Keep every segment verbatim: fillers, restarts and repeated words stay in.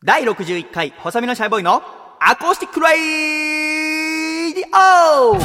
だいろくじゅういっかい細身のシャイボーイのアコースティックライディオ。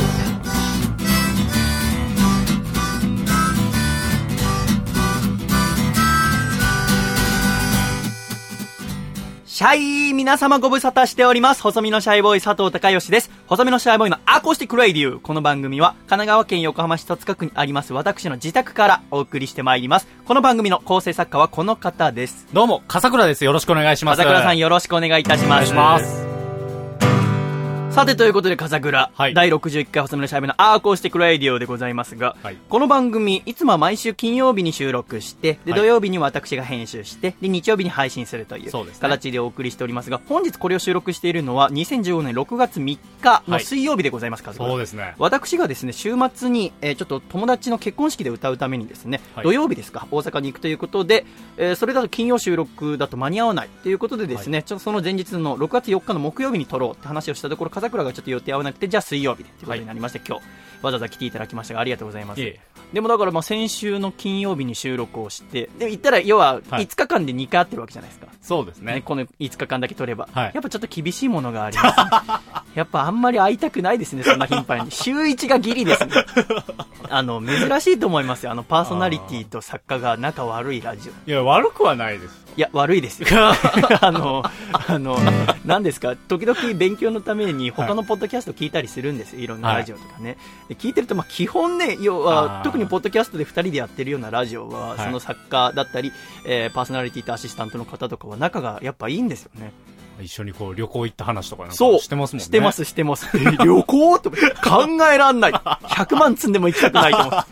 シャイ皆様ご無沙汰しております。細身のシャイボーイ佐藤孝義です。細身のシャイボーイのアコースティックラディオ。この番組は神奈川県横浜市戸塚区にあります私の自宅からお送りしてまいります。この番組の構成作家はこの方です。 どうも笠倉です。よろしくお願いします。 笠倉さんよろしくお願いいたします。 お願いします。 さてということで笠倉、はい、だいろくじゅういっかい細身のシャイボーイのアコースティックラディオでございますが、はい、この番組いつもは毎週金曜日に収録してで、はい、土曜日に私が編集してで日曜日に配信するという形でお送りしておりますが、本日これを収録しているのはにせんじゅうごねんろくがつみっかの水曜日でございます。笠倉、 そうですね。 私がですね週末に、えー、ちょっと友達の結婚式で歌うためにですね、はい、土曜日ですか大阪に行くということで、えー、それだと金曜収録だと間に合わないということでですね、はい、ちょっとその前日のろくがつよっかの木曜日に撮ろうって話をしたところ笠倉がちょっと予定合わなくてじゃあ水曜日でということになりまして、はい、今日わざわざ来ていただきましたがありがとうございます。ええ、でもだからまあ先週の金曜日に収録をしてで言ったら要はいつかかんでにかい会ってるわけじゃないですか。 そうです ね, ねこのいつかかんだけ取れば、 はい、 やっぱちょっと厳しいものがあります、ね、やっぱあんまり会いたくないですねそんな頻繁に週いちがギリですねあの珍しいと思いますよ。あのパーソナリティと作家が仲悪いラジオ。 いや悪くはないです。 いや悪いですよあのあの何ですか時々勉強のために他のポッドキャスト聞いたりするんですよ、いろんなラジオとかね、はい、で聞いてるとまあ基本ね要は特にポッドキャストでふたりでやってるようなラジオは、はい、その作家だったり、えー、パーソナリティとアシスタントの方とかは仲がやっぱいいんですよね。 一緒にこう旅行行った話とかなんかしてますもんね。 してますしてますえ旅行と考えらんないひゃくまん積んでも行きたくないと思って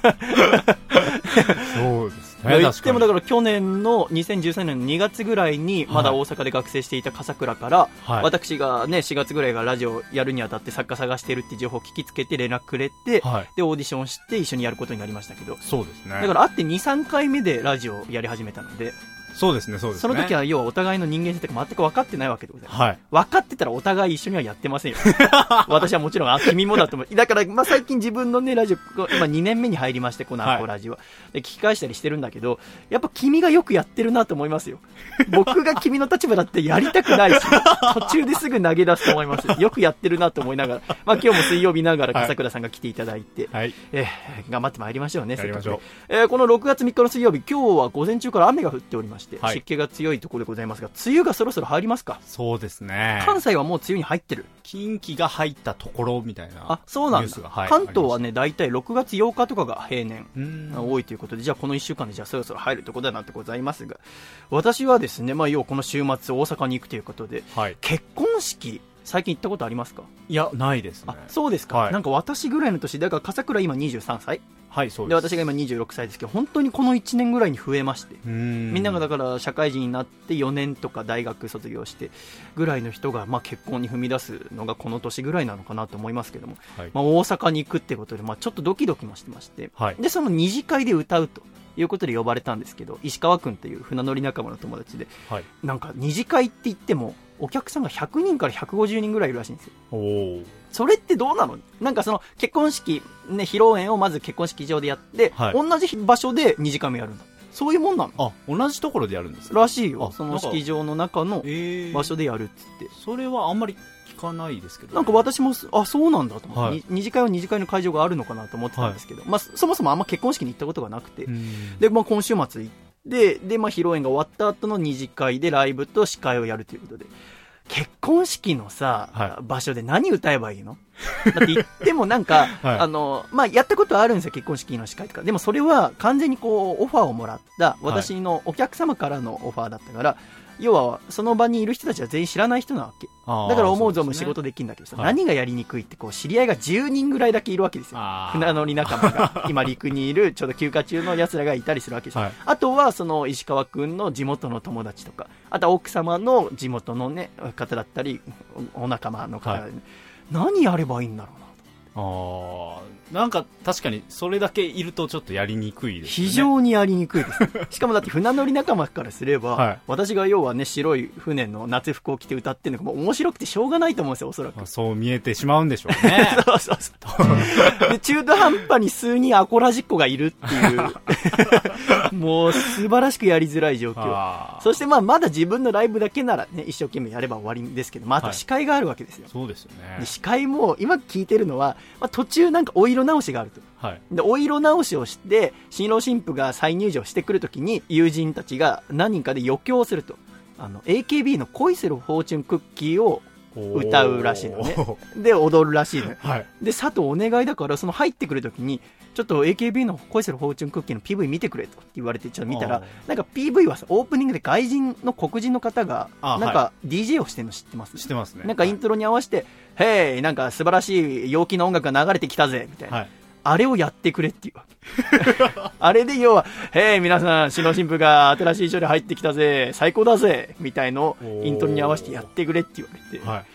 そうですね。言ってもだから去年のにせんじゅうさんねんのにがつぐらいにまだ大阪で学生していた笠倉から、はい、私がねしがつぐらいがラジオやるにあたって作家探してるって情報を聞きつけて連絡くれて、はい、でオーディションして一緒にやることになりましたけど。 そうですね。 だから会って にさんかいめでラジオやり始めたので。 そうですね、そうですね。 その時は要はお互いの人間性とか全く分かってないわけでございます、 はい、分かってたらお互い一緒にはやってませんよ私はもちろんあ君もだと思う。だから、まあ、最近自分のねラジオ今にねんめに入りましてこのアコラジオ、はい、で聞き返したりしてるんだけどやっぱ君がよくやってるなと思いますよ僕が君の立場だってやりたくないし途中ですぐ投げ出すと思います。よくやってるなと思いながら、まあ、今日も水曜日ながら笠倉さんが来ていただいて、はい、えー、頑張ってまいりましょうね。 やりましょう。 えー、このろくがつみっかの水曜日今日は午前中から雨が降っておりまして、はい、湿気が強いところでございますが梅雨がそろそろ入りますか。 そうですね。 関西はもう梅雨に入ってる。 近畿が入ったところみたいな。 あ、そうなんだ。はい、関東はねだいたいろくがつようかとかが平年多いということで、じゃあこのいっしゅうかんでじゃあそろそろ入るところだなってございますが、私はですね、まあ、要はこの週末大阪に行くということで、はい、結婚式最近行ったことありますか。 いやないですね。 あ、そうですか、はい、なんか私ぐらいの年だから笠倉今にじゅうさんさい、はい、そうです。で私が今にじゅうろくさいですけど本当にこのいちねんぐらいに増えまして、みんながだから社会人になってよねんとか大学卒業してぐらいの人がまあ結婚に踏み出すのがこの年ぐらいなのかなと思いますけども、はい、まあ、大阪に行くってことで、まあ、ちょっとドキドキもしてまして、はい、でその二次会で歌うということで呼ばれたんですけど、石川君という船乗り仲間の友達で、はい、なんか二次会って言ってもお客さんがひゃくにんからひゃくごじゅうにんぐらいいるらしいんですよ。おそれってどうなの。なんかその結婚式、ね、披露宴をまず結婚式場でやって、はい、同じ場所で二次会もやるんだ。そういうもんなの。 あ、同じところでやるんですからしいよ。その式場の中の場所でやるっつって、 えー、それはあんまり聞かないですけど、ね、 なんか私もあそうなんだと思って、はい、二次会は二次会の会場があるのかなと思ってたんですけど、はい、まあ、そもそもあんま結婚式に行ったことがなくて、で、まあ、今週末行ってで、まあ、披露宴が終わった後の二次会でライブと司会をやるということで、結婚式のさ、はい、場所で何歌えばいいのだって言ってもなんか、はい、あのまあ、やったことはあるんですよ結婚式の司会とか。でもそれは完全にこうオファーをもらった私のお客様からのオファーだったから、はい、要はその場にいる人たちは全員知らない人なわけだから思う存分仕事できるんだけどさ、ね、何がやりにくいってこう知り合いがじゅうにんぐらいだけいるわけですよ。船乗り仲間が今陸にいるちょうど休暇中の奴らがいたりするわけです、はい、あとはその石川くんの地元の友達とか、あとは奥様の地元の、ね、方だったり お, お仲間の方、はい、何やればいいんだろうなと。 あなんか確かにそれだけいるとちょっとやりにくいですね。 非常にやりにくいです、ね、しかもだって船乗り仲間からすれば、はい、私が要はね白い船の夏服を着て歌ってるのがもう面白くてしょうがないと思うんですよ、おそらく。 そう見えてしまうんでしょうねそうそうそうで中途半端に数人アコラジッコがいるっていうもう素晴らしくやりづらい状況。そしてまあまだ自分のライブだけならね一生懸命やれば終わりですけど、まあ、あと司会があるわけですよ、はい、 そうですよね。 で司会も今聞いてるのは、まあ、途中なんかお色直しがあると、はい、でお色直しをして新郎新婦が再入場してくるときに友人たちが何人かで余興をすると、あの エーケービー の恋するフォーチュンクッキーを歌うらしいのね。で踊るらしいの、はい、で佐藤お願いだからその入ってくるときにちょっと エーケービー の恋するフォーチュンクッキーの ピーブイ 見てくれと言われてちょっと見たら、なんか ピーブイ はさオープニングで外人の黒人の方がなんか ディージェー をしてるの知ってます？ 知ってますね。 なんかイントロに合わせて、はい、へいなんか素晴らしい陽気な音楽が流れてきたぜみたいな、はい、あれをやってくれっていうわけあれで要はへい皆さん新郎新婦が新しい衣装で入ってきたぜ最高だぜみたいのをイントロに合わせてやってくれって言われて、はい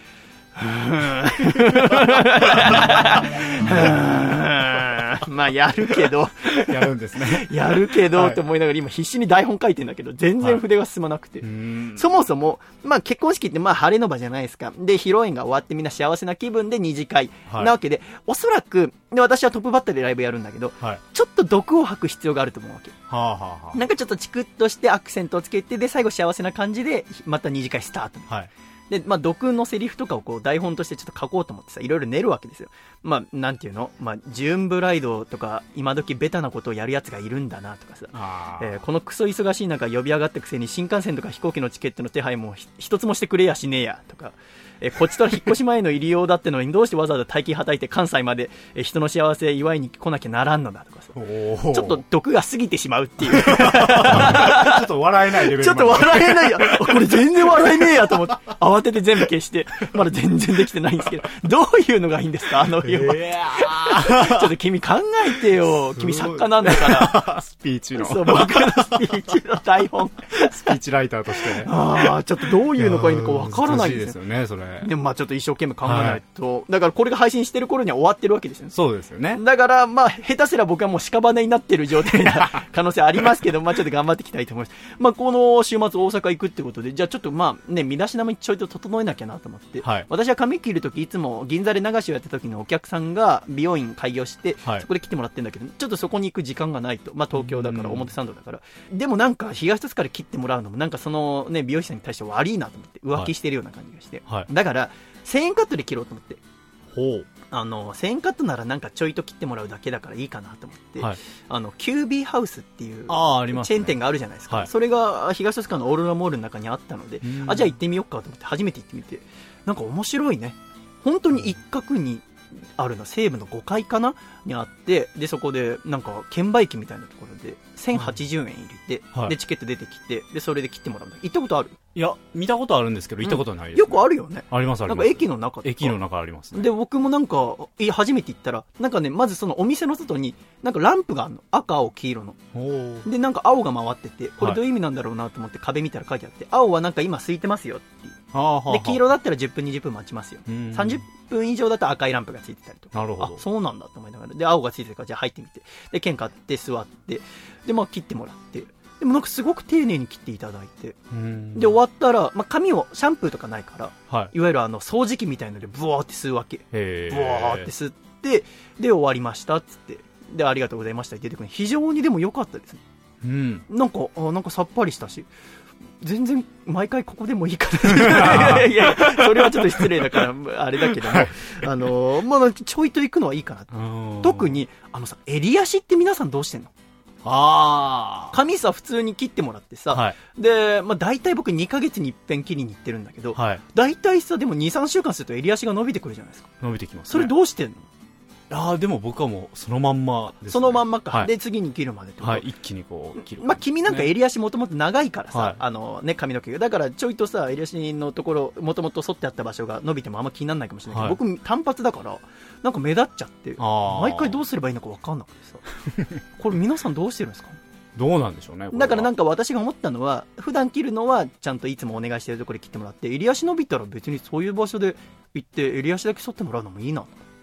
まあやるけどやるんですねやるけどって思いながら今必死に台本書いてんだけど全然筆が進まなくて、はい、そもそもまあ結婚式ってまあ晴れの場じゃないですか。で披露宴が終わってみんな幸せな気分で二次会なわけで、はい、おそらくで私はトップバッターでライブやるんだけど、はい、ちょっと毒を吐く必要があると思うわけ、はあはあ、なんかちょっとチクッとしてアクセントをつけてで最後幸せな感じでまた二次会スタート、はいで、まあ、毒のセリフとかをこう台本としてちょっと書こうと思ってさ、いろいろ練るわけですよ。まあ、なんていうのまあ、ジューンブライドとか、今時ベタなことをやるやつがいるんだなとかさ、えー、このクソ忙しい中呼び上がったくせに新幹線とか飛行機のチケットの手配も一つもしてくれやしねえやとか、えー、こっちとら引っ越し前の入り用だってのにどうしてわざわざ大金はたいて関西まで、えー、人の幸せ祝いに来なきゃならんのだとかさ、ちょっと毒が過ぎてしまうっていうちょっと笑えないレベルちょっと笑えないやこれ全然笑えねえやと思って慌てて全部消してまだ全然できてないんですけどどういうのがいいんですかあの日は、えー、ちょっと君考えてよ君作家なんだからスピーチのそう僕のスピーチの台本スピーチライターとしてねあちょっとどういうのがいいのかわからないですよねそれでもまあちょっと一生懸命考えないと、はい、だからこれが配信してる頃には終わってるわけですよね。 そうですよね。 だからまあ下手すら僕はもう屍になってる状態な可能性ありますけどまあちょっと頑張っていきたいと思います。まあこの週末大阪行くってことでじゃあちょっとまあね身だしなみちょいと整えなきゃなと思って、はい、私は髪切るときいつも銀座で流しをやってた時のお客さんが美容院開業して、はい、そこで切ってもらってるんだけどちょっとそこに行く時間がないとまあ東京だから表参道だからでもなんか東戸塚で切ってもらうのもなんかそのね美容師さんに対して悪いなと思って浮気してるような感じがして、はい、だからせんえんカットで切ろうと思ってほうあのせんえんカットならなんかちょいと切ってもらうだけだからいいかなと思って、はい、あのキュービーハウスっていうチェーン店があるじゃないですか、はい、それが東戸塚のオーロラモールの中にあったのであじゃあ行ってみようかと思って初めて行ってみてなんか面白いね本当に一角にあるの西部のごかいかなにあってでそこでなんか券売機みたいなところでせんはちじゅうえん入れて、はい、でチケット出てきてでそれで切ってもらうんだ。行ったことある？ いや見たことあるんですけど行ったことないです、 ねうん、よくあるよね。 ありますあります。 なんか駅の中とか駅の中あります、ね、 で僕もなんか初めて行ったらなんかねまずそのお店の外になんかランプがあるの赤青黄色のでなんか青が回っててこれどういう意味なんだろうなと思って壁見たら書いてあって青はなんか今空いてますよっていうで黄色だったらじゅっぷんにじゅっぷん待ちますよさんじゅっぷん以上だったら赤いランプがついてたりとかなるほどあそうなんだと思いながらで青がついてるからじゃあ入ってみてで券買って座ってでまあ切ってもらってでもなんかすごく丁寧に切っていただいてで終わったら、まあ、髪をシャンプーとかないから、はい、いわゆるあの掃除機みたいのでブワーって吸うわけブワーって吸ってで終わりましたっつってでありがとうございましたって出てくる非常にでも良かったですね、うん、なんかあなんかさっぱりしたし全然毎回ここでもいいかないやそれはちょっと失礼だからあれだけども、はい、あのまあちょいと行くのはいいかな特にあのさ襟足って皆さんどうしてんのあ髪さ普通に切ってもらってさ、はい、で、まあ、大体僕にかげつに一遍切りに行ってるんだけど、はい、大体さでも にさんしゅうかんすると襟足が伸びてくるじゃないですか。 伸びてきます、ね、 それどうしてんの？ あでも僕はもうそのまんまです、ね、 そのまんまか、 はい、 で次に切るまでとか、 はい、一気にこう切る、 まあ、君なんか襟足もともと長いからさ、はい、あのね、髪の毛がだからちょいとさ襟足のところもともと反ってあった場所が伸びてもあんま気にならないかもしれないけど、はい、僕単発だからなんか目立っちゃって毎回どうすればいいのか分かんなくてさこれ皆さんどうしてるんですか？ どうなんでしょうね。 だからなんか私が思ったのは普段切るのはちゃんといつもお願いしてるところで切ってもらって襟足伸びたら別にそういう場所で行って襟足だけ剃ってもらうのもいいなと思って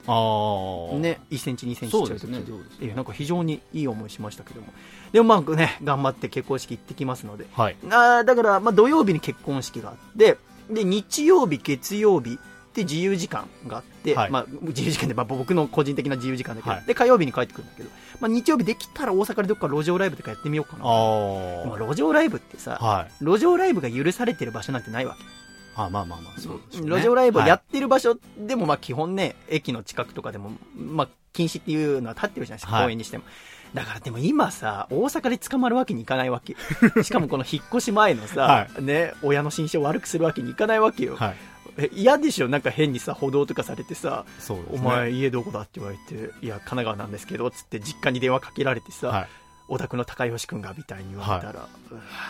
あね、いっセンチにセンチちゃう時、 そうですね、 えー、なんか非常にいい思いしましたけども、でもまあね頑張って結婚式行ってきますので、 はい、 あだからまあ土曜日に結婚式があって、で日曜日月曜日で自由時間があって、はい、まあ、自由時間で、まあ、僕の個人的な自由時間だけど、はい、で火曜日に帰ってくるんだけど、まあ、日曜日できたら大阪でどっか路上ライブとかやってみようかな。あまあ路上ライブってさ、はい、路上ライブが許されてる場所なんてないわけ。 あまあまあまあそうですね、 路上ライブをやってる場所でもまあ基本ね、駅の近くとかでもまあ禁止っていうのは立ってるじゃないですか、はい、公園にしても。だからでも今さ大阪で捕まるわけにいかないわけ。しかもこの引っ越し前のさ、はい、ね、親の心象を悪くするわけにいかないわけよ。はい、え嫌でしょ、なんか変にさ歩道とかされてさ、そうですね、お前家どこだって言われて、いや神奈川なんですけどつって実家に電話かけられてさ、はい、お宅の高吉くんがみたいに言われたら、はい、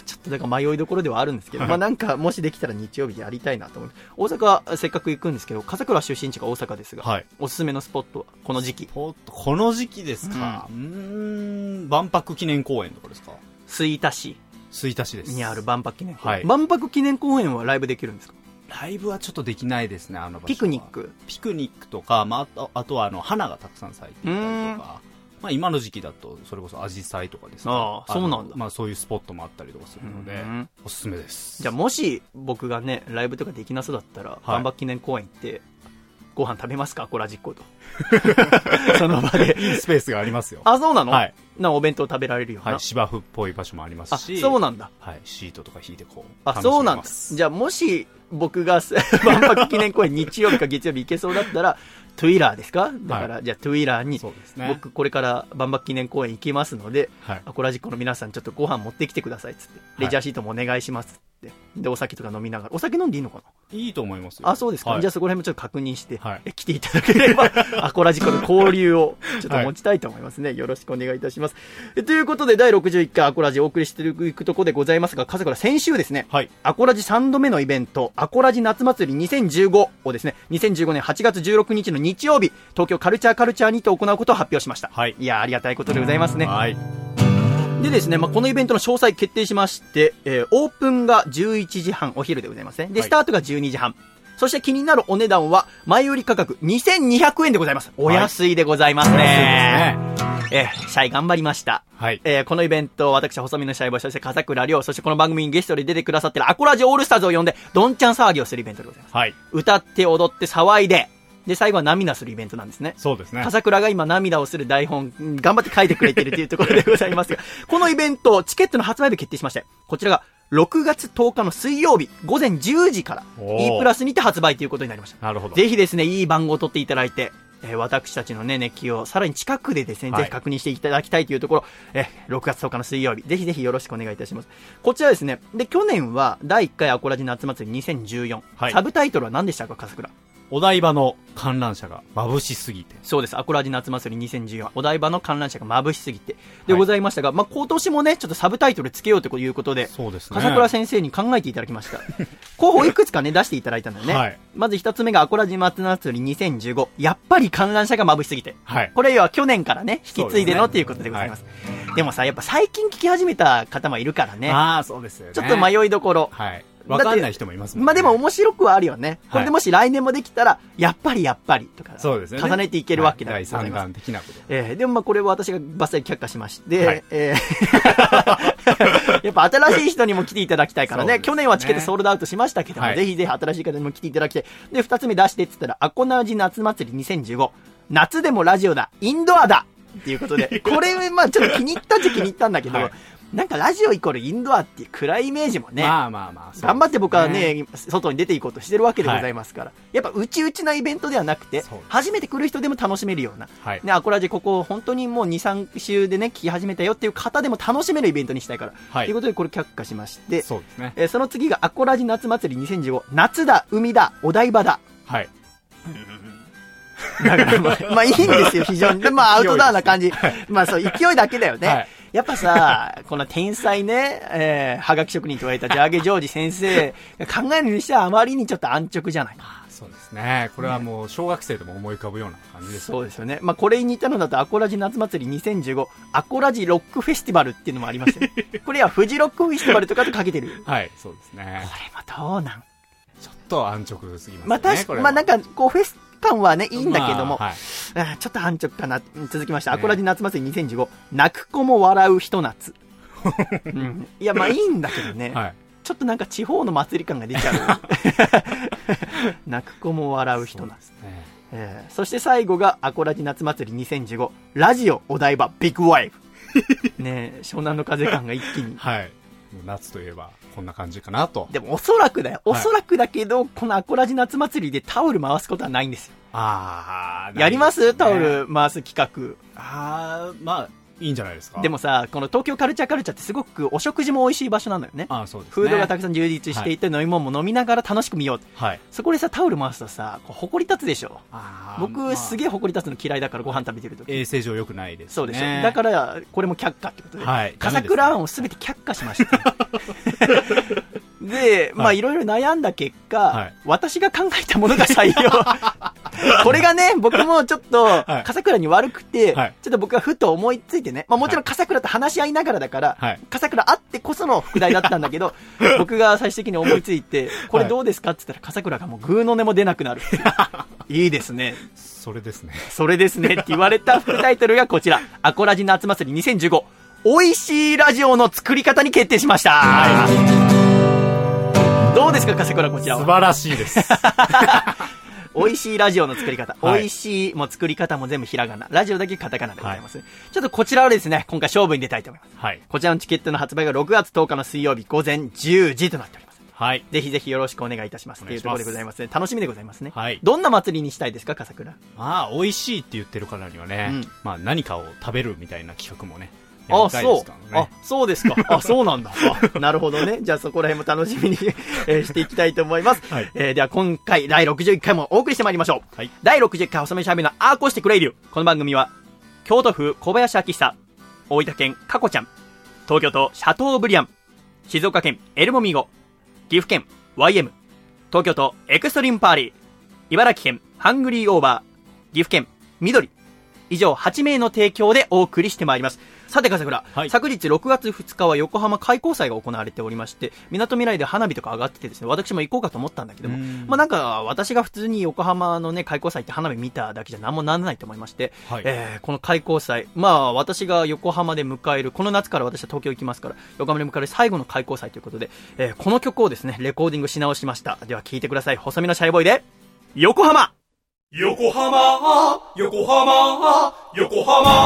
ちょっとだから迷いどころではあるんですけど、はい、まあなんかもしできたら日曜日でやりたいなと思う。大阪せっかく行くんですけど、笠倉出身地が大阪ですが、はい、おすすめのスポットはこの時期。 この時期ですか、うん、うーん万博記念公園とかですか。 吹田市吹田市ですにある万博記念公園、はい、万博記念公園はライブできるんですか。 ライブはちょっとできないですね、あの場所は。 ピクニックピクニックとか、まあ、あと、あとはあの花がたくさん咲いていたりとか、まあ、今の時期だとそれこそアジサイとかですね。 ああそうなんだ。 まあ、そういうスポットもあったりとかするのでおすすめです。 じゃあもし僕がねライブとかできなそうだったら、はい、万博記念公園行ってご飯食べますか、コラジッコと。その場でいいスペースがありますよ。 あ、そうなの、 はい、 なお弁当食べられるような、 はい、芝生っぽい場所もありますし。 あ、そうなんだ。 はい、シートとか引いてこうあ、そうなんだ。じゃあもし僕が万博記念公園日曜日か月曜日行けそうだったらトゥイラーですか。だから、はい、じゃあトゥイラーに、そうですね、僕これから万博記念公園行きますので、はい、アコラジッコの皆さんちょっとご飯持ってきてくださいっつって、レジャーシートもお願いしますって、でお酒とか飲みながら。お酒飲んでいいのかな。 いいと思いますよ。 あ、そうですか、はい、じゃあそこら辺もちょっと確認して、はい、 え来ていただければアコラジッコの交流をちょっと持ちたいと思いますね、はい、よろしくお願いいたします。えということでだいろくじゅういっかいアコラジお送りしていくところでございますが、笠倉先週ですね、はい、アコラジさんどめのイベントアコラジ夏祭りにせんじゅうごをですね、にせんじゅうごねんはちがつじゅうろくにちの日曜日、東京カルチャーカルチャーにて行うことを発表しました。はい、いやありがたいことでございますね。はい、でですね、まあ、このイベントの詳細決定しまして、えー、オープンがじゅういちじはんお昼でございますね。で、スタートがじゅうにじはん、はい、そして気になるお値段は前売り価格にせんにひゃくえんでございます。お安いでございますね。はい、えー、シャイ頑張りました。はい、えー、このイベント私細身のシャイボーイ、そして笠倉涼、そしてこの番組にゲストで出てくださってるアコラジオールスターズを呼んでどんちゃん騒ぎをするイベントでございます。はい、歌って踊って騒いで、で最後は涙するイベントなんですね。 そうですね。 笠倉が今涙をする台本頑張って書いてくれてるというところでございますが、このイベントチケットの発売日決定しまして、こちらがろくがつとおかの水曜日ごぜんじゅうじから E プラスにて発売ということになりました。 なるほど。 ぜひですね、いい番号を取っていただいて、えー、私たちのね熱気をさらに近くでですね、はい、ぜひ確認していただきたいというところ、えー、ろくがつとおかの水曜日ぜひぜひよろしくお願いいたします。こちらですね、で去年はだいいっかいアコラジ夏祭りにせんじゅうよん、はい、サブタイトルは何でしたか、笠倉。 お台場の観覧車が眩しすぎて。 そうです。アコラジ夏祭りにせんじゅうよん、お台場の観覧車が眩しすぎてでございましたが、はい、まあ、今年もねちょっとサブタイトルつけようということで、そうですね、笠倉先生に考えていただきました。候補いくつかね出していただいたんだよね。はい、まず一つ目がアコラジ夏祭りにせんじゅうご、やっぱり観覧車が眩しすぎて、はい、これは去年からね引き継いでのということでございます。で, でもさ、やっぱ最近聞き始めた方もいるからね。 ああ、そうですよね。 ちょっと迷いどころ。はい、 わかんない人もいますもんね。 まあでも面白くはあるよね。これでもし来年もできたら、やっぱりやっぱりとか、そうですね、重ねていけるわけだ、 はい、第三弾的なこと。 えー、でもまあこれは私がバッサリ却下しまして、はい、えー、やっぱ新しい人にも来ていただきたいからね。去年はチケットソールドアウトしましたけども、はい、ぜひぜひ新しい方にも来ていただきたい。で、二つ目出してって言ったら、アコナジ夏祭りにせんじゅうご、夏でもラジオだ、インドアだっていうことで、これまあちょっと気に入ったっちゃ気に入ったんだけど、はい、なんかラジオイコールインドアっていう暗いイメージもね、まあまあまあ、頑張って僕はね外に出ていこうとしてるわけでございますから、はい、やっぱうちうちなイベントではなくて、初めて来る人でも楽しめるような、はい、ね、アコラジここ本当にもう にさんしゅうでね聞き始めたよっていう方でも楽しめるイベントにしたいから、はい、ということでこれ却下しまして、そうですね、えー、その次がアコラジ夏祭りにせんじゅうご、夏だ海だお台場だ、はい、だからまあ、まあいいんですよ非常に。でまあアウトドアな感じ、まあそう勢いだけだよね。はい、やっぱさ、この天才ね、えー、はがき職人と言われたジャーゲジョージ先生が考えるにしてはあまりにちょっと安直じゃないか。 そうですね。これはもう小学生でも思い浮かぶような感じです、ね。 そうですよね。まあこれに似たのだとアコラジ夏祭りにせんじゅうご、アコラジロックフェスティバルっていうのもありますよね。これはフジロックフェスティバルとかとかけてる。 はい、そうですね。 これもどうなん？ ちょっと安直すぎますね。 まあ確かまあなんかこうフェス感はねいいんだけども、 まあはい、 ちょっと安直かな。続きまして、ね、アコラジ夏祭りにせんじゅうご、泣く子も笑うひと夏、うん、いやまあいいんだけどね、はい、ちょっとなんか地方の祭り感が出ちゃう泣く子も笑うひと夏、ねえー、そして最後がアコラジ夏祭りにせんじゅうご、ラジオお台場ビッグワイブね、湘南の風感が一気に、 はい、夏といえばこんな感じかなと。 でもおそらくだよ、おそらくだけど、はい、このアコラジ夏祭りでタオル回すことはないんですよ。 あー、 やります、ね、タオル回す企画。 あー、まあいいんじゃないですか。 でもさ、この東京カルチャーカルチャーってすごくお食事も美味しい場所なのよね。 ああ、そうですね。 フードがたくさん充実していて、はい、飲み物も飲みながら楽しく見よう、はい、そこでさタオル回すとさ、こう埃立つでしょ。あ、僕、まあ、すげえ埃立つの嫌いだから、ご飯食べてるとき衛生上良くないですね。 そうでしょ。だからこれも却下ってことで、はい、笠倉案をすべて却下しましたで、まあいろいろ悩んだ結果、はい、私が考えたものが採用これがね、僕もちょっと笠倉に悪くて、はい、ちょっと僕はふと思いついてね、まあもちろん笠倉と話し合いながらだから、はい、笠倉あってこその副題だったんだけど僕が最終的に思いついて、これどうですかって言ったら笠倉がもうグーの音も出なくなるいいですね、 それですねそれですねって言われた副タイトルがこちら、アコラジ夏祭りにせんじゅうご、美味しいラジオの作り方に決定しました。どうですか笠倉、こちらは。 素晴らしいです美味しいラジオの作り方、はい、美味しいも作り方も全部ひらがな、ラジオだけカタカナでございます、はい、ちょっとこちらをですね今回勝負に出たいと思います、はい、こちらのチケットの発売がろくがつとおかの水曜日午前じゅうじとなっております、はい、ぜひぜひよろしくお願いいたしますというところでございますね。楽しみでございますね、はい、どんな祭りにしたいですか笠倉。 まあ美味しいって言ってるからにはね、うん、まあ何かを食べるみたいな企画もね、 あ、そう。あ、そうですか。あ、そうなんだ。あ、なるほどね。じゃあそこら辺も楽しみに、えー、していきたいと思います。はい、えー、では今回だいろくじゅういっかいもお送りしてまいりましょう。はい、だいろくじゅういっかい細めしゃべりのアーコーしてくれる。この番組は京都府小林明久、大分県かこちゃん、東京都シャトーブリアン、静岡県エルモミーゴ、岐阜県 ワイエム、東京都エクストリームパーリー、茨城県ハングリーオーバー、岐阜県緑、以上はちめいの提供でお送りしてまいります。さて笠倉、はい、昨日ろくがつふつかは横浜開港祭が行われておりまして、みなとみらいで花火とか上がっててですね、私も行こうかと思ったんだけども、まあなんか私が普通に横浜のね開港祭って花火見ただけじゃ何もなんないと思いまして、はい、えー、この開港祭、まあ私が横浜で迎える、この夏から私は東京行きますから横浜で迎える最後の開港祭ということで、えー、この曲をですねレコーディングし直しました。では聴いてください。細身のシャイボーイで横浜。 横浜、横浜、横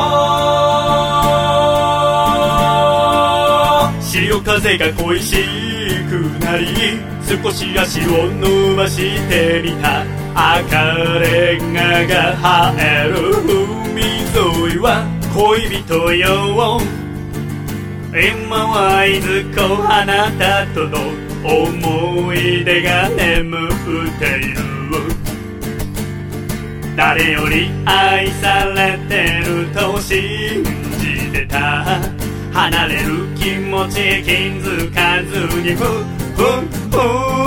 浜。潮風が恋しくなり、少し足を伸ばしてみた。赤レンガが映える海沿いは恋人よ。今はいずこあなたとの思い出が眠っている。誰より愛されてると信じてた。離れる気持ち気づかずにふふふ。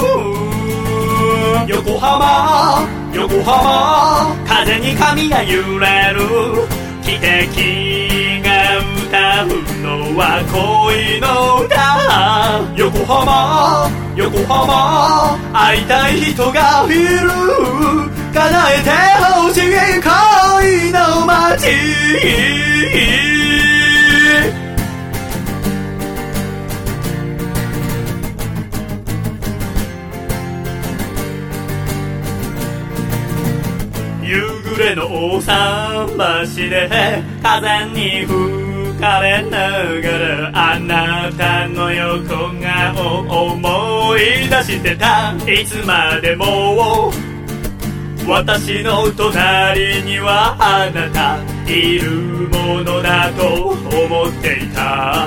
横浜横浜、風に髪が揺れる。汽笛が歌うのは恋の歌。横浜横浜、会いたい人がいる。叶えてほしい恋の街。夕暮れの大桟橋で風に吹かれながら、あなたの横顔を思い出してた。いつまでも私の隣にはあなたいるものだと思っていた。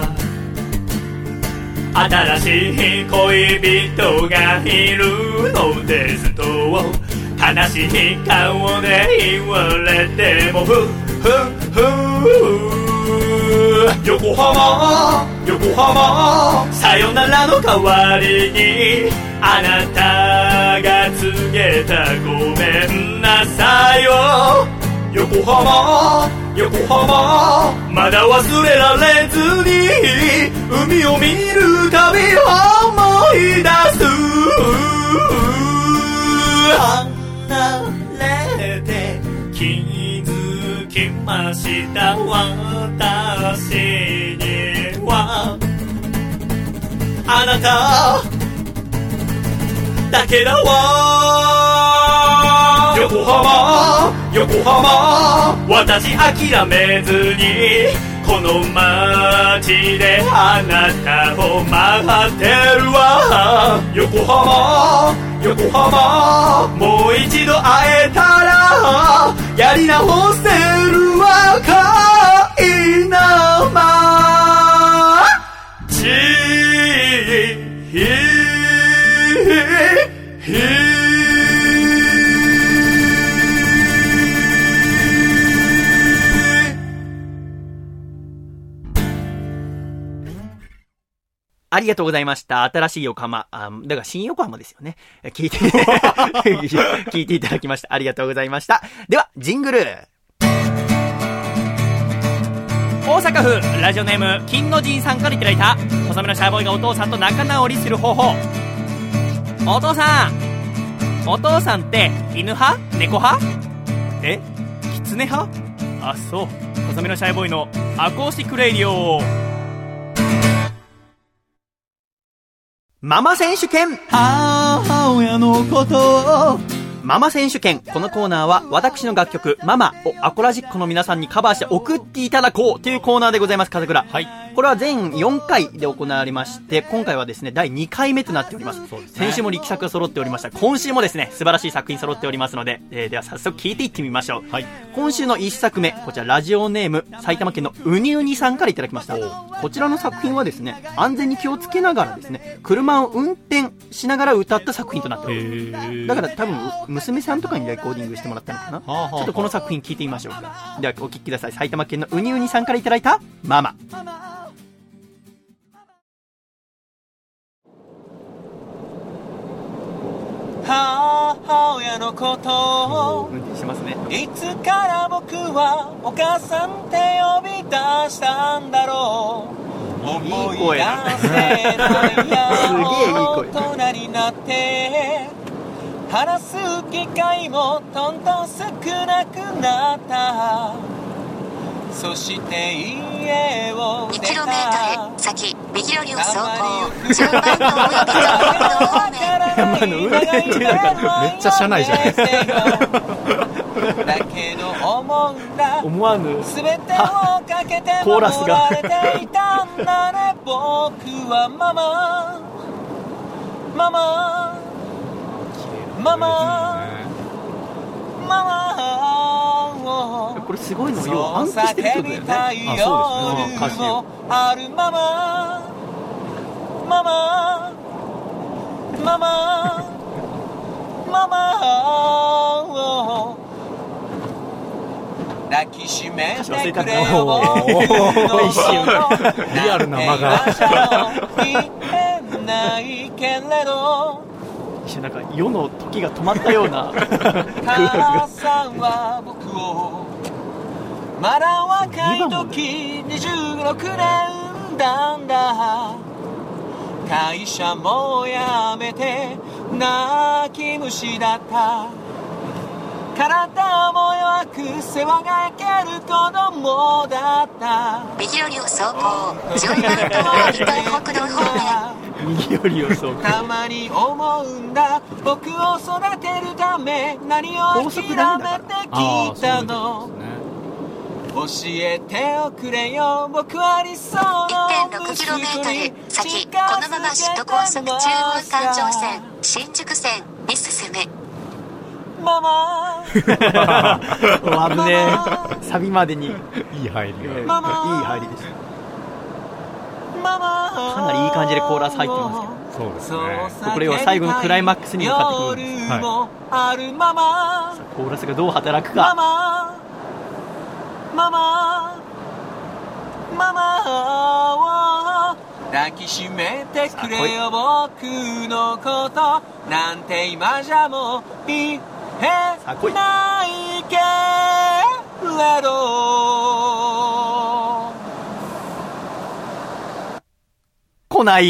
新しい恋人がいるのですと悲しい顔で言われてもふふふ。横浜横浜、さよならの代わりにあなたが告げたごめんなさいよ。横浜横浜、まだ忘れられずに海を見るたび思い出す。離れました私にはあなただけだわ。横浜横浜私諦めずにこの街であなたを待ってるわ。横浜横浜もう一度会えたらやり直せるわ。かいなまちありがとうございました。新しい横浜。あ、だから新横浜ですよね。聞いて、聞いていただきました。ありがとうございました。では、ジングル。 大阪府ラジオネーム金の神さんからいただいた細めのシャーボーイがお父さんと仲直りする方法。お父さんお父さんって犬派猫派えキツネ派あ、そう。細めのシャーボーイのアコースティックレイディオ。 ママ選手権。母親のことをママ選手権。このコーナーは私の楽曲ママをアコラジックの皆さんにカバーして送っていただこうというコーナーでございます。風倉、はい、これは全よんかいで行われまして、今回はですねだいにかいめとなっております。そうですね、先週も力作が揃っておりました。今週もですね素晴らしい作品揃っておりますので、えー、では早速聞いていってみましょう。はい、今週のいっさくめ、こちらラジオネーム埼玉県のうにうにさんからいただきました。こちらの作品はですね安全に気をつけながらですね車を運転しながら歌った作品となっております。だから多分娘さんとかにレコーディングしてもらったのかな。はあはあ、ちょっとこの作品聞いてみましょうか。ではお聞きください。埼玉県のうにうにさんからいただいたママ。 母親のことを運転しますね。 いつから僕はお母さんって呼び出したんだろう。思い出せないや大人になって話す機会もどんどん少なくなった。そして家を出たにキロメートル 先右寄りを走行じゅうばんのおよびと山の運転中だからめっちゃ車内じゃないですか。 だけど思うんだ思わぬ全てをかけて守られていたんだね。僕はママママママママこれすごいのよ。暗記してるってことだよね。 あ、そうですね。歌詞よ。あるママママママママを抱きしめてくれよ。 一瞬リアルな間が言えないけれど一瞬なんか世の時が止まったような母さんは僕をまだ若い時にじゅうろくねん産んだんだ。会社も辞めて泣き虫だった。体も弱く世話が焼ける子供だった。 右寄りを走行じゅうばんのおよびと国道方面右寄りを走行。 たまに思うんだ僕を育てるため何を諦めてきたの。教えておくれよ僕は理想のいってんろくキロメートル 先このまま首都高速中央環状線新宿線に進む。 ママ危ねえ。サビまでにいい入りが、 えー、いいママ入りでした。 ママかなりいい感じでコーラス入ってますそうですね。 これは最後のクライマックスに向かってくるんです。 夜もあるママコーラスがどう働くマか。 マママママを抱きしめてくれよ僕のことなんて今じゃもう言えないけれど。 今来ない。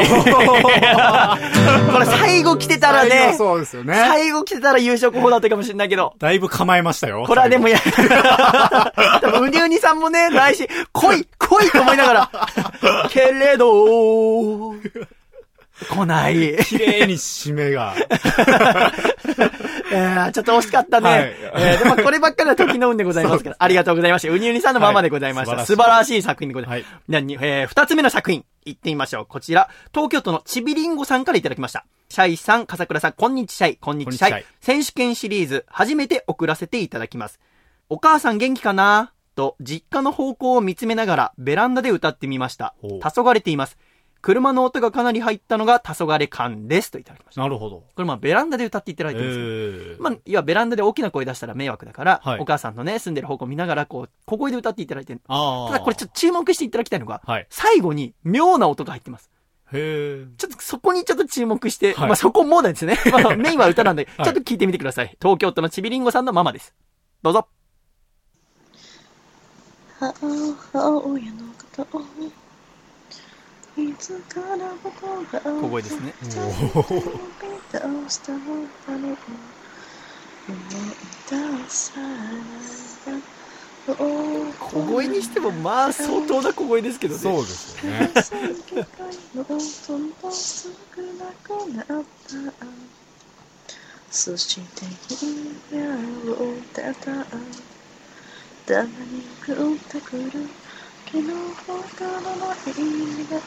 これ最後来てたらね、 そうですよね。 最後来てたら優勝候補だったかもしれないけど。 だいぶ構えましたよ。 これはでもや、多分うにうにさんもね、来週、来い来いと思いながら、けれど、来ない。 綺麗に締めが。 えー、ちょっと惜しかったね。はい、えー、でもこればっかりは時の運でございますから。ありがとうございました。うにうにさんのままでございました。はい、素晴らしい作品でございます。はい、でえー、二つ目の作品、行ってみましょう。こちら、東京都のちびりんごさんからいただきました。シャイさん、笠倉さん、こんにちシャイ、こんにちシャイ。選手権シリーズ、初めて送らせていただきます。お母さん元気かなと、実家の方向を見つめながら、ベランダで歌ってみました。黄昏れています。車の音がかなり入ったのが黄昏感ですといただきました。 なるほど。 これまあベランダで歌っていただいてるんですけど、まあいやベランダで大きな声出したら迷惑だから、はい、お母さんのね住んでる方向を見ながらこう小声で歌っていただいてる。あただこれちょっと注目していただきたいのが、はい、最後に妙な音が入ってます。へちょっとそこにちょっと注目して、はい、まあそこもですね。まあメインは歌なんで、ちょっと聞いてみてください。はい、東京都のちびりんごさんのママです。どうぞ。母親のことを小声ですね。小声にしてもまあ相当な小声ですけどね。 そうですよね。そして夢を出たたまに降ってくる昨日他のない意味が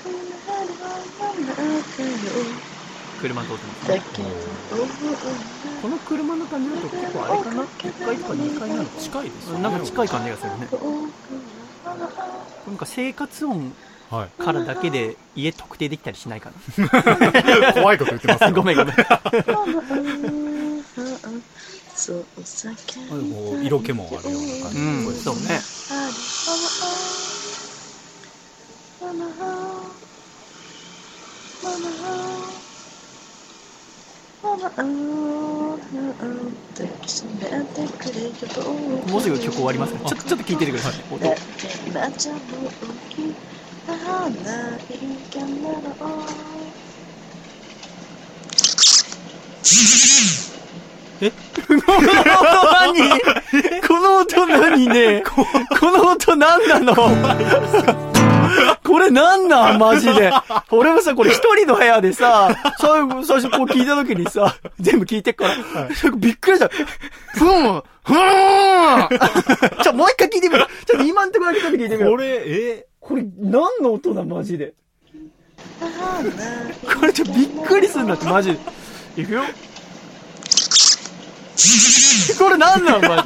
車通ってますね。この車の感じだと結構あれかな、いっかいとかにかいなの近いですよね。なんか近い感じがするね。なんか生活音からだけで家特定できたりしないかな。 怖いこと言ってますよ。 ごめんごめん。 そう色気もあるような感じ。うん、 そうね。もうすぐ曲終わりますね。ちょっとちょっと聞いててください。音。えこの音何この音何ねこの音何なのこれなんなんマジで。俺もさ、これ一人の部屋でさ、最後、最初こう聞いた時にさ、全部聞いてっから、はい、びっくりした。ふんふーんちょ、もう一回聞いてみる。ちょっと今んところだけちょっと聞いてみる。 これ、えこれ、何の音だ、マジで。これちょっとびっくりするんだって、マジで。いくよ。これなんなんマジ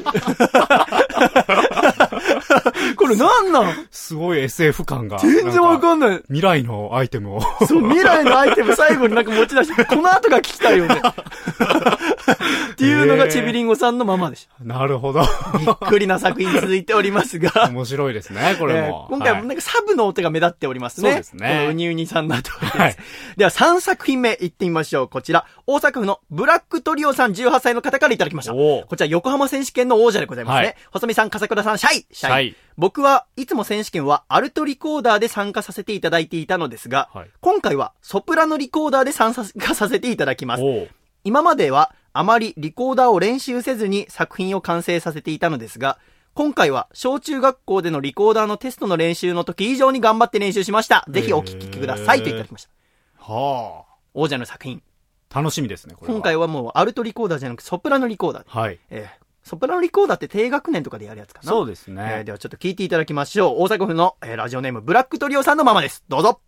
これなんなんすごい エスエフ 感が。 全然わかんない。 未来のアイテムを。 そう、未来のアイテム最後になんか持ち出して、この後が聞きたいよね。っていうのがちびりんごさんのままでした。 なるほど。 びっくりな作品続いておりますが。 面白いですね、これも。 えー、今回はなんかサブの音が目立っておりますね。 そうですね。 このうにうにさんだと思います。はい、ではさんさく品目いってみましょう。こちら、大阪府のブラックトリオさんじゅうはっさいの方からいただきました。こちら横浜選手権の王者でございますね。はい、細見さん、笠倉さん、シャイシャイ。僕はいつも選手権はアルトリコーダーで参加させていただいていたのですが、はい、今回はソプラノリコーダーで参加させていただきます。今まではあまりリコーダーを練習せずに作品を完成させていたのですが、今回は小中学校でのリコーダーのテストの練習の時以上に頑張って練習しました。ぜひお聞きくださいといただきました。はあ。王者の作品。 楽しみですね、これは。 今回はもうアルトリコーダーじゃなくソプラノリコーダー。はい。えーソプラノリコーダーって低学年とかでやるやつかな。 そうですね。 えー、ではちょっと聞いていただきましょう。大阪府の、えー、ラジオネームブラックトリオさんのままです。どうぞ。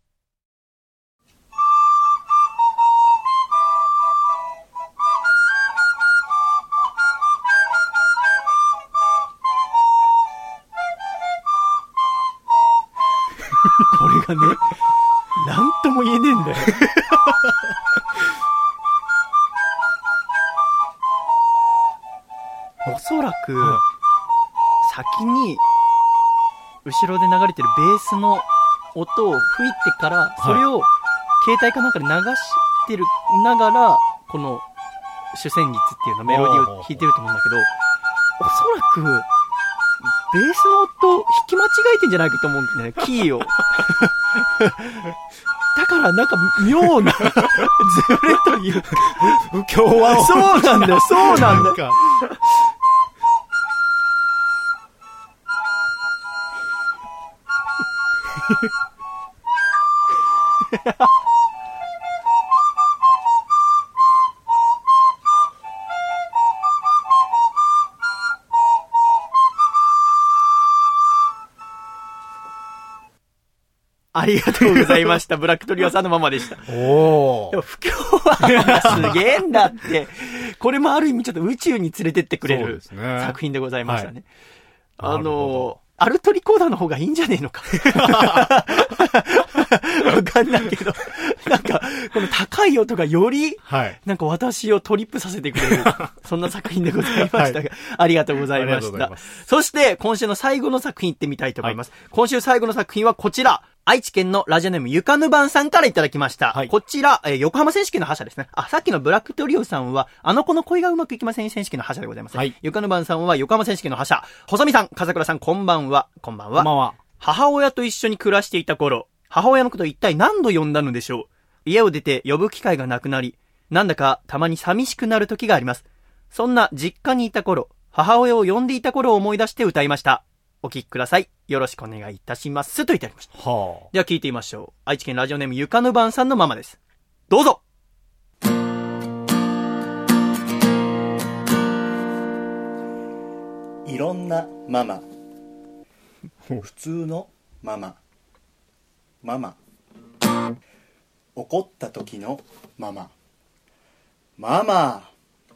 これがね、なんとも言えねえんだよ。おそらく、先に、後ろで流れてるベースの音を吹いてから、それを携帯かなんかで流してるながら、この主旋律っていうのメロディーを弾いてると思うんだけど、おそらく、 ベースの音弾き間違えてんじゃないかと思うんだよね、キーを。だからなんか妙なズレというか不協和音。 そうなんだよ、そうなんだよ。ありがとうございました。ブラックトリオさんのままでした。 おー。 でも不協和音がすげえんだって。これもある意味ちょっと宇宙に連れてってくれる作品でございましたね。はい、あの、アルトリコーダーの方がいいんじゃねえのか。わかんないけど、なんか、この高い音がより、はい、なんか私をトリップさせてくれる、そんな作品でございましたが、はい、ありがとうございました。そして、今週の最後の作品行ってみたいと思います。はい、今週最後の作品はこちら。愛知県のラジオネームゆかぬばんさんからいただきました。はい、こちら、えー、横浜選手権の覇者ですね。あ、さっきのブラックトリオさんは、あの子の恋がうまくいきません選手権の覇者でございます。はい、ゆかぬばんさんは横浜選手権の覇者。細見さん、笠倉さん、こんばんは。こんばんは。こんばんは。母親と一緒に暮らしていた頃、母親のことを一体何度呼んだのでしょう。家を出て呼ぶ機会がなくなり、なんだかたまに寂しくなる時があります。そんな実家にいた頃、母親を呼んでいた頃を思い出して歌いました。お聞きください。よろしくお願いいたします。と言ってありました。はあ、では聞いてみましょう。愛知県ラジオネームゆかぬばんさんのママです。どうぞ。 いろんなママ。普通のママ。ママ。怒った時のママ。ママ。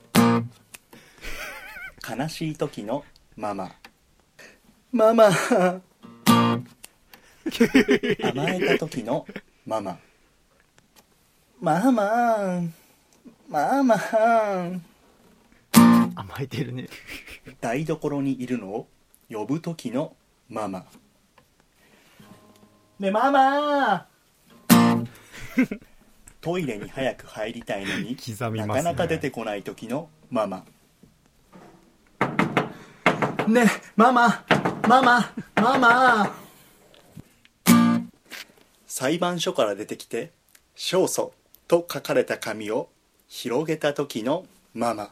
悲しい時のママ。ママ。甘えた時のママ。ママ。ママ。 甘えてるね。 台所にいるのを呼ぶ時のママ。ねえママ。トイレに早く入りたいのに刻みますね、なかなか出てこない時のママ。ねえママママママ。裁判所から出てきて勝訴と書かれた紙を広げた時のママ。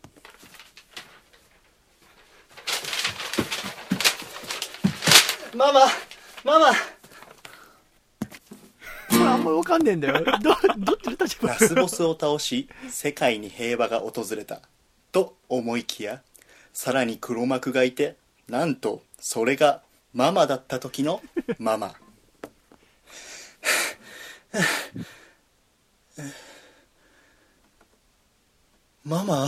ママママ。 あんまわかんねえんだよ。ど、どっちの立場。 ラスボスを倒し世界に平和が訪れたと思いきや、さらに黒幕がいて、なんとそれがママだった時のママ。ママ。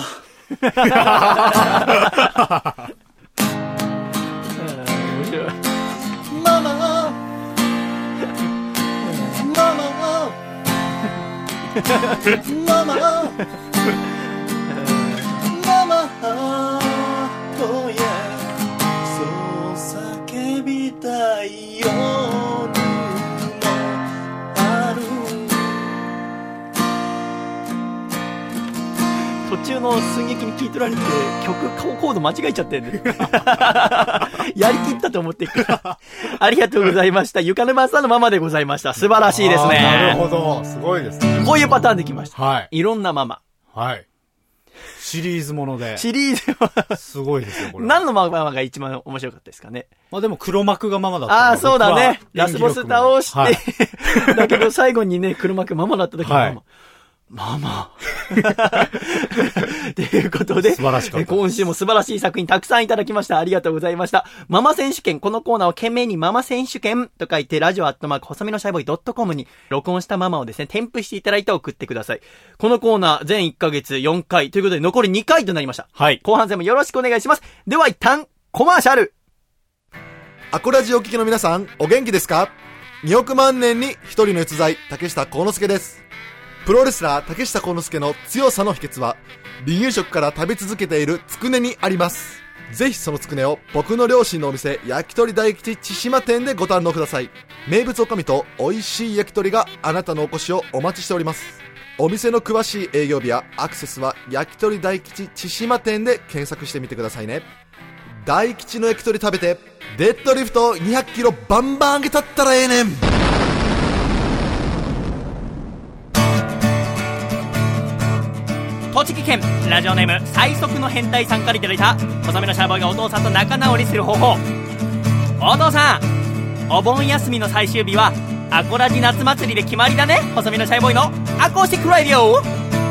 ママ。ママ。ママ。ママ。Oh yeah。そう叫びたい夜もある。 途中の寸劇に聞い取られて曲コード間違えちゃってるんでやりきったと思ってるからありがとうございました。ゆかぬばんさんのママでございました。素晴らしいですね。 なるほど、すごいですね。 こういうパターンできました。 はい。 いろんなママ。 はい。シリーズもので。 シリーズもの。 すごいですよ、これ。 何のママが一番面白かったですかね。 まあでも黒幕がママだった。 ああ、そうだね。ラスボス倒して、はい、だけど最後にね、黒幕ママだった時のママ。はい、ママ。ということで、 素晴らしかった。 今週も素晴らしい作品たくさんいただきました。ありがとうございました。ママ選手権、このコーナーを懸命にママ選手権と書いて、ラジオアットマーク細身のシャイボーイドットコムに録音したママをですね、添付していただいて送ってください。このコーナー全いっかげつよんかいということで残りにかいとなりました。はい。後半戦もよろしくお願いします。では一旦、コマーシャル。 アコラジお聞きの皆さん、お元気ですか？におく万年に一人の逸材、竹下幸之助です。プロレスラー竹下幸之助の強さの秘訣は、離乳食から食べ続けているつくねにあります。ぜひそのつくねを僕の両親のお店、焼き鳥大吉千島店でご堪能ください。名物おかみと美味しい焼き鳥があなたのお越しをお待ちしております。お店の詳しい営業日やアクセスは焼き鳥大吉千島店で検索してみてくださいね。 大吉の焼き鳥食べてデッドリフトにひゃくキロバンバン上げたったらええねん。 栃木県ラジオネーム最速の変態さんからいただいた細めのシャーボーイがお父さんと仲直りする方法。お父さん、お盆休みの最終日はアコラジ夏祭りで決まりだね。細めのシャーボーイのアコースティックラディオ。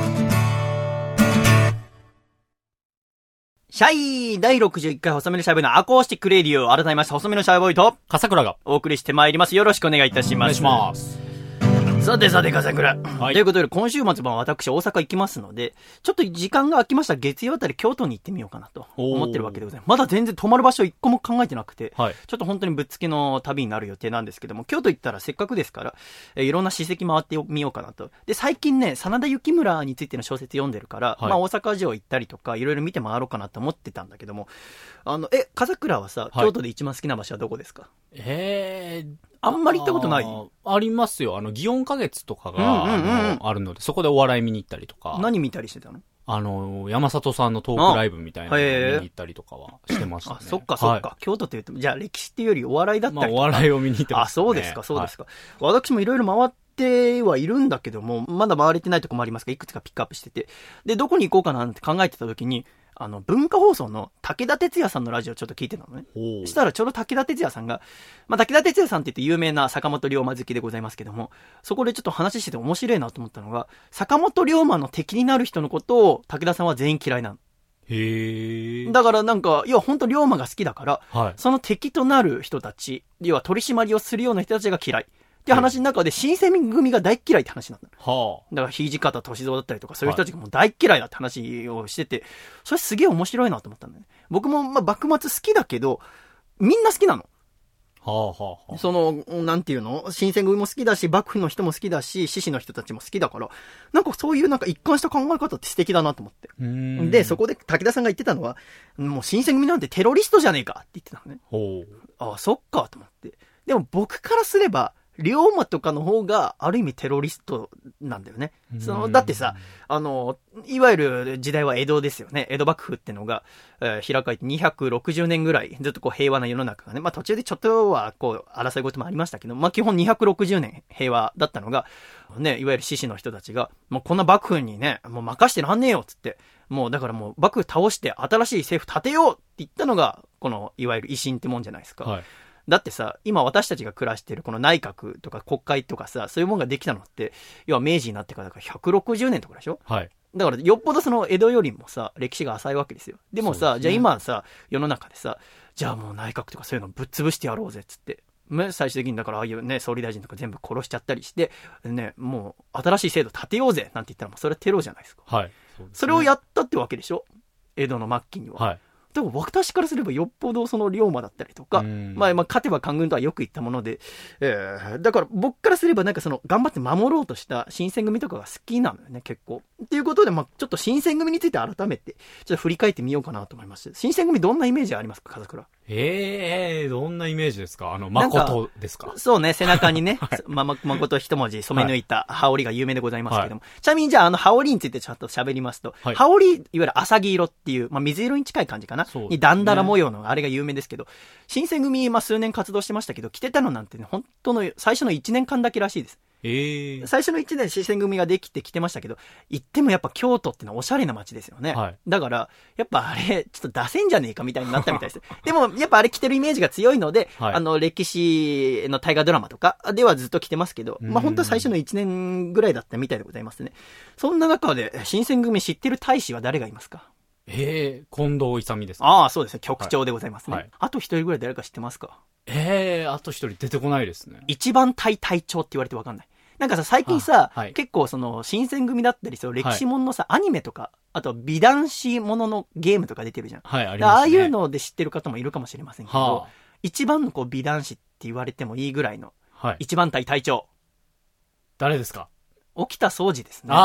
シャイだいろくじゅういっかい細めのシャーボーイのアコースティックレディオ。改めまして細めのシャーボーイと笠倉がお送りしてまいります。よろしくお願いいたします。 お願いします。 さてさて笠倉、 はい、 ということで今週末も私大阪行きますので、ちょっと時間が空きましたら月曜あたり京都に行ってみようかなと思ってるわけでございます。まだ全然泊まる場所一個も考えてなくて、はい、ちょっと本当にぶっつけの旅になる予定なんですけども、京都行ったらせっかくですから、えー、いろんな史跡回ってみようかなと。で最近ね真田幸村についての小説読んでるから、はい、まあ大阪城行ったりとかいろいろ見て回ろうかなと思ってたんだけども、あのえ笠倉はさ、京都で一番好きな場所はどこですか？ えーあんまり行ったことない？ あ, ありますよ。あの、祇園花月とかが、うんうんうん、あ, のあるので、そこでお笑い見に行ったりとか。 何見たりしてたの？ あの、山里さんのトークライブみたいなのを見に行ったりとかはしてましたね。 あ、そっかそっか、はい。京都って言っても、じゃあ歴史っていうよりお笑いだったりとか。 まあ、お笑いを見に行ってますね。 あ、そうですか、そうですか。はい、私もいろいろ回ってはいるんだけども、まだ回れてないとこもありますが、いくつかピックアップしてて。で、どこに行こうかなって考えてた時に、あの、文化放送の武田鉄矢さんのラジオちょっと聞いてたのね。したらちょうど武田鉄矢さんが、まあ、武田鉄矢さんって言って有名な坂本龍馬好きでございますけども、そこでちょっと話してて面白いなと思ったのが、坂本龍馬の敵になる人のことを武田さんは全員嫌いなの。 へー。 だからなんか、要は本当龍馬が好きだから、 はい、 その敵となる人たち、要は取り締まりをするような人たちが嫌い。って話の中で新選組が大嫌いって話なんだ。 はあ、 だから土方歳三だったりとかそういう人たちがもう大嫌いだって話をしてて、それすげえ面白いなと思ったんだよね。僕もまあ幕末好きだけど、みんな好きなの。 はあはあはあ、 その、なんていうの？新選組も好きだし、幕府の人も好きだし、志士の人たちも好きだから、なんかそういうなんか一貫した考え方って素敵だなと思って。 うーんで、そこで武田さんが言ってたのは、もう新選組なんてテロリストじゃねえかって言ってたのね。 ほう。 ああ、そっかと思って。でも僕からすれば、龍馬とかの方がある意味テロリストなんだよね。そのだってさ、あのいわゆる時代は江戸ですよね。江戸幕府ってのが、えー、開かれてにひゃくろくじゅうねんぐらいずっとこう平和な世の中がね、まあ途中でちょっとはこう争い事もありましたけど、まあ基本にひゃくろくじゅうねん平和だったのがね、いわゆる志士の人たちがもうこんな幕府にねもう任してらんねえよっつって、もうだからもう幕府倒して新しい政府立てようって言ったのがこのいわゆる維新ってもんじゃないですか。はい、だってさ、今私たちが暮らしてるこの内閣とか国会とかさ、そういうものができたのって、要は明治になってからだからひゃくろくじゅうねんとかでしょ？ はい。 だからよっぽどその江戸よりもさ、歴史が浅いわけですよ。でもさ、ね、じゃあ今さ、世の中でさ、じゃあもう内閣とかそういうのぶっ潰してやろうぜっつって。最終的にだからああいうね、総理大臣とか全部殺しちゃったりして、ね、もう新しい制度立てようぜなんて言ったらもうそれはテロじゃないですか。 はい。 そうですね、それをやったってわけでしょ？江戸の末期には。はい。でも私からすればよっぽどその龍馬だったりとか、まあまあ勝てば官軍とはよく言ったもので、えー、だから僕からすればなんかその頑張って守ろうとした新選組とかが好きなのよね、結構。っていうことで、まあちょっと新選組について改めてちょっと振り返ってみようかなと思います。新選組どんなイメージありますか、笠倉？ ええー、どんなイメージですか？あの、誠ですか？ そうね、背中にね、はい、ま、誠一文字染め抜いた羽織が有名でございますけども、はい、ちなみにじゃああの羽織についてちょっと喋りますと、はい、羽織、いわゆる浅黄色っていう、まあ水色に近い感じかな、ね、にだんだら模様のあれが有名ですけど、新選組、まあ数年活動してましたけど、着てたのなんてね、本当の最初のいちねんかんだけらしいです。 えー、 最初のいちねん新選組ができてきてましたけど、行ってもやっぱ京都ってのはおしゃれな街ですよね、はい、だからやっぱあれちょっと出せんじゃねえかみたいになったみたいですでもやっぱあれ着てるイメージが強いので、はい、あの歴史の大河ドラマとかではずっと着てますけど、まあ本当は最初のいちねんぐらいだったみたいでございますね。そんな中で新選組知ってる大使は誰がいますか？ えー、近藤勇ですか？ ああ、そうですね、局長でございますね、 はい、 あと一人ぐらい誰か知ってますか？ えー、あと一人出てこないですね。 一番隊隊長って言われて分かんない。なんかさ、最近さ、はい、結構その、新選組だったり、その歴史もののさ、はい、アニメとか、あと美男子もののゲームとか出てるじゃん。 はい、ありますね。 ああいうので知ってる方もいるかもしれませんけど、 はあ、 一番のこう美男子って言われてもいいぐらいの、 はい、 一番隊隊長。 誰ですか？ 沖田総司ですね。 ああ。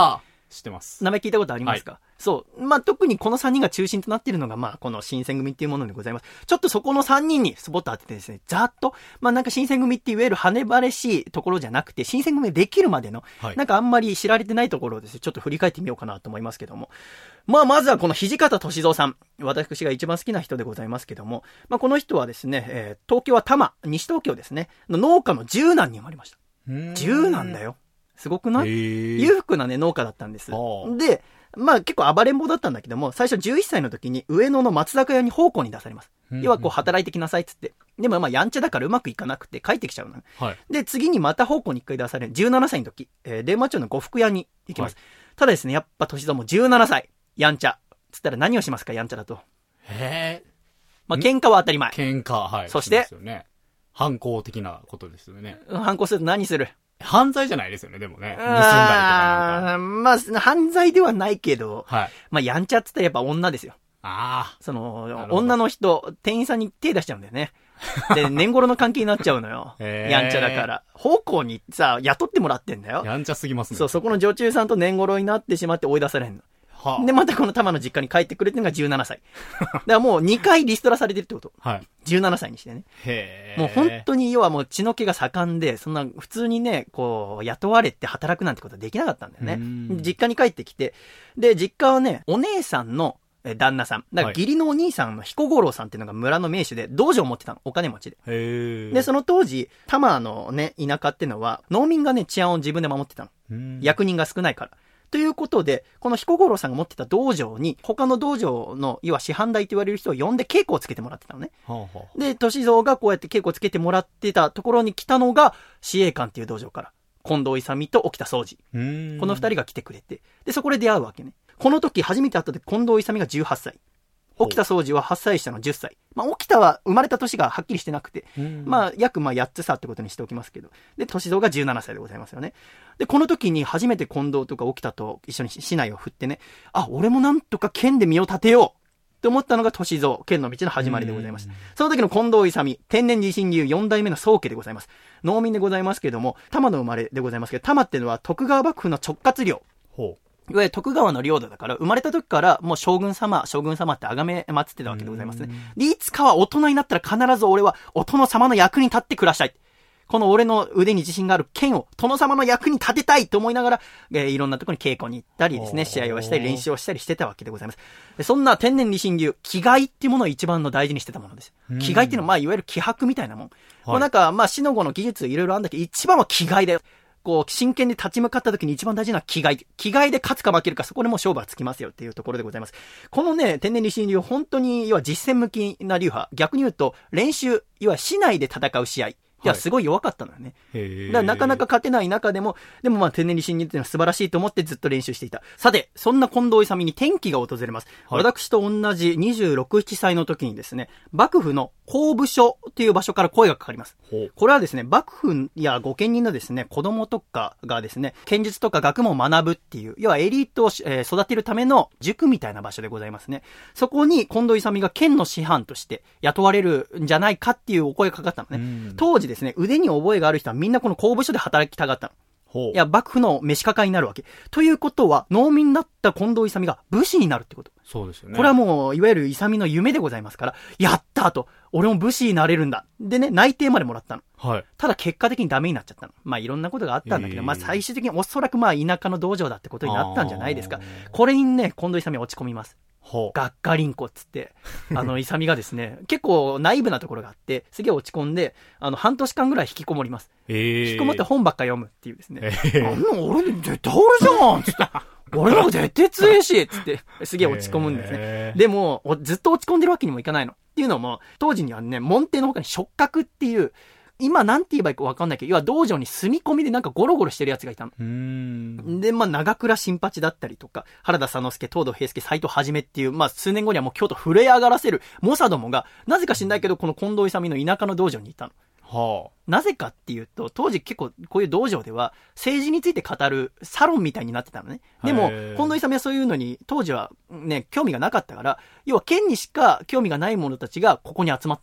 知ってます。 名前聞いたことありますか？はい、そう。まあ、特にこのさんにんが中心となっているのが、まあ、この新選組っていうものでございます。ちょっとそこのさんにんにスポット当ててですね、ざっと、まあ、なんか新選組っていわゆる羽晴れしいところじゃなくて、新選組ができるまでの、はい、なんかあんまり知られてないところをですね、ちょっと振り返ってみようかなと思いますけども。まあ、まずはこの土方歳三さん。私が一番好きな人でございますけども、まあ、この人はですね、えー、東京は多摩、西東京ですね、の農家の十男に生まれました。十男だよ。すごくない？裕福なね、農家だったんです。で、まあ結構暴れん坊だったんだけども、最初じゅういっさいの時に上野の松坂屋に奉公に出されます。要はこう働いてきなさいっつって。でもまあやんちゃだからうまくいかなくて帰ってきちゃうの。はい、で、次にまた奉公に一回出される。じゅうななさいの時、えー、伝馬町の呉服屋に行きます。はい、ただですね、やっぱ歳三もじゅうななさい。やんちゃ。つったら何をしますか、やんちゃだと。 へー。 まあ喧嘩は当たり前。 喧嘩、はい。 そして、 そうですよね。反抗的なことですよね。 反抗すると何する？ 犯罪じゃないですよね、でもね。盗んだりとかなんか。 まあ、犯罪ではないけど、はい。まあ、やんちゃって言ったらやっぱ女ですよ。 ああ。 その、女の人、店員さんに手出しちゃうんだよね。で、年頃の関係になっちゃうのよ。やんちゃだから。奉公にさ、雇ってもらってんだよ。 やんちゃすぎますね。 そう、そこの女中さんと年頃になってしまって追い出されんの。はあ、で、またこの玉の実家に帰ってくれっていうのがじゅうななさい。だからもうにかいリストラされてるってこと。はい。じゅうななさいにしてね。へー。もう本当に要はもう血の気が盛んで、そんな普通にね、こう、雇われて働くなんてことはできなかったんだよね。実家に帰ってきて、で、実家はね、お姉さんの旦那さん。だから義理のお兄さんの彦五郎さんっていうのが村の名手で、道場を持ってたの。お金持ちで。へー。で、その当時、多摩のね、田舎っていうのは、農民がね、治安を自分で守ってたの。役人が少ないから。ということで、この彦五郎さんが持ってた道場に、他の道場の、要は師範代と言われる人を呼んで稽古をつけてもらってたのね。はあはあ、で、歳三がこうやって稽古をつけてもらってたところに来たのが、紫英館っていう道場から、近藤勇と沖田総司。この二人が来てくれて、で、そこで出会うわけね。この時初めて会った時、近藤勇がじゅうはっさい。沖田総司ははっさい下のじゅっさい。まあ、沖田は生まれた年がはっきりしてなくて、まあ、約まあやっつさってことにしておきますけど。で、歳三がじゅうななさいでございますよね。で、この時に初めて近藤とか沖田と一緒に市内を振ってね、あ、俺もなんとか県で身を立てようって思ったのが歳三、県の道の始まりでございます。その時の近藤勇、天然地震流よんだいめの宗家でございます。農民でございますけども、多摩の生まれでございますけど、多摩っていうのは徳川幕府の直轄領。ほう。いわゆる徳川の領土だから、生まれた時からもう将軍様、将軍様って崇め祀ってたわけでございますね。で、いつかは大人になったら必ず俺はお殿様の役に立って暮らしたい。この俺の腕に自信がある剣を殿様の役に立てたいと思いながら、えー、いろんなところに稽古に行ったりですね、試合をしたり練習をしたりしてたわけでございます。でそんな天然理心流、気概っていうものを一番の大事にしてたものです。気概っていうのはまあいわゆる気迫みたいなもん。はい、なんかまあ死の後の技術いろいろあるんだけど、一番は気概だよ。こう、真剣で立ち向かった時に一番大事な気概。気概で勝つか負けるか、そこでもう勝負がつきますよっていうところでございます。このね、天然理心流、本当に、要は実践向きな流派。逆に言うと、練習、要は市内で戦う試合。いや、すごい弱かったのよね。はい、だからなかなか勝てない中でも、でもまあ天然理心流っていうのは素晴らしいと思ってずっと練習していた。さて、そんな近藤勇に転機が訪れます。はい、私と同じにじゅうろく、ななさいの時にですね、幕府の公部所っていう場所から声がかかります。これはですね、幕府や御家人のですね、子供とかがですね、剣術とか学問を学ぶっていう、要はエリートを、えー、育てるための塾みたいな場所でございますね。そこに近藤勇が県の師範として雇われるんじゃないかっていうお声がかかったのね。当時ですね、腕に覚えがある人はみんなこの公部所で働きたがったの。ほう。いや、幕府の召し抱えになるわけ。ということは、農民になった近藤勇が武士になるってこと。 そうですよね。 これはもう、いわゆる勇の夢でございますから、やったと。俺も武士になれるんだ。でね、内定までもらったの。はい。ただ結果的にダメになっちゃったの。まあいろんなことがあったんだけど、えー、まあ最終的におそらくまあ田舎の道場だってことになったんじゃないですか。これにね、近藤勇は落ち込みます。がっかりんこっつって、あの、勇がですね、結構ナイブなところがあって、すげえ落ち込んで、あの、半年間ぐらい引きこもります。えー、引きこもって本ばっか読むっていうですね。えー、あんな俺絶対俺じゃんつって。俺なんか絶対強いしつって、すげえ落ち込むんですね。えー、でも、ずっと落ち込んでるわけにもいかないの。っていうのも、当時にはね、門弟の他に触覚っていう、今なんて言えばいいか分かんないけど、要は道場に住み込みでなんかゴロゴロしてる奴がいたの。うーんで、まあ、長倉新八だったりとか、原田佐之助、東堂平介、斎藤はじめっていう、まあ、数年後にはもう京都震え上がらせる、猛者どもが、なぜか知んないけど、この近藤勇の田舎の道場にいたの。はあ、なぜかっていうと、当時結構こういう道場では政治について語るサロンみたいになってたのね。でも、近藤勇はそういうのに当時はね、興味がなかったから、要は県にしか興味がない者たちがここに集まったんだよね。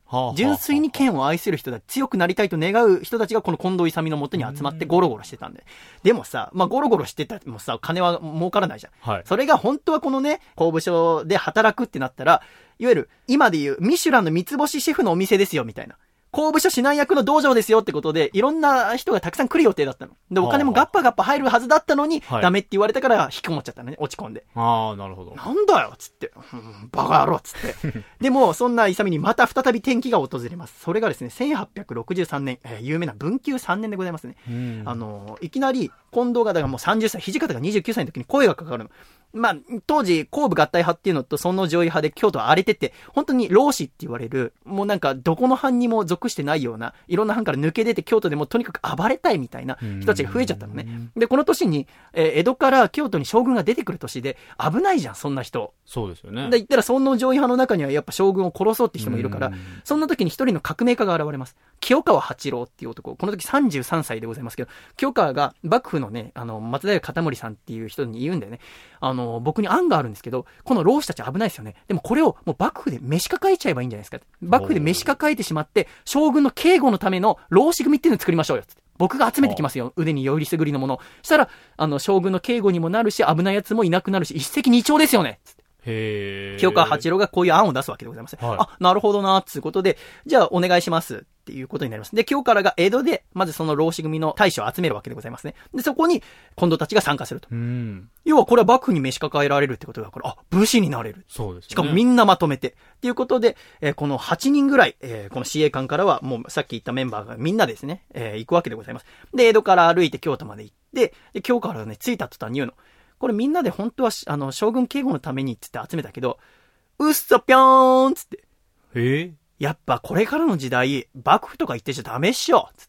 はあ、純粋に剣を愛する人だ、強くなりたいと願う人たちがこの近藤勇の元に集まってゴロゴロしてたんで。でもさ、まあ、ゴロゴロしてたもさ、金は儲からないじゃん。はい、それが本当はこのね、工部所で働くってなったら、いわゆる今でいうミシュランの三つ星シェフのお店ですよみたいな。工部所指南役の道場ですよってことで、いろんな人がたくさん来る予定だったの。で、お金もガッパガッパ入るはずだったのに、はい、ダメって言われたから引きこもっちゃったのね、落ち込んで。 ああ、なるほど。 なんだよつって、うん、バカ野郎つって。でも、そんな勇にまた再び転機が訪れます。それがですね、せんはっぴゃくろくじゅうさんねん、えー、有名な文久さんねんでございますね。あの、いきなり、近藤がだからもうさんじゅっさい、土方がにじゅうきゅうさいの時に声がかかるの。まあ、当時、後部合体派っていうのと、尊王攘夷派で京都は荒れてて、本当に老子って言われる、もうなんか、どこの藩にも属してないような、いろんな藩から抜け出て、京都でもとにかく暴れたいみたいな人たちが増えちゃったのね。で、この年に、えー、江戸から京都に将軍が出てくる年で、危ないじゃん、そんな人。 そうですよね。 で、言ったら、尊王攘夷派の中にはやっぱ将軍を殺そうって人もいるから、そんな時に一人の革命家が現れます。清川八郎っていう男、この時さんじゅうさんさいでございますけど、清川が幕府のね、あの、松平片森さんっていう人に言うんだよね。あの、僕に案があるんですけど、この老子たち危ないですよね。でもこれをもう幕府で召し抱えちゃえばいいんじゃないですか。幕府で召し抱えてしまって、将軍の警護のための老子組っていうのを作りましょうよ。僕が集めてきますよ。腕によりすぐりのもの。したら、あの、将軍の警護にもなるし、危ない奴もいなくなるし、一石二鳥ですよね。へー。清川八郎がこういう案を出すわけでございます。はい、あ、なるほどな、つうことで、じゃあお願いします。っていうことになります。で、清川が江戸で、まずその老子組の大使を集めるわけでございますね。で、そこに、近藤たちが参加すると。うん。要はこれは幕府に召し抱えられるってことだから、あ、武士になれる。 そうですね。 しかもみんなまとめて。っていうことで、えー、このはちにんぐらい、えー、この司令官からは、もうさっき言ったメンバーがみんなですね、えー、行くわけでございます。で、江戸から歩いて京都まで行って、で、京川がね、着いた途端に言うの。これみんなで本当は、あの、将軍警護のためにつって集めたけど、うっそぴょーんつって。 えーやっぱこれからの時代、幕府とか言ってちゃダメっしょつって。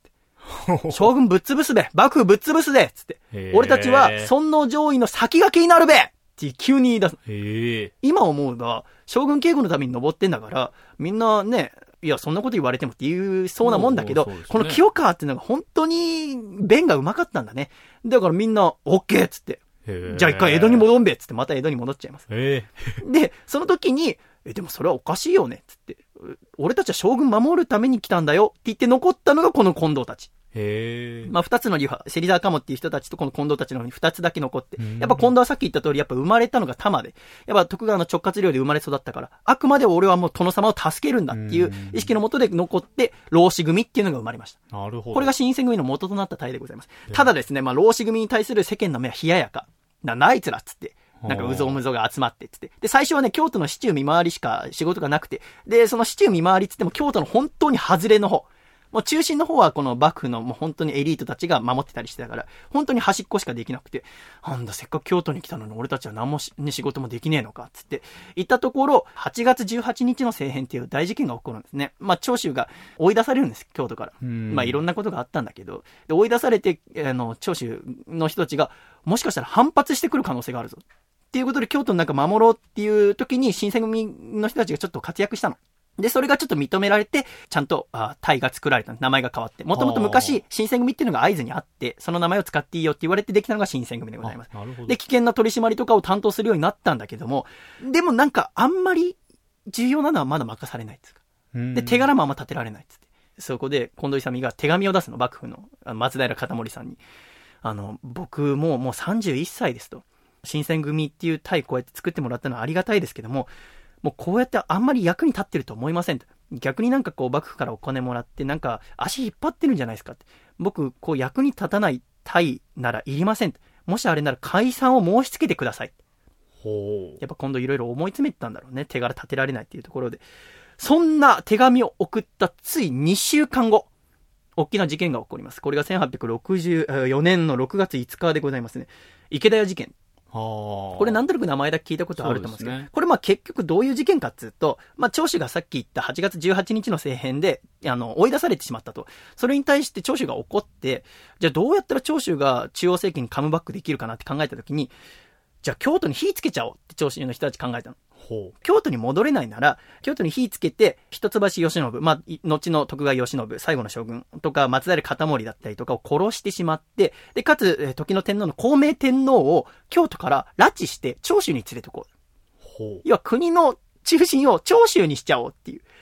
将軍ぶっ潰すべ幕府ぶっ潰すでつって。俺たちは尊王攘夷の先駆けになるべって急に言い出す。へ今思うが、将軍警護のために登ってんだから、みんなね、いや、そんなこと言われてもって言うそうなもんだけど、ね、この清川っていうのが本当に弁がうまかったんだね。だからみんな、オッケーっつって。じゃあ一回江戸に戻んべっつってまた江戸に戻っちゃいます。で、その時に、え、でもそれはおかしいよねっつって。俺たちは将軍守るために来たんだよって言って残ったのがこの近藤たち。へー。まあ二つの流派、芹沢鴨っていう人たちとこの近藤たちの二つだけ残って。やっぱ近藤はさっき言った通りやっぱ生まれたのが多摩で。やっぱ徳川の直轄領で生まれ育ったから、あくまで俺はもう殿様を助けるんだっていう意識のもとで残って、老子組っていうのが生まれました。なるほど。これが新選組の元となった隊でございます。ただですね、まあ老子組に対する世間の目は冷ややか。な、ないつらっつって。なんかうぞうむぞが集まってっつって。で、最初はね、京都の市中見回りしか仕事がなくて。で、その市中見回りっつっても京都の本当に外れの方。もう中心の方はこの幕府のもう本当にエリートたちが守ってたりしてたから、本当に端っこしかできなくて、なんだせっかく京都に来たのに俺たちは何もし、ね、仕事もできねえのかっつって。言ったところ、はちがつじゅうはちにちの政変っていう大事件が起こるんですね。まあ長州が追い出されるんです、京都から。まあいろんなことがあったんだけど、で追い出されて、あの、長州の人たちが、もしかしたら反発してくる可能性があるぞ。っていうことで京都の中守ろうっていう時に新選組の人たちがちょっと活躍したの。で、それがちょっと認められて、ちゃんと、あ、隊が作られた。名前が変わって。もともと昔、新選組っていうのが会津にあって、その名前を使っていいよって言われてできたのが新選組でございます。なるほど。で、危険な取り締まりとかを担当するようになったんだけども、でもなんかあんまり重要なのはまだ任されないですか。で、手柄もあんま立てられないっつって。そこで、近藤勇が手紙を出すの、幕府の、松平片森さんに。あの、僕ももうさんじゅういっさいですと。新選組っていう隊こうやって作ってもらったのはありがたいですけども、もうこうやってあんまり役に立ってると思いませんと。逆になんかこう幕府からお金もらってなんか足引っ張ってるんじゃないですかって。僕こう役に立たない隊ならいりませんと。もしあれなら解散を申し付けてください。ほう。やっぱ今度いろいろ思い詰めてたんだろうね。手柄立てられないっていうところで。そんな手紙を送ったついにしゅうかんご。大きな事件が起こります。これがせんはっぴゃくろくじゅうよねんのろくがついつかでございますね。池田屋事件。これなんとなく名前だけ聞いたことあると思うんですけど、ね、これまあ結局どういう事件かっつうと、まあ長州がさっき言ったはちがつじゅうはちにちの政変で、あの、追い出されてしまったと。それに対して長州が怒って、じゃあどうやったら長州が中央政権にカムバックできるかなって考えたときに、じゃあ京都に火つけちゃおうって長州の人たち考えたの。ほう。京都に戻れないなら、京都に火つけて、一橋慶喜、まあ、後の徳川慶喜、最後の将軍とか、松平片森だったりとかを殺してしまって、で、かつ、時の天皇の孝明天皇を京都から拉致して長州に連れてこう。ほう。要は国の中心を長州にしちゃおうっていう。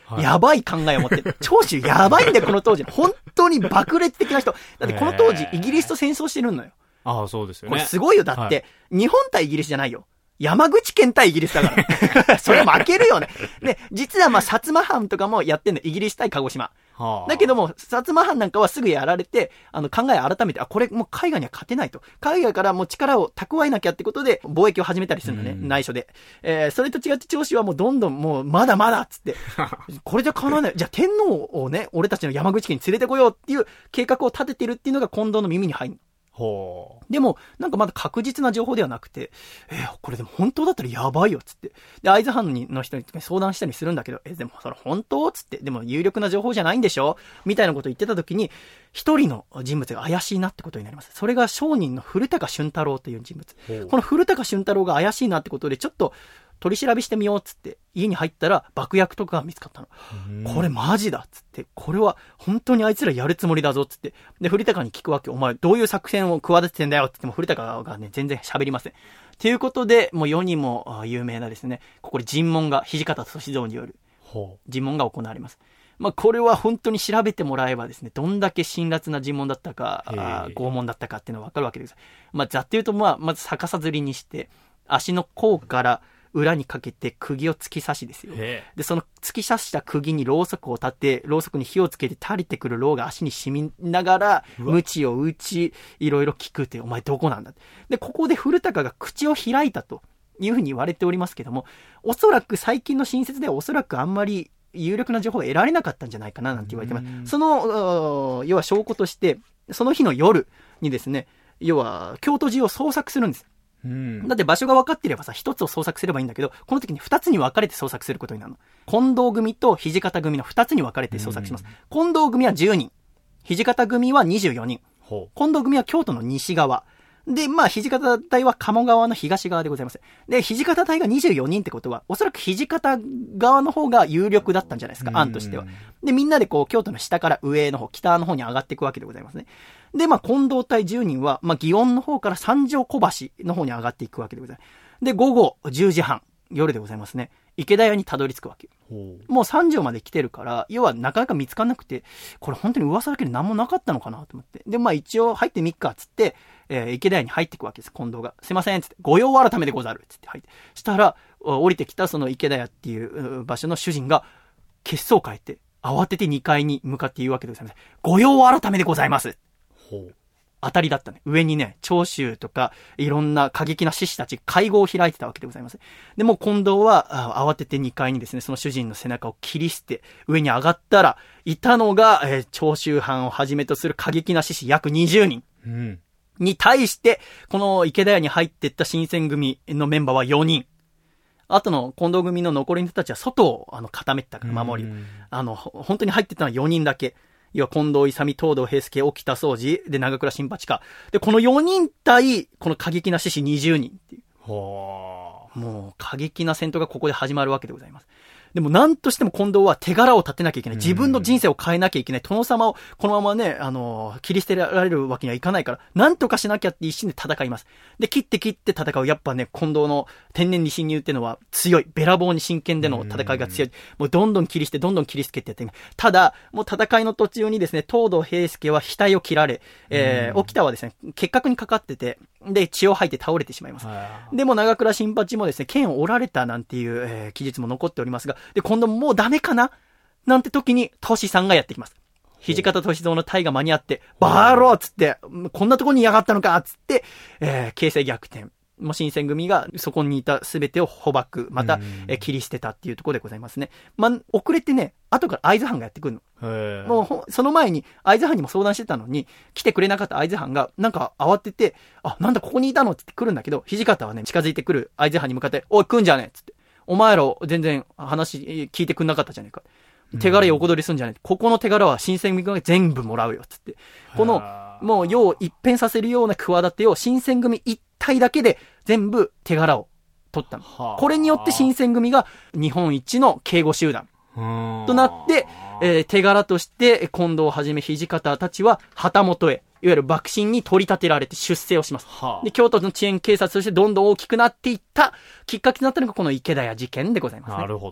はい、やばい考えを持ってる。長州やばいんだよ、この当時。本当に爆裂的な人。だってこの当時、イギリスと戦争してるのよ。 ああ、そうですよね。 これすごいよ。だって、はい、日本対イギリスじゃないよ。山口県対イギリスだから。それ負けるよね。で、実はまあ、薩摩藩とかもやってんの。イギリス対鹿児島。はあ、だけども、薩摩藩なんかはすぐやられて、あの、考え改めて、あ、これもう海外には勝てないと。海外からもう力を蓄えなきゃってことで、貿易を始めたりするのね、うん、内緒で。えー、それと違って長州はもうどんどんもう、まだまだっつって、これじゃ叶わない。じゃあ天皇をね、俺たちの山口県に連れてこようっていう計画を立ててるっていうのが近藤の耳に入る。ほう。でも、なんかまだ確実な情報ではなくて、えー、これでも本当だったらやばいよ、つって。で、会津藩の人に相談したりするんだけど、えー、でもそれ本当つって、でも有力な情報じゃないんでしょみたいなことを言ってた時に、一人の人物が怪しいなってことになります。それが商人の古高俊太郎という人物。この古高俊太郎が怪しいなってことで、ちょっと、取り調べしてみようっつって家に入ったら爆薬とかが見つかったの。これマジだっつって、これは本当にあいつらやるつもりだぞっつって、で古高に聞くわけ。お前どういう作戦を企ててんだよって言っても古高がね全然喋りません。ということでもう世にも有名なですね、ここで尋問が土方歳三による尋問が行われます。まあこれは本当に調べてもらえばですね、どんだけ辛辣な尋問だったか拷問だったかっていうのがわかるわけです。まあざっと言うとまあまず逆さ吊りにして足の甲から裏にかけて釘を突き刺しですよ。で、その突き刺した釘にろうそくを立て、ろうそくに火をつけて垂れてくるろうが足に染みながら、鞭を打ち、いろいろ聞くって、お前どこなんだ。で、ここで古高が口を開いたというふうに言われておりますけども、おそらく最近の新説ではおそらくあんまり有力な情報が得られなかったんじゃないかななんて言われてます。その、要は証拠として、その日の夜にですね、要は京都中を捜索するんです。うん、だって場所が分かっていればさ、一つを捜索すればいいんだけど、この時に二つに分かれて捜索することになるの。近藤組と土方組の二つに分かれて捜索します。うん、近藤組はじゅうにん。土方組はにじゅうよにん。近藤組は京都の西側。で、まあ、土方隊は鴨川の東側でございます。で、土方隊がにじゅうよにんってことは、おそらく土方側の方が有力だったんじゃないですか、案としては。で、みんなでこう、京都の下から上の方、北の方に上がっていくわけでございますね。で、まあ、近藤隊じゅうにんは、まあ、祇園の方から三条小橋の方に上がっていくわけでございます。で、午後じゅうじはん、夜でございますね。池田屋にたどり着くわけ。もう三条まで来てるから、要はなかなか見つかんなくて、これ本当に噂だけで何もなかったのかなと思って。で、まあ一応入ってみっかっつって、えー、池田屋に入っていくわけです、近藤が。すいません、つって、御用改めでござる、つって入って。したら、降りてきたその池田屋っていう場所の主人が、血相を変えて、慌ててにかいに向かって言うわけでございます。御用改めでございます。ほう。当たりだったね。上にね、長州とか、いろんな過激な志士たち、会合を開いてたわけでございます。でも近藤は、慌ててにかいにですね、その主人の背中を切り捨て、上に上がったら、いたのが、えー、長州藩をはじめとする過激な志士約にじゅうにん。うん。に対して、この池田屋に入っていった新選組のメンバーはよにん。あとの近藤組の残りの人たちは外をあの固めてたから守り。あの、本当に入ってたのはよにんだけ。要は近藤勇、東堂平助、沖田総司、で長倉新八か。で、このよにん対、この過激な志士にじゅうにんっていう。ほー。もう過激な戦闘がここで始まるわけでございます。でも何としても近藤は手柄を立てなきゃいけない。自分の人生を変えなきゃいけない。殿様をこのままね、あの、切り捨てられるわけにはいかないから、なんとかしなきゃって一心で戦います。で、切って切って戦う。やっぱね、近藤の天然に侵入っていうのは強い。べらぼうに真剣での戦いが強い。もうどんどん切り捨て、どんどん切り捨てってやってる。ただ、もう戦いの途中にですね、東堂平助は額を切られ、えー、沖田はですね、結核にかかってて、で、血を吐いて倒れてしまいます。でも長倉新八もですね、剣を折られたなんていう、えー、記述も残っておりますが、で、今度もうダメかななんて時に、トシさんがやってきます。土方歳三の隊が間に合って、バーローっつって、こんなとこにやがったのかっつって、えー、形勢逆転。もう新選組がそこにいた全てを捕獲、また、えー、切り捨てたっていうところでございますね。まあ、遅れてね、後から会津藩がやってくるの。もう、その前に会津藩にも相談してたのに、来てくれなかった会津藩が、なんか慌てて、あ、なんだここにいたのって来るんだけど、土方はね、近づいてくる会津藩に向かって、おい、来んじゃねえっつって。お前ら全然話聞いてくんなかったじゃねえか。手柄横取りすんじゃねえ。ここの手柄は新選組が全部もらうよ。つって。この、もう世を一変させるような企てを新選組一体だけで全部手柄を取ったの。これによって新選組が日本一の警護集団となって、えー、手柄として近藤をはじめ土方たちは旗本へ、いわゆる幕臣に取り立てられて出世をします。はあ、で、京都の遅延警察としてどんどん大きくなっていったきっかけとなったのがこの池田屋事件でございますね。 なるほど。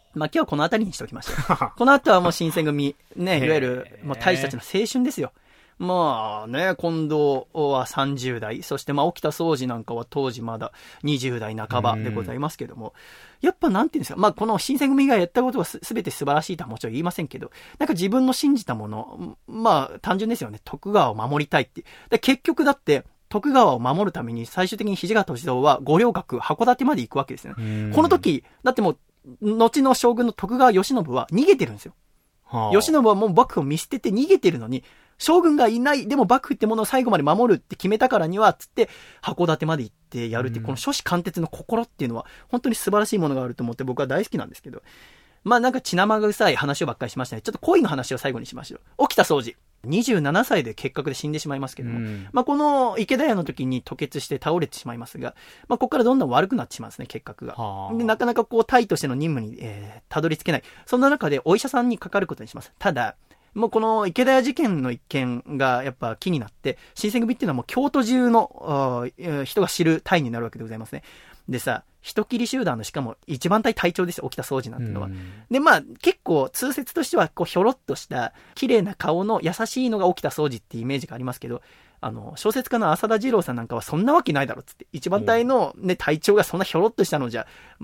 まあ今日はこの辺りにしておきましょう。この後はもう新選組、ね、いわゆる、もう大使たちの青春ですよ。まあね、近藤はさんじゅう代、そしてまあ沖田総司なんかは当時まだにじゅう代半ばでございますけども、やっぱなんていうんですか、まあこの新選組がやったことはすべて素晴らしいとはもちろん言いませんけど、なんか自分の信じたもの、まあ単純ですよね、徳川を守りたいって。で結局だって、徳川を守るために最終的に土方歳三は五稜郭、函館まで行くわけですよね。この時、だってもう、後の将軍の徳川慶喜は逃げてるんですよ。はあ、慶喜はもう幕府を見捨てて逃げてるのに、将軍がいない、でも幕府ってものを最後まで守るって決めたからには、つって、函館まで行ってやるって、この諸子貫徹の心っていうのは、本当に素晴らしいものがあると思って僕は大好きなんですけど、まあなんか血生臭い話をばっかりしましたね。ちょっと恋の話を最後にしましょう。沖田総司。にじゅうななさいで結核で死んでしまいますけども、まあこの池田屋の時に吐血して倒れてしまいますが、まあここからどんどん悪くなってしまうんですね、結核が。でなかなかこう、隊としての任務に、えー、たどり着けない。そんな中でお医者さんにかかることにします。ただ、もうこの池田屋事件の一件がやっぱ気になって、新選組っていうのはもう京都中の人が知る隊になるわけでございますね。でさ、人斬り集団のしかも一番隊隊長ですよ、沖田総司なんてのは。で、まあ結構通説としてはこうひょろっとした綺麗な顔の優しいのが沖田総司っていうイメージがありますけど、あの、小説家の浅田次郎さんなんかはそんなわけないだろっつって、一番隊のね、隊長がそんなひょろっとしたのじゃ、うん、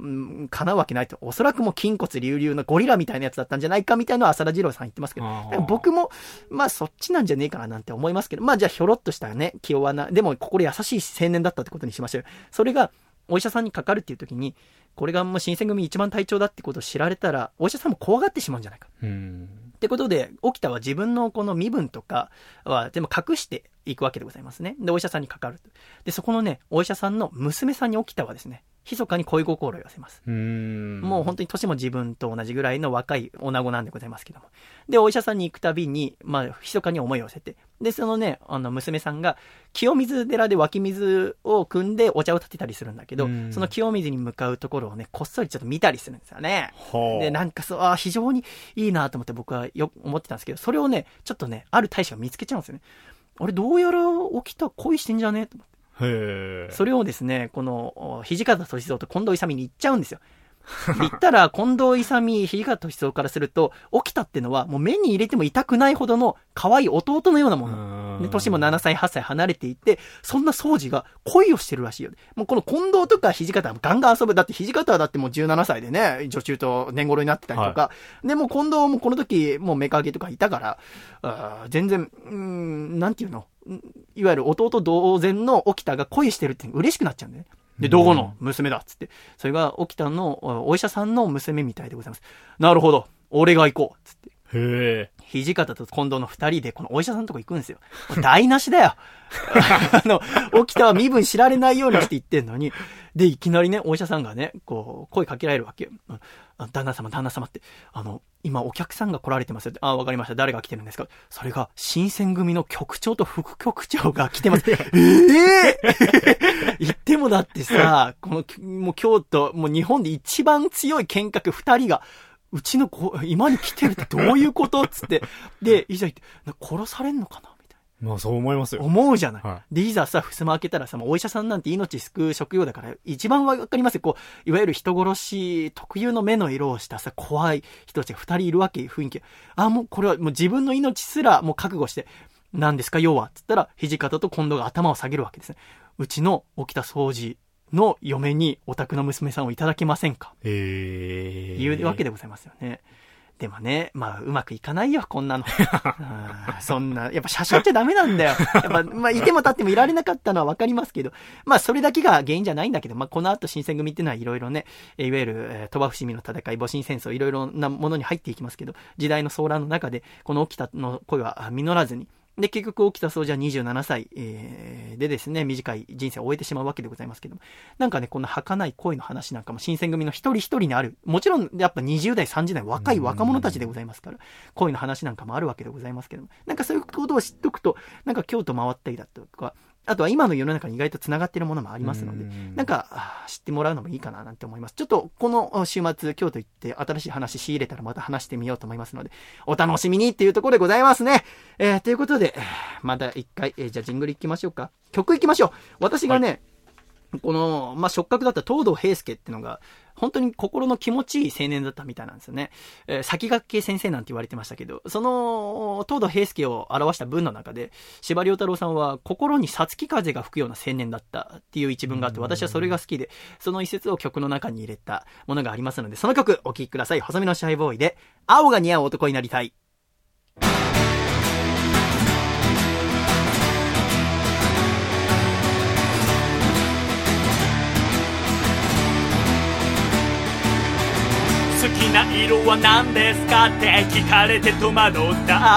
叶うわけないと。おそらくもう筋骨隆々のゴリラみたいなやつだったんじゃないかみたいなのは浅田次郎さん言ってますけど、僕も、まあそっちなんじゃねえかななんて思いますけど、まあじゃあひょろっとしたね、気弱な、でも心優しい青年だったってことにしましょう。それが、お医者さんにかかるっていう時に、これがもう新選組一番隊長だってことを知られたら、お医者さんも怖がってしまうんじゃないか。うんってことで、沖田は自分のこの身分とかは全部隠していくわけでございますね。で、お医者さんにかかる。で、そこのね、お医者さんの娘さんに沖田はですね、密かに恋心を寄せます。うーんもう本当に年も自分と同じぐらいの若い女子なんでございますけども。で、お医者さんに行くたびに、まあ、密かに思いを寄せて。で、そのね、あの、娘さんが、清水寺で湧き水を汲んでお茶を立てたりするんだけど、その清水に向かうところをね、こっそりちょっと見たりするんですよね。で、なんかそう、あ非常にいいなと思って僕はよ思ってたんですけど、それをね、ちょっとね、ある大使が見つけちゃうんですよね。あれ、どうやら起きた恋してんじゃねと思って。へそれをですね、この、土方歳三と近藤勇に言っちゃうんですよ。言ったら、近藤勇、土方歳三からすると、起きたってのは、もう目に入れても痛くないほどの可愛い弟のようなもの。で、年もななさい、はっさい離れていて、そんな宗司が恋をしてるらしいよ。もうこの近藤とか土方はガンガン遊ぶ。だって土方はだってもうじゅうななさいでね、女中と年頃になってたりとか。はい、でも近藤もこの時、もうメカゲとかいたから、あ全然、うーん、なんていうのいわゆる弟同然の沖田が恋してるって嬉しくなっちゃうんだよね。で、どこの娘だっつって。それが沖田のお医者さんの娘みたいでございます。なるほど。俺が行こう。つって。へぇ。土方と近藤の二人でこのお医者さんのとこ行くんですよ。台無しだよ。あの、沖田は身分知られないようにして言ってんのに。で、いきなりね、お医者さんがね、こう、声かけられるわけよ。旦那様、旦那様って、あの、今お客さんが来られてますよって。あ、わかりました。誰が来てるんですか？それが、新選組の局長と副局長が来てます。ええー、言ってもだってさ、この、もう京都、もう日本で一番強い剣客二人が、うちの子、今に来てるってどういうことつって。で、いざ言って、殺されんのかなみたいな。 まあそう思いますよ。 思うじゃない。はい、で、いざさ、襖開けたらさ、もうお医者さんなんて命救う職業だから、一番わかりますよ。こう、いわゆる人殺し特有の目の色をしたさ、怖い人たちが二人いるわけ、雰囲気。あ、もうこれはもう自分の命すらもう覚悟して、何ですか、要はつったら、土方と近藤が頭を下げるわけですね。うちの沖田総司の嫁にお宅の娘さんをいただけませんかえー。言うわけでございますよね。でもね、まあ、うまくいかないよ、こんなの。そんな、やっぱ写真っちゃダメなんだよ。やっぱ、まあ、いても立ってもいられなかったのはわかりますけど、まあ、それだけが原因じゃないんだけど、まあ、この後新選組っていうのはいろいろね、いわゆる、えー、鳥羽伏見の戦い、戊辰戦争、いろいろなものに入っていきますけど、時代の騒乱の中で、この沖田の恋は実らずに、で、結局、沖田総司はにじゅうななさい、えー、でですね、短い人生を終えてしまうわけでございますけども。なんかね、こんな儚い恋の話なんかも新選組の一人一人にある。もちろん、やっぱにじゅう代、さんじゅう代、若い若者たちでございますから、恋の話なんかもあるわけでございますけども。なんかそういうことを知っとくと、なんか京都回ったりだとか、あとは今の世の中に意外と繋がっているものもありますので、んなんか知ってもらうのもいいかななんて思います。ちょっとこの週末京都行って新しい話仕入れたらまた話してみようと思いますので、お楽しみにっていうところでございますね。えー、ということで、また一回、えー、じゃあジングル行きましょうか。曲行きましょう。私がね、はいこの、まあ、触覚だった東堂平介っていうのが、本当に心の気持ちいい青年だったみたいなんですよね。えー、先駆け先生なんて言われてましたけど、その、東堂平介を表した文の中で、司馬遼太郎さんは、心にさつき風が吹くような青年だったっていう一文があって、私はそれが好きで、その一節を曲の中に入れたものがありますので、その曲お聴きください。細身のシャイボーイで、青が似合う男になりたい。 好きな色は何ですかって聞かれて戸惑った。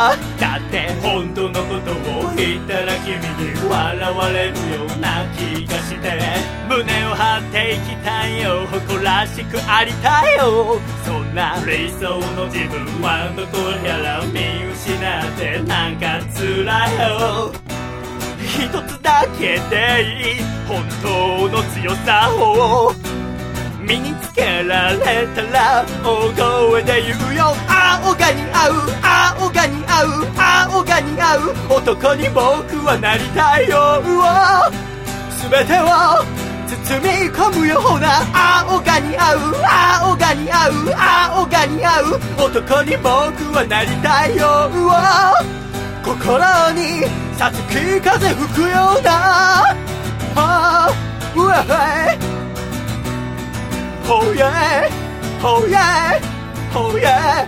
だって本当のことを言ったら君に笑われるような気がして、胸を張っていきたいよ、誇らしくありたいよ。そんな理想の自分はどこやら見失ってなんか辛いよ。一つだけでいい本当の強さを身につけられたら大声で言うよ。青が似合う、青が似合う、青が似合う男に僕はなりたいよ。全てを包み込むような青が似合う、青が似合う、青が似合う男に僕はなりたいよ。心にさつき風吹くような、あーうわーOh yeah, oh yeah, oh yeah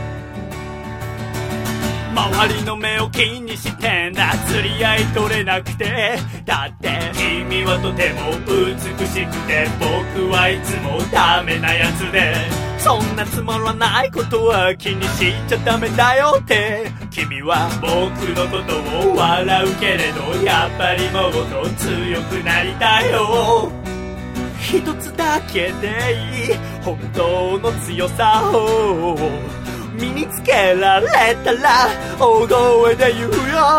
周りの目を気にしてんだ、釣り合い取れなくて。だって君はとても美しくて僕はいつもダメなやつで、そんなつまらないことは気にしちゃダメだよって。君は僕のことを笑うけれどやっぱりもっと強くなりたいよ。一つだけでいい本当の強さを身につけられたら大声で言うよ。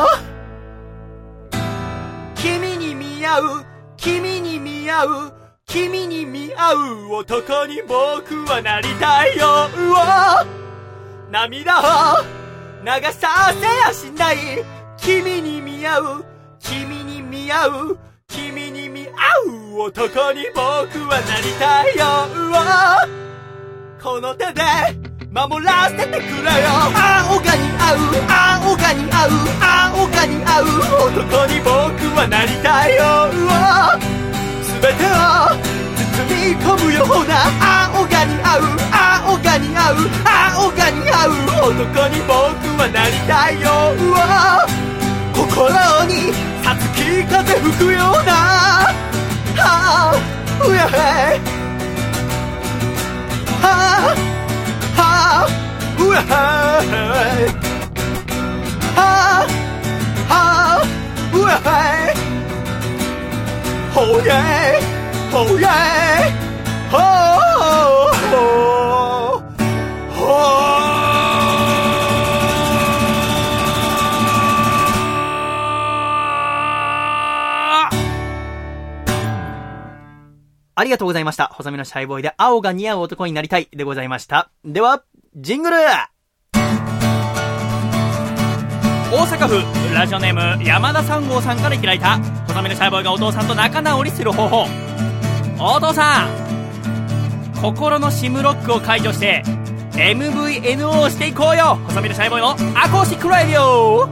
君に見合う、君に見合う、君に見合う男に僕はなりたいよ。涙を流させやしない君に見合う、君に見合う、君に見合う男に僕はなりたいよ。この手で守らせてくれよ。青が似合う、青が似合う、青が似合う男に僕はなりたいよ。全てを包み込むような青が似合う、青が似合う、青が似合う男に僕はなりたいよ。心にさつき風吹くような、はぁ、うやへい、はぁ、はぁ、うやへい、はぁ、はぁ、うやへい、ほうやい、ほうやい、ほう、ほう、ほう。 ありがとうございました。細身のシャイボーイで青が似合う男になりたいでございました。では、ジングル！ 大阪府ラジオネーム山田三号さんからいただいた細身のシャイボーイがお父さんと仲直りする方法。お父さん、心のシムロックを解除して エムブイエヌオー していこうよ。細身のシャイボーイのアコースティックラディオ。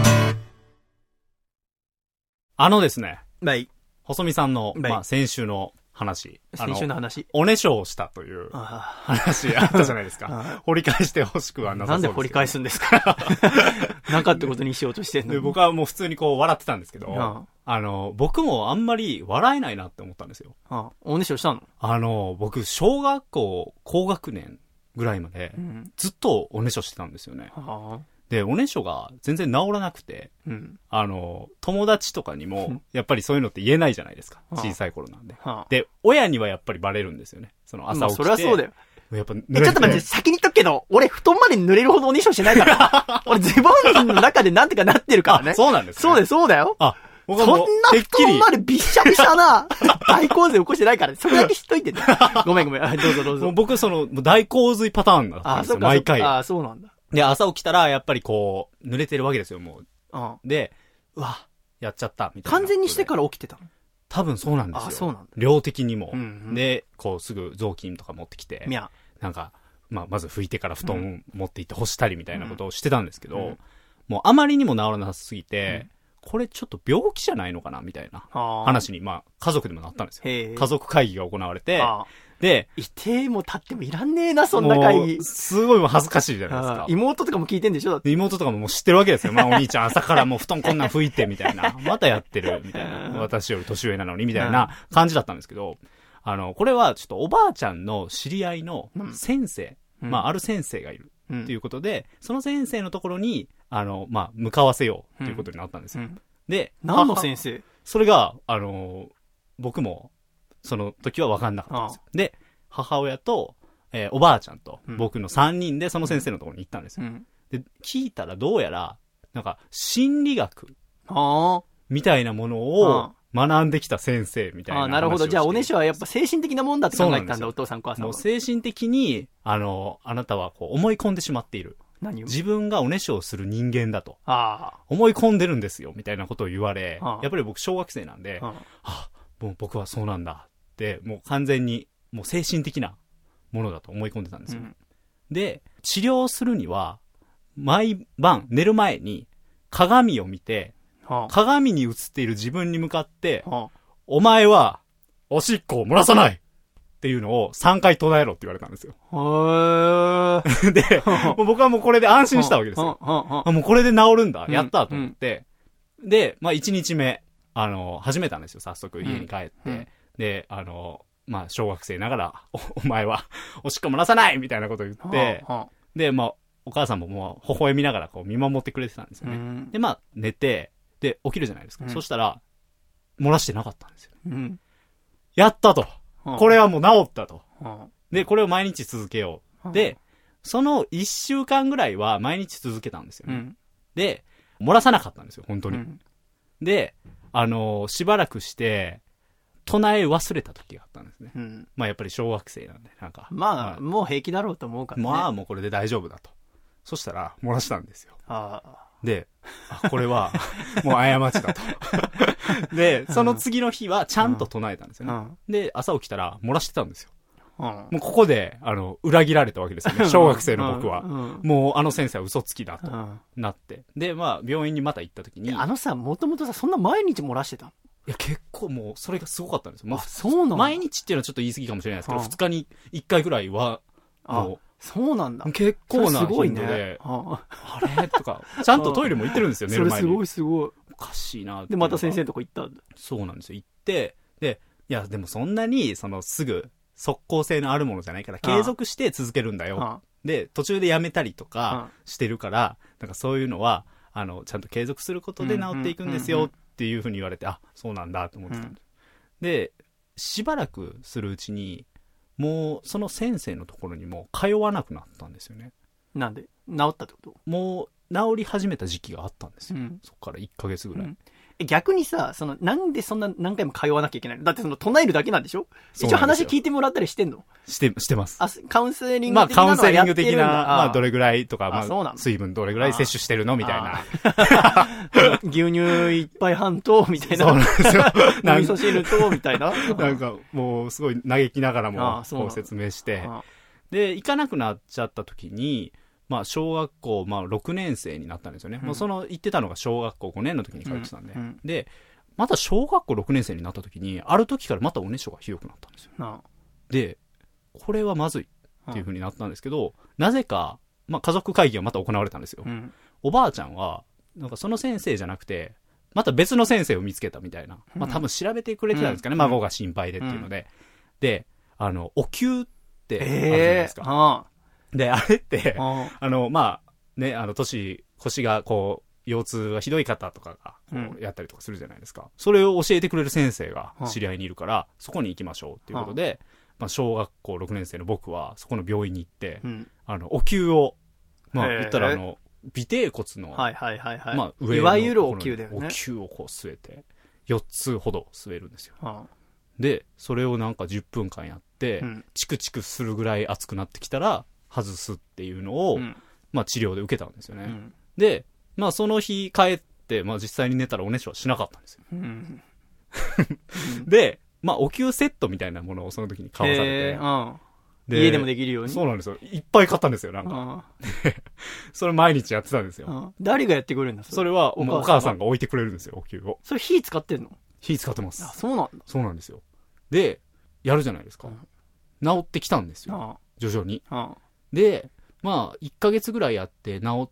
あのですね、 はい、 細身さんの、まあ、先週の話。 先週の話。 おねしょをしたという話あったじゃないですか。掘り返してほしくはなさそうです。 なんで掘り返すんですかなかったことにしようとしてんの。 で僕はもう普通にこう笑ってたんですけど、あ, あの、僕もあんまり笑えないなって思ったんですよ。 ああ、おねしょしたの？ あの、僕、小学校高学年ぐらいまで、ずっとおねしょしてたんですよね。ああで、おねしょが全然治らなくて、うん、あの、友達とかにも、やっぱりそういうのって言えないじゃないですか。小さい頃なんで。はあ、で、親にはやっぱりバレるんですよね。その朝起きて。 まあ、そりゃそうだよ。 やっぱ濡れて。 え、ちょっと待って、先に言っとくけど、俺布団まで濡れるほどおねしょしてないから。俺ズボンの中でなんとかなってるからね。 そうなんですね。 そうだよ、そうだよ。 あ、 僕はもうそんな布団までびっしゃびしゃな大洪水起こしてないから、それだけ知っといてね。ごめんごめん。どうぞどうぞ。 もう僕、その、大洪水パターンだったんですよ、毎回。 あ、そうなんだ。 で、朝起きたら、やっぱりこう、濡れてるわけですよ、もう。 ああで、うわ、やっちゃった、みたいな。 完全にしてから起きてたの？ 多分そうなんですよ。 あ、そうなんだ。 量的にも。 うんうん、 で、こうすぐ雑巾とか持ってきて、なんか、まあ、まず拭いてから布団持って行って干したりみたいなことをしてたんですけど、うん、もうあまりにも治らなさすぎて、うん、これちょっと病気じゃないのかなみたいな話に、まあ、家族でもなったんですよ。家族会議が行われて、で、 いても立ってもいらんねえな、そんな会議。 すごいもう恥ずかしいじゃないですか。 妹とかも聞いてんでしょだって。 妹とかももう知ってるわけですよ。まあお兄ちゃん朝からもう布団こんなん拭いてみたいな。またやってるみたいな。私より年上なのにみたいな感じだったんですけど、あの、これはちょっとおばあちゃんの知り合いの先生、うん、まあある先生がいるということで、うん、その先生のところに、あの、まあ向かわせようということになったんですよ。うん、で、 何の先生？ それが、あの、僕もその時は分かんなかったんですよ。で、母親と、えー、おばあちゃんと僕のさんにんでその先生のところに行ったんですよ。うん、で、聞いたらどうやら、なんか心理学みたいなものを学んできた先生みたいな話をして。ああ、 なるほど。じゃあおねしょはやっぱ精神的なもんだって考えてたんだ、お父さんお母さんは。 もう精神的に、あの、あなたはこう思い込んでしまっている。 何を？ 自分がおねしょをする人間だと。ああ。思い込んでるんですよ、みたいなことを言われ、ああやっぱり僕小学生なんで、ああ、あ、もう僕はそうなんだって、もう完全に、もう精神的なものだと思い込んでたんですよ。うん、で、治療するには、毎晩寝る前に鏡を見て、はあ、鏡に映っている自分に向かって、はあ、お前はおしっこを漏らさないっていうのをさんかい唱えろって言われたんですよ。へで、もう僕はもうこれで安心したわけですよ。はあ、もうこれで治るんだ。やったと思って。うん、で、まあいちにちめ、あの、始めたんですよ。早速家に帰って。うんうん、で、あの、まあ、小学生ながら、お、お前は、おしっこ漏らさないみたいなことを言って、はあはあ、で、まあ、お母さんももう、微笑みながら、こう、見守ってくれてたんですよね。で、まあ、寝て、で、起きるじゃないですか。うん、そしたら、漏らしてなかったんですよ。うん、やったと、はあ。これはもう治ったと、はあ。で、これを毎日続けよう。はあ、で、そのいっしゅうかんぐらいは毎日続けたんですよね。うん、で、漏らさなかったんですよ、本当に。うん、で、あのー、しばらくして、唱え忘れた時があったんですね。うん、まあやっぱり小学生なんで、なんか。 まあ、まあ、もう平気だろうと思うからね。 まあもうこれで大丈夫だと。そしたら、漏らしたんですよ。あで、あ、これは、もう過ちだと。で、その次の日はちゃんと唱えたんですよね。うん、で、朝起きたら漏らしてたんですよ。うん、もうここで、あの、裏切られたわけですよね。小学生の僕は。うんうん、もうあの先生は嘘つきだと、なって。で、まあ病院にまた行った時に。 あのさ、もともとさ、そんな毎日漏らしてたの？ いや、結構もう、それがすごかったんですよ。まあ、 そうなんだ。 毎日っていうのはちょっと言い過ぎかもしれないですけど、ふつかにいっかいぐらいは、もう、 そうなんだ。 結構な頻度で、あれとか、ちゃんとトイレも行ってるんですよ、寝る前に。 それすごいすごい。 おかしいな。 で、また先生のとこ行ったんだ。 そうなんですよ。行って、で、いや、でもそんなに、その、すぐ、即効性のあるものじゃないから、継続して続けるんだよ。で、途中でやめたりとかしてるから、なんかそういうのは、あの、ちゃんと継続することで治っていくんですよっていうふうに言われて、あ、そうなんだと思ってたんです。うん、で、しばらくするうちに、もうその先生のところにも通わなくなったんですよね。 なんで？治ったってこと？ もう治り始めた時期があったんですよ。うん、そこからいっかげつぐらい。うん、 え逆にさ、そのなんでそんな何回も通わなきゃいけないの？だってその唱えるだけなんでしょ？一応話聞いてもらったりしてんの？ して、してます。 あ、カウンセリング的なのはやってるんだ。まあカウンセリング的な、 まあどれぐらいとか、まあ水分どれぐらい摂取してるのみたいな。 牛乳一杯半と、みたいな。 そうなんですよ。 お味噌汁と、みたいな。 なんかもうすごい嘆きながらもこう説明して。で、行かなくなっちゃった時に、まあ小学校、まあろくねん生になったんですよね。うん、もうその行ってたのが小学校ごねんの時に通ってたんで。うんうん、で、また小学校ろくねん生になった時に、ある時からまたおねしょがひどくなったんですよ。うん、で、これはまずいっていう風になったんですけど、うん、なぜか、まあ家族会議がまた行われたんですよ。うん、おばあちゃんは、なんかその先生じゃなくて、また別の先生を見つけたみたいな。まあ多分調べてくれてたんですかね。うん、孫が心配でっていうので。うん、で、あの、お灸ってあるじゃないですか。えーあで、あれって、あの、まあ、ね、あの、年、腰がこう、腰痛がひどい方とかが、こう、やったりとかするじゃないですか。うん、それを教えてくれる先生が知り合いにいるから、そこに行きましょうっていうことで、まあ、小学校ろくねん生の僕は、そこの病院に行って、うん、あの、お灸を、まあ、言ったらあの、尾てい骨の、 はいはいはいはい。 まあ、上の。 いわゆるお灸だよね。 お灸をこう据えて、よっつほど据えるんですよ。はあ、で、それをなんかじゅっぷんかんやって、うん、チクチクするぐらい熱くなってきたら、外すっていうのを、うん、まあ治療で受けたんですよね。うん、で、まあその日帰って、まあ実際に寝たらおねしょはしなかったんですよ。うん、 で、まあ、お給セットみたいなものをその時に買わされて。 うん、家でもできるように。 そうなんですよ。いっぱい買ったんですよ、なんか。それ毎日やってたんですよ。 うん、誰がやってくれるんだそれ。 それは、お母さんが置いてくれるんですよ、お給を。 それ火使ってんの？ 火使ってます。 あ、そうなんだ。 そうなんですよ。で、やるじゃないですか。うん、治ってきたんですよ。ああ徐々に。ああで、まあ、いっかげつぐらいやって治って、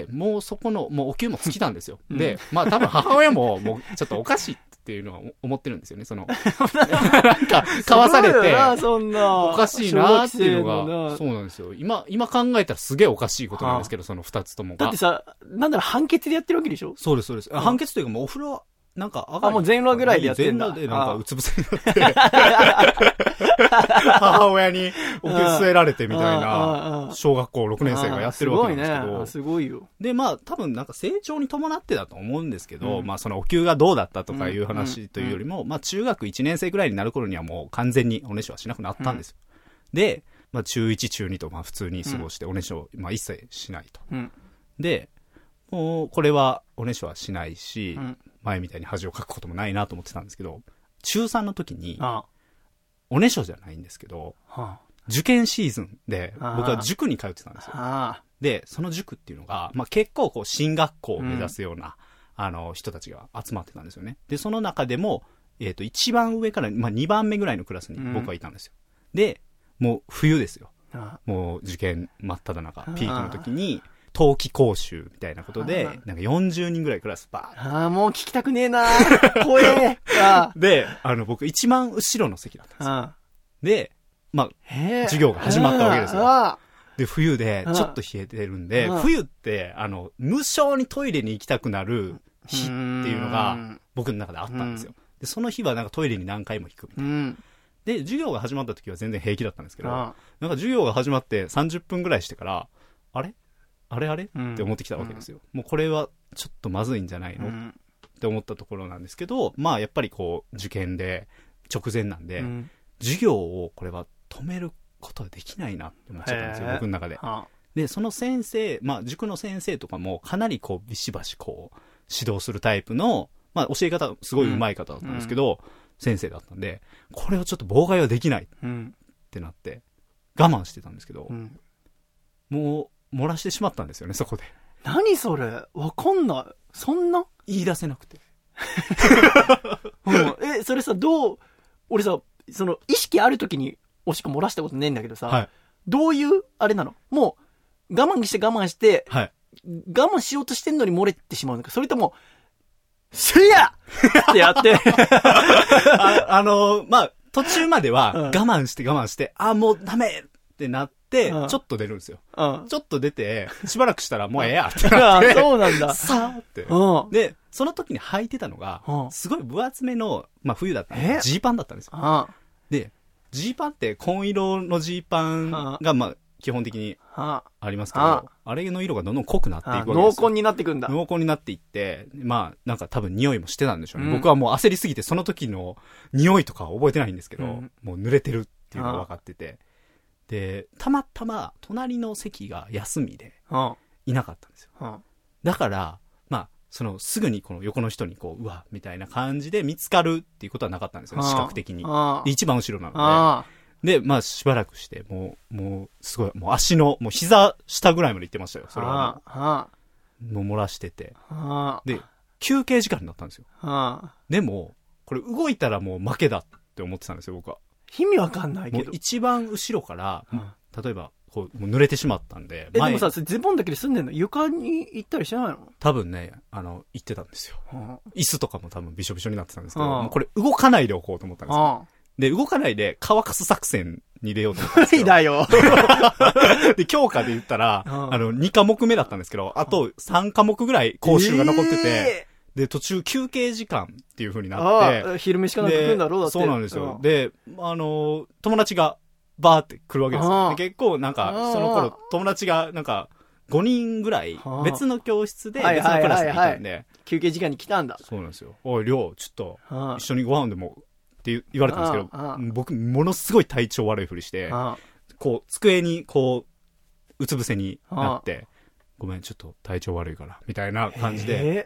もうそこの、もうお給も尽きたんですよ。うん、で、まあ多分母親も、もうちょっとおかしいっていうのは思ってるんですよね、その。なんか、かわされて、 そんなおかしいなっていうのが、そうなんですよ。今、今考えたらすげえおかしいことなんですけど、その二つともが。 だってさ、なんだろ、判決でやってるわけでしょ？ そうです、そうです。判決というかもうお風呂、なんか、 あ、もう全裸ぐらいでやってんだ。 全裸でなんかうつ伏せになって、母親におけ据えられてみたいな、小学校ろくねん生がやってるわけなんですけど。 すごいよ。 で、まあ、多分なんか成長に伴ってだと思うんですけど、まあ、そのお給がどうだったとかいう話というよりも、まあ、中学いちねん生ぐらいになる頃にはもう完全におねしょはしなくなったんですよ。で、まあ、中いち、中にとまあ普通に過ごしておねしょ、まあ、一切しないと。で、もう、これはおねしょはしないし、前みたいに恥をかくこともないなと思ってたんですけど、中さんの時に、おねしょじゃないんですけど、受験シーズンで、僕は塾に通ってたんですよ。で、その塾っていうのが、まあ、結構こう、進学校を目指すような、うん、あの、人たちが集まってたんですよね。で、その中でも、えっと、一番上から、まあ、二番目ぐらいのクラスに僕はいたんですよ。うん、で、もう冬ですよ。もう受験真っ只中、ピークの時に、冬季講習みたいなことで、なんかよんじゅうにんぐらいクラスバーッ。 ああ、もう聞きたくねえなー。怖えー。 で、あの、僕一番後ろの席だったんですよ。で、まあ、授業が始まったわけですよ。で、冬で、ちょっと冷えてるんで、冬って、あの、無償にトイレに行きたくなる日っていうのが、僕の中であったんですよ。で、その日はなんかトイレに何回も行くみたいな。で、授業が始まった時は全然平気だったんですけど、なんか授業が始まってさんじゅっぷんぐらいしてから、あれあれあれって思ってきたわけですよ。もうこれはちょっとまずいんじゃないのって思ったところなんですけど、まあやっぱりこう、受験で直前なんで、授業をこれは止めることはできないなって思っちゃったんですよ、僕の中で。で、その先生、まあ塾の先生とかもかなりこう、ビシバシこう、指導するタイプの、まあ教え方すごい上手い方だったんですけど、うん、先生だったんで、これをちょっと妨害はできないってなって、我慢してたんですけど、うん、もう漏らしてしまったんですよね、そこで。 何それわかんない。そんな言い出せなくて。 うん、え、それさ、どう、俺さ、その、意識ある時におしっこ漏らしたことねえんだけどさ、はい、どういう、あれなの？もう、我慢して我慢して、はい、我慢しようとしてんのに漏れてしまうのか、それとも、せやってやって。 あ, あの、まあ、途中までは我慢して我慢して、うん、あ、もうダメってなって、うん、ちょっと出るんですよ、うん。ちょっと出て、しばらくしたらもうええやってなって。 そうなんだ。 さーって、うん。で、その時に履いてたのが、すごい分厚めの、まあ冬だったんで、ジーパンだったんですよ。で、ジーパンって紺色のジーパンが、まあ、基本的にありますけど、あ, あれの色がどんどん濃くなっていくわけですよ。 濃紺になっていくんだ。 濃紺になっていって、まあ、なんか多分匂いもしてたんでしょうね。うん、僕はもう焦りすぎて、その時の匂いとかは覚えてないんですけど、うん、もう濡れてるっていうのが分かってて、で、たまたま隣の席が休みで、いなかったんですよ。だから、まあ、そのすぐにこの横の人にこう、うわ、みたいな感じで見つかるっていうことはなかったんですよね、視覚的に。で、一番後ろなので。で、まあしばらくして、もう、もう、すごい、もう足の、もう膝下ぐらいまで行ってましたよ、それはもう。もう漏らしてて。で、休憩時間になったんですよ。でも、これ動いたらもう負けだって思ってたんですよ、僕は。 意味わかんないけど。 もう一番後ろから、うん、例えば、こう、もう濡れてしまったんで。 え、でもさ、ズボンだけで済んでんの？床に行ったりしてないの？ 多分ね、あの、行ってたんですよ。椅子とかも多分びしょびしょになってたんですけど、もうこれ動かないでおこうと思ったんですよ。で、動かないで乾かす作戦に入れようと思ったんですよ。 無理だよ。 で、教科で言ったら、あの、に科目目だったんですけど、あとさん科目ぐらい講習が残ってて、えー、で、途中休憩時間っていう風になって、 あ昼飯かなんか食うんだろうだって。 そうなんですよ。で、あの、友達がバーって来るわけですよ。で結構なんか、その頃、友達がなんか、ごにんぐらい別の教室で別のクラスにいたんで、 休憩時間に来たんだ。 そうなんですよ。おい、りょう、ちょっと、一緒にご飯でも、って言われたんですけど、ああ僕ものすごい体調悪いふりして、ああこう机にこううつ伏せになって、ごめんちょっと体調悪いからみたいな感じで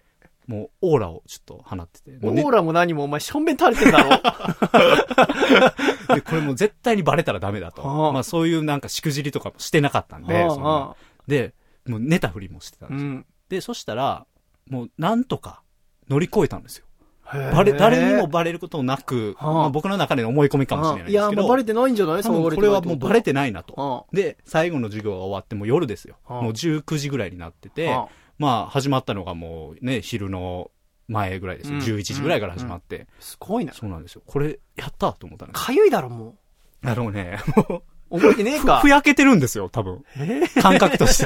もうオーラをちょっと放ってて。 オーラも何もお前しょんべん垂れてんだろで、これもう絶対にバレたらダメだと。はあ、まあそういうなんかしくじりとかもしてなかったんで、はあはあ、で、もう寝たふりもしてたんですよ。うん、で、そしたら、もうなんとか乗り越えたんですよ。バレ、誰にもバレることなく、はあまあ、僕の中での思い込みかもしれないですけど。 いや、もうバレてないんじゃない？ そう、これはもうバレてないなと。はあ、で、最後の授業が終わってもう夜ですよ。はあ、もうじゅうくじぐらいになってて、はあ、まあ始まったのがもうね、昼の前ぐらいですよ。うん、じゅういちじぐらいから始まって、うんうん。 すごいな。 そうなんですよ。これ、やったと思ったんです。 かゆいだろ、もう。あのね、もう。 覚えてねえか。 ふ、ふやけてるんですよ、多分。えー、感覚として。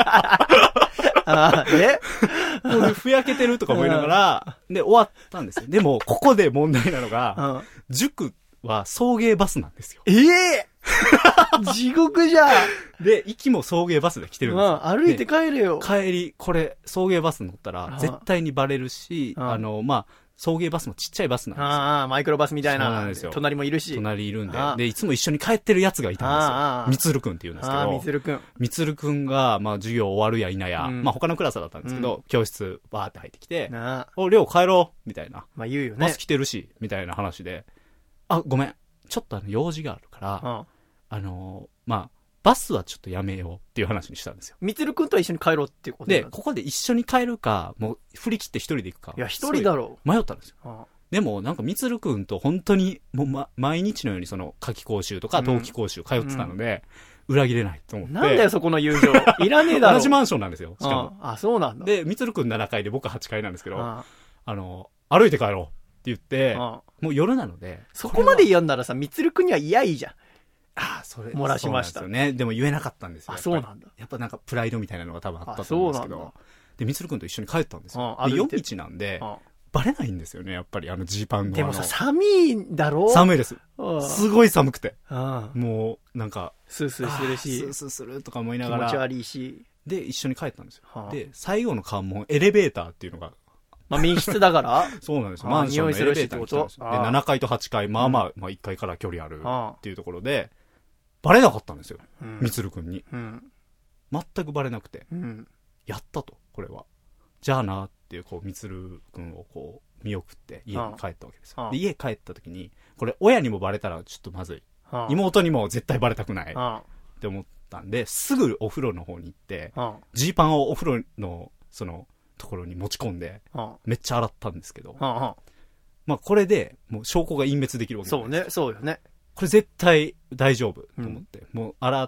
あえこれふやけてるとか思いながら、で、終わったんですよ。でも、ここで問題なのが、うん、塾は送迎バスなんですよ。 ええー、地獄じゃん。 で、行きも送迎バスで来てるんですよ。 うん、歩いて帰れよ。 帰り、これ、送迎バス乗ったら、絶対にバレるし、あの、まあ、送迎バスもちっちゃいバスなんですよ。 ああ、マイクロバスみたいな。 そうなんですよ。 隣もいるし。 隣いるんで。で、いつも一緒に帰ってるやつがいたんですよ。みつるくんって言うんですけど。 ああ、みつるくん。 みつるくんが、まあ、授業終わるや否や、うん、まあ、他のクラスだったんですけど、うん、教室、バーって入ってきて、お、りょう帰ろうみたいな。 まあ、言うよね。 バス来てるし、みたいな話で、あ、ごめん。ちょっとあの、用事があるから、うん、あの、まあ、バスはちょっとやめようっていう話にしたんですよ。 みつるくんとは一緒に帰ろうっていうことで、ここで一緒に帰るか、もう振り切って一人で行くか。 いや、一人だろう。迷ったんですよ。ああでも、なんか、みつるくんと本当に、もう、ま、毎日のようにその、夏季講習とか冬季講習通ってたので、うん、裏切れないと思って。 なんだよ、そこの友情。いらねえだろ。 同じマンションなんですよ、しかも。 ああ、そうなんだ。 で、みつるくんななかいで僕ははちかいなんですけど、あ, あの、歩いて帰ろうって言って、あもう夜なので。 そこまで言うんならさ、みつるくんには嫌いいじゃん。 ああ、それ。 漏らしました。 そうなんですよね。でも言えなかったんですよ。 あ、そうなんだ。 やっぱなんかプライドみたいなのが多分あったと思うんですけど。で、みつるくんと一緒に帰ったんですよ。で、夜道なんで、あバレないんですよね、やっぱり、あのジーパンの。 でもさ、寒いんだろ？ 寒いです。すごい寒くて。もう、なんか、 スースーするし。 スースーするとか思いながら。 気持ち悪いし。 で、一緒に帰ったんですよ。で、最後の関門、エレベーターっていうのが。 まあ、民室だからそうなんですよ。マンションのエレベーターに来たんですよ。で、ななかいとはちかい、まあまあ、まあいっかいから距離あるっていうところで、バレなかったんですよ。みつるくんに。全くバレなくて。やったと、これは。じゃあなっていう、こう、みつるくんをこう、見送って家に帰ったわけですよ。で、家帰った時に、これ親にもバレたらちょっとまずい。妹にも絶対バレたくない。って思ったんで、すぐお風呂の方に行って、ジーパンをお風呂の、その、ところに持ち込んで、めっちゃ洗ったんですけど、まあこれで、もう証拠が隠滅できるわけです。 そうね、そうよね。 これ絶対大丈夫と思って、うん、もう洗って、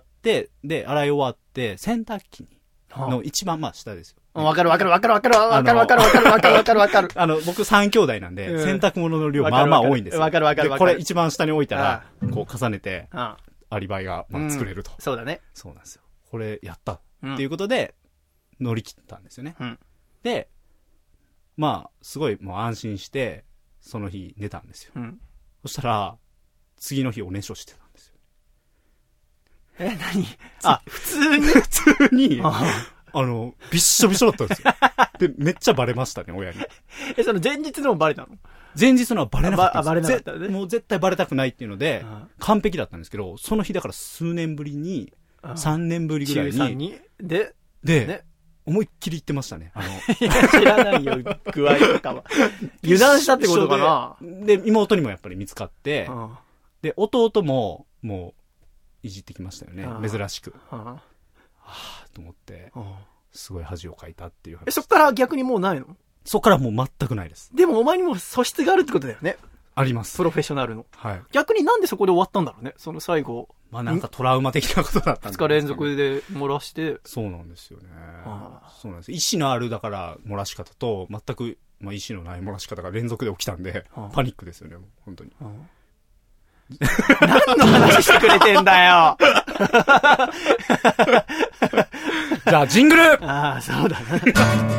で、洗い終わって、洗濯機に、の一番まあ下ですよ。 わかるわかるわかるわかるわかるわかるわかるわかるわかるわかる。 あの、僕三兄弟なんで、うん、洗濯物の量まあまあ多いんですよ。 わかるわかるわかる。これ一番下に置いたら、こう重ねて、アリバイがまあ作れると、 うん。そうだね。 そうなんですよ。これやった。っていうことで、乗り切ったんですよね。うん、で、まあ、すごいもう安心して、その日寝たんですよ。うん、そしたら、次の日おねしょしてたんですよ。 え、何あ、普通に普通に、あの、びっしょびしょだったんですよ。で、めっちゃバレましたね、親に。 え、その前日のもバレたの？ 前日のはバレなかったんですよ。 バレなかったね。 もう絶対バレたくないっていうので、完璧だったんですけど、その日だから数年ぶりに、さんねんぶりぐらいに。 中さんにで、 で、ね、思いっきり言ってましたね。あの、 いや、知らないよ、具合とかは。油断したってことかな。 で、妹にもやっぱり見つかって、で、弟も、もう、いじってきましたよね。珍しく。はぁ、と思って、すごい恥をかいたっていう話。 え、そっから逆にもうないの？ そっからもう全くないです。 でもお前にも素質があるってことだよね。 あります。 プロフェッショナルの。 はい。 逆になんでそこで終わったんだろうね。その最後。 まあなんかトラウマ的なことだったんですかね。 ふつか連続で漏らして。 そうなんですよね。そうなんです。意思のあるだから漏らし方と、全く、まあ、意思のない漏らし方が連続で起きたんで、パニックですよね、本当に。 何の話してくれてんだよじゃあ、ジングルああ、そうだな。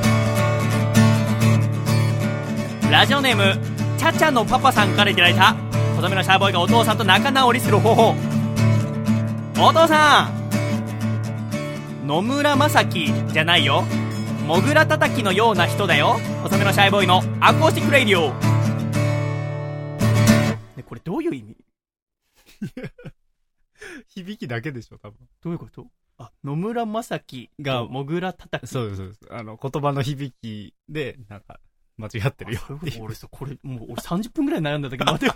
ラジオネーム、ちゃちゃのパパさんからいただいた、細めのシャーボーイがお父さんと仲直りする方法。お父さん、野村正樹じゃないよ。モグラ叩きのような人だよ。細めのシャイボーイのアコースティックレイディオ。 ね、これどういう意味？ 響きだけでしょ、多分。 どういうこと？あ、野村正樹がモグラ叩き。 そうです、そうです。あの、言葉の響きで、なんか、 間違ってるよ。 俺さ、これ、もう俺さんじゅっぷんぐらい悩んだんだけど、待てよ。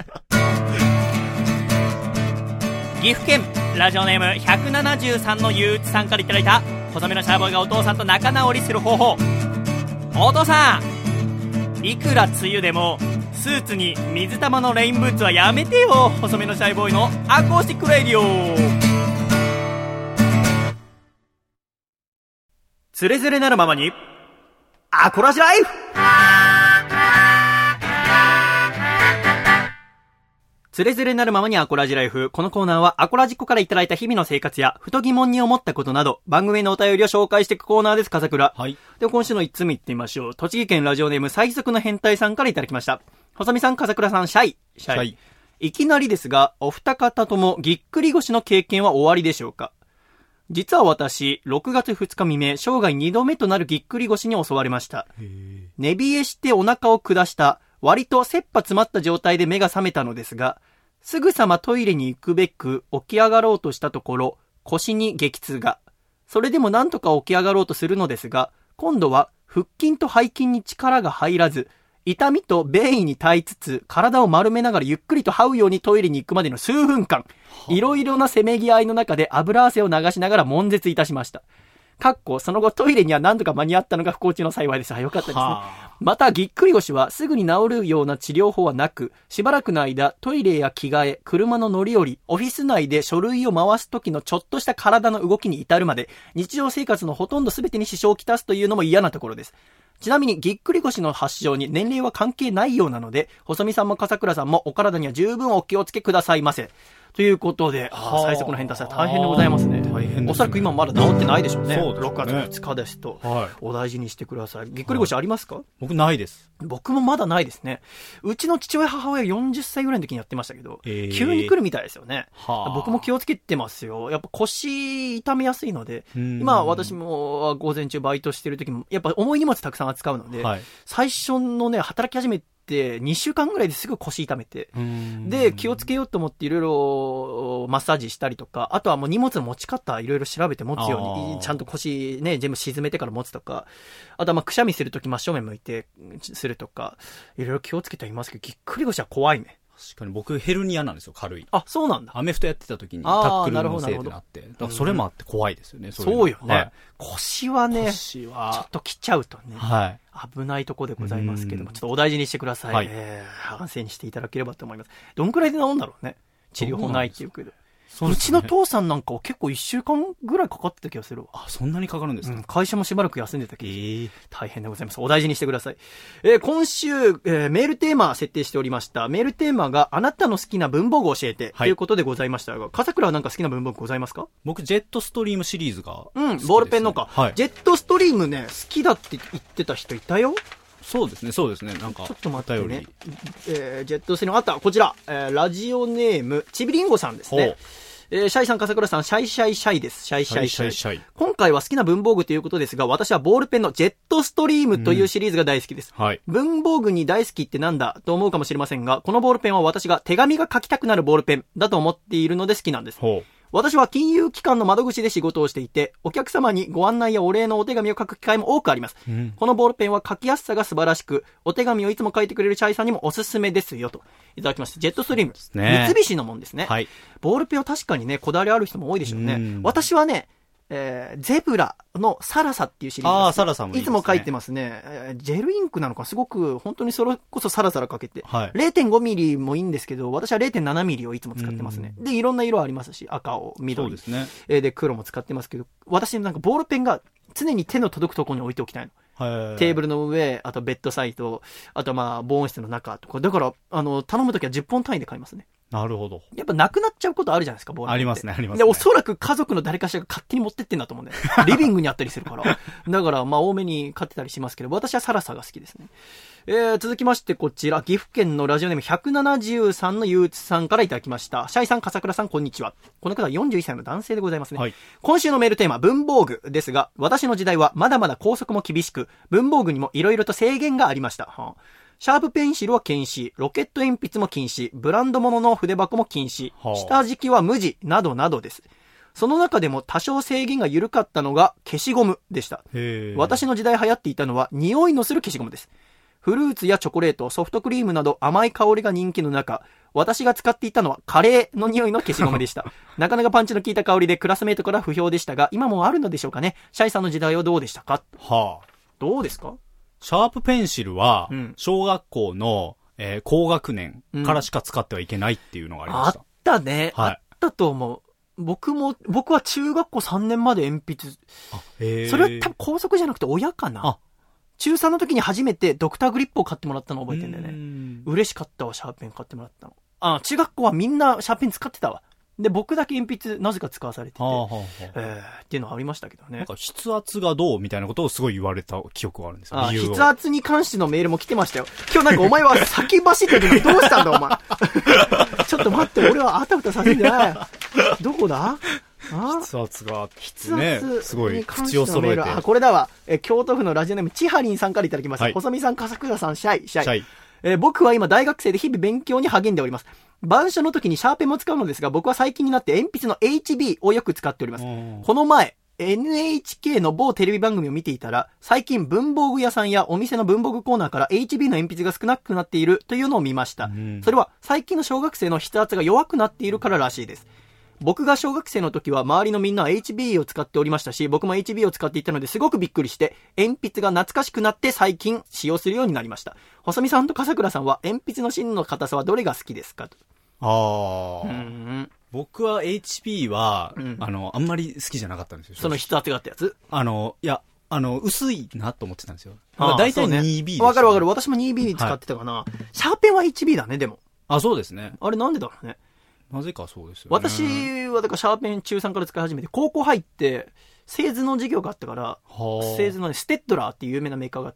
岐阜県ラジオネームひゃくななじゅうさんのゆうちさんからいただいた細めのシャーボーイがお父さんと仲直りする方法。お父さん、いくら梅雨でもスーツに水玉のレインブーツはやめてよ。細めのシャイボーイのアコースティックレディオ。 つれづれなるままにアコラジライフ。つれづれなるままにアコラジライフ。このコーナーはアコラジっ子からいただいた日々の生活やふと疑問に思ったことなど番組のお便りを紹介していくコーナーです。笠倉。 はい。 で、今週のいつつめいってみましょう。栃木県ラジオネーム最速の変態さんからいただきました。細見さん、笠倉さん、シャイ。 シャイ。 いきなりですが、お二方ともぎっくり腰の経験は終わりでしょうか？実は私、ろくがつふつか未明、生涯にどめとなるぎっくり腰に襲われました。寝冷えしてお腹を下した、割と切羽詰まった状態で目が覚めたのですが、すぐさまトイレに行くべく起き上がろうとしたところ、腰に激痛が。それでもなんとか起き上がろうとするのですが、今度は腹筋と背筋に力が入らず、痛みと便意に耐えつつ、体を丸めながらゆっくりと這うようにトイレに行くまでの数分間、いろいろなせめぎ合いの中で油汗を流しながら悶絶いたしました。かっこ、その後トイレには何とか間に合ったのが不幸中の幸いです。あ、よかったですね。また、ぎっくり腰はすぐに治るような治療法はなく、しばらくの間、トイレや着替え、車の乗り降り、オフィス内で書類を回す時のちょっとした体の動きに至るまで、日常生活のほとんど全てに支障をきたすというのも嫌なところです。ちなみにぎっくり腰の発症に年齢は関係ないようなので、細見さんも笠倉さんもお体には十分お気をつけくださいませ。ということで、あ最速の変態さん大変でございますね。 大変ですね。 おそらく今まだ治ってないでしょうね。 そうですね。 ろくがつふつかですと、はい、お大事にしてください。ぎっくり腰ありますか？はい、 僕ないです。 僕もまだないですね。うちの父親母親よんじゅっさいぐらいの時にやってましたけど、 えー、 急に来るみたいですよね。 はあ、 僕も気をつけてますよ。やっぱ腰痛めやすいので、今私も午前中バイトしてる時もやっぱ重い荷物たくさん扱うので、はい、最初のね働き始めでにしゅうかんぐらいですぐ腰痛めて、で気をつけようと思っていろいろマッサージしたりとか、あとはもう荷物の持ち方いろいろ調べて持つようにちゃんと腰ね全部沈めてから持つとか、あとはまあくしゃみするとき真正面向いてするとか、いろいろ気をつけてはいますけど、ぎっくり腰は怖いね。 確かに僕ヘルニアなんですよ、軽い。 あ、そうなんだ。 アメフトやってた時にタックルのせいでなって、だからそれもあって怖いですよね。 そう, そうよね、はい、腰はね腰はちょっと切っちゃうとね、はい、危ないとこでございますけども、ちょっとお大事にしてください、はい、えー、安静にしていただければと思います。どんくらいで治るんだろうね、治療法ないっていうけど。うちの父さんなんかは結構いっしゅうかんぐらいかかってた気がするわ。 あ、そんなにかかるんですか？うん、 会社もしばらく休んでたけど、えー、大変でございます。お大事にしてください。えー、今週、えー、メールテーマ設定しておりました。メールテーマがあなたの好きな文房具を教えて、はい、ということでございましたが、笠倉はなんか好きな文房具ございますか？ 僕ジェットストリームシリーズが好きです、ね、 うん、ボールペンのか、はい、ジェットストリームね好きだって言ってた人いたよ。 そうですね、そうですね。なんか、 ちょっと待ってね。えー、ジェットストリームあった、こちら、えー、ラジオネーム、ちびりんごさんですね。えー、シャイさん、笠倉さん、シャイシャイシャイです。シャイシャイシャイ。シャイシャイ今回は好きな文房具ということですが、私はボールペンのジェットストリームというシリーズが大好きです。うん、はい。文房具に大好きってなんだと思うかもしれませんが、このボールペンは私が手紙が書きたくなるボールペンだと思っているので好きなんです。ほう。私は金融機関の窓口で仕事をしていて、お客様にご案内やお礼のお手紙を書く機会も多くあります。うん、このボールペンは書きやすさが素晴らしく、お手紙をいつも書いてくれるシャイさんにもおすすめですよといただきました。ジェットストリーム、ね、三菱のもんですね。はい。ボールペンは確かにね、こだわりある人も多いでしょうね。うん、私はね、えー、ゼブラのサラサっていうシリーズ、ね。 ああ、サラサもいいですね。 いつも書いてますね。えー、ジェルインクなのか、すごく、本当にそれこそサラサラかけて。はい。れいてんごミリもいいんですけど、私は れいてんななミリをいつも使ってますね。で、いろんな色ありますし、赤を、緑。そうですね。えー、で、黒も使ってますけど、私なんかボールペンが常に手の届くところに置いておきたいの。テーブルの上、あとベッドサイド、あとまあ、防音室の中とか。だから、あの、頼むときはじゅっぽん単位で買いますね。 なるほど。 やっぱなくなっちゃうことあるじゃないですか、ボールペンって。 ありますね、ありますね。 で、おそらく家族の誰かしらが勝手に持ってってんだと思うんだよ。リビングにあったりするから。だから、まあ、多めに買ってたりしますけど、私はサラサが好きですね。えー、続きましてこちら、岐阜県のラジオネームひゃくななじゅうさんのゆうつさんからいただきました。シャイさん、笠倉さん、こんにちは。この方はよんじゅういっさいの男性でございますね。はい、今週のメールテーマ、文房具ですが、私の時代はまだまだ校則も厳しく、文房具にも色々と制限がありました。はあ、シャープペンシルは禁止、ロケット鉛筆も禁止、ブランド物の筆箱も禁止、はあ、下敷きは無地などなどです。その中でも多少制限が緩かったのが消しゴムでした。私の時代流行っていたのは匂いのする消しゴムです。 フルーツやチョコレート、ソフトクリームなど甘い香りが人気の中、私が使っていたのはカレーの匂いの消しゴムでした。なかなかパンチの効いた香りでクラスメートから不評でしたが、今もあるのでしょうかね。シャイさんの時代はどうでしたか？ はあ。 どうですか？ シャープペンシルは、小学校の、えー、高学年からしか使ってはいけないっていうのがありました。 うん、あったね。 はい。 あったと思う。僕も、僕は中学校さんねんまで鉛筆。あ、へー。それは多分校則じゃなくて親かな。あ、中さんの時に初めてドクターグリップを買ってもらったのを覚えてんだよね。うん嬉しかったわ、シャーペン買ってもらったの。あ、中学校はみんなシャーペン使ってたわ。で、僕だけ鉛筆なぜか使わされてて、はあはあ、えー、っていうのはありましたけどね。 なんか筆圧がどうみたいなことをすごい言われた記憶があるんですよ。 あ、筆圧に関してのメールも来てましたよ。今日なんかお前は先走ってるのどうしたんだお前。ちょっと待って、俺はあたふたさせんじゃない。どこだ？ あ筆圧があってね、 筆圧すごい口を揃えて。 あ、これだわ。え、京都府のラジオネームちはりんさんからいただきました。はい、細見さん、笠倉さん、シャイ、シャイ。シャイえー、僕は今大学生で日々勉強に励んでおります。板書の時にシャーペンも使うのですが、僕は最近になって鉛筆の エイチビー をよく使っております。この前、エヌエイチケー の某テレビ番組を見ていたら、最近文房具屋さんやお店の文房具コーナーから エイチビー の鉛筆が少なくなっているというのを見ました。それは最近の小学生の筆圧が弱くなっているかららしいです。僕が小学生の時は周りのみんなは エイチビー を使っておりましたし、僕も エイチビー を使っていたのですごくびっくりして、鉛筆が懐かしくなって最近使用するようになりました。細見さんと笠倉さんは鉛筆の芯の硬さはどれが好きですかと。 ああ、うん、僕は エイチビー は、うん、あの、あんまり好きじゃなかったんですよ。 その筆圧があったやつ？ あの、いや、あの、薄いなと思ってたんですよ。だいたい にビー です、ね。 わかるわかる。私も にビー 使ってたかな、はい。シャーペンは エイチビー だね、でも。 あ、そうですね。 あれなんでだろうね。 なぜかそうですよね。 私はだからシャーペン中さんから使い始めて、高校入って、製図の授業があったから、製図のね、ステッドラーっていう有名なメーカーがあって、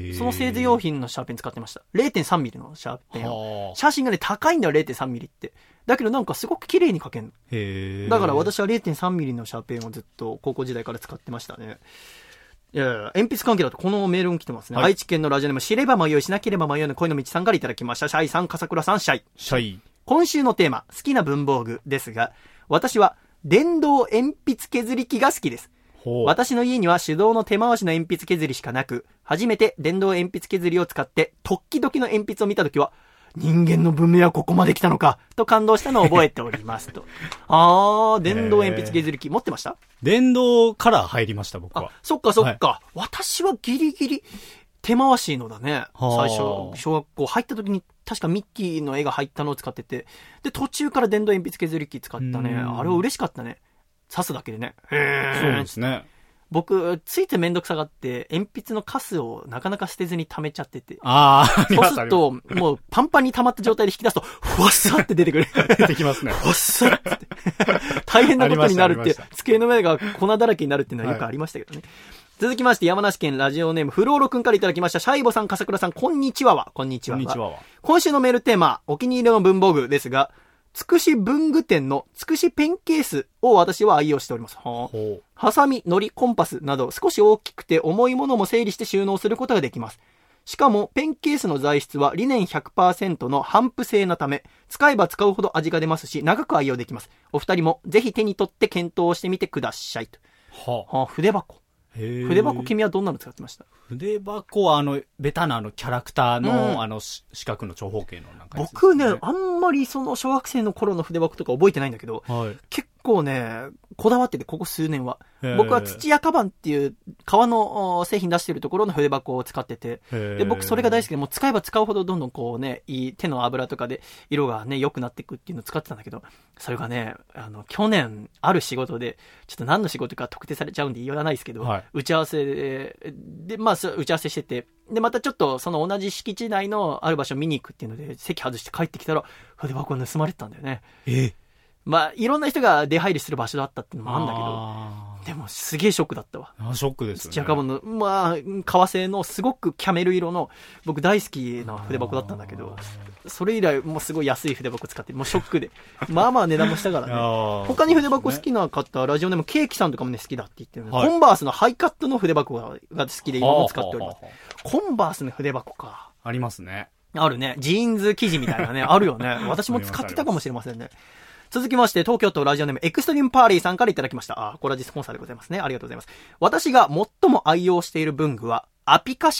その製図用品のシャーペン使ってました。れいてんさんミリのシャーペンを。写真がね、高いんだよ、れいてんさんミリって。だけどなんかすごく綺麗に描けんの。へだから私は れいてんさんミリのシャーペンをずっと高校時代から使ってましたね。いやいや、鉛筆関係だとこのメールも来てますね。はい、愛知県のラジオネーム、知れば迷いしなければ迷いの恋の道さんからいただきました。シャイさん、笠倉さん、シャイ。 シャイ。 今週のテーマ、好きな文房具ですが、私は電動鉛筆削り器が好きです。私の家には手動の手回しの鉛筆削りしかなく、初めて電動鉛筆削りを使って、時々の鉛筆を見たときは、人間の文明はここまで来たのか、と感動したのを覚えておりますと。あー、電動鉛筆削り器持ってました？ 電動から入りました、僕は。 あ、そっかそっか。はい、私はギリギリ、手回しのだね。最初、小学校入った時に確かミッキーの絵が入ったのを使ってて、で、途中から電動鉛筆削り器使ったね。あれは嬉しかったね。刺すだけでね。 へー。そうですね。 僕、ついてめんどくさがって、鉛筆のカスをなかなか捨てずに溜めちゃってて。 ああ、 そうすると、もうパンパンに溜まった状態で引き出すと、ふわっさって出てくる。 出てきますね。 ふわっさって。大変なことになるって、机の上が粉だらけになるっていうのはよくありましたけどね。はい、続きまして、山梨県ラジオネーム、フローロくんからいただきました。シャイボさん、笠倉さん、こんにちはは。こんにちはは。こんにちはは。今週のメールテーマ、お気に入りの文房具ですが、つくし文具店のつくしペンケースを私は愛用しております。はあ、ハサミ、糊、コンパスなど少し大きくて重いものも整理して収納することができます。しかもペンケースの材質はリネン ひゃくパーセント の帆布製なため、使えば使うほど味が出ますし、長く愛用できます。お二人もぜひ手に取って検討してみてくださいと。はあはあ、筆箱。筆箱、君はどんなの使ってました？ 筆箱はあのベタなあのキャラクターの、うん、あの四角の長方形のなんか、 ね、僕ね、あんまりその小学生の頃の筆箱とか覚えてないんだけど、はい、結構ねこだわってて、ここ数年は僕は土屋カバンっていう革の製品出してるところの筆箱を使ってて、で僕それが大好きで、もう使えば使うほどどんどんこうね、いい手の油とかで色がね良くなっていくっていうのを使ってたんだけど、それがね、あの去年ある仕事で、ちょっと何の仕事か特定されちゃうんで言わないですけど、はい、打ち合わせででまあ打ち合わせしてて、でまたちょっとその同じ敷地内のある場所見に行くっていうので席外して帰ってきたら筆箱が盗まれてたんだよね。 えまあいろんな人が出入りする場所だったっていうのもあるんだけど、でもすげえショックだったわ。 あ、ショックですね。 土屋カバンのまあ革製のすごくキャメル色の僕大好きな筆箱だったんだけど、それ以来もうすごい安い筆箱使って、もうショックでまあまあ値段もしたからね。他に筆箱好きな方、ラジオネームケーキさんとかもね好きだって言ってる、はい、コンバースのハイカットの筆箱が好きで今も使っております。コンバースの筆箱か。 ありますね。 あるね。ジーンズ生地みたいなね、あるよね。私も使ってたかもしれませんね。続きまして、東京都ラジオネームエクストリームパーリーさんからいただきました。あ、コラジスポンサーでございますね。ありがとうございます。私が最も愛用している文具は、アピカ社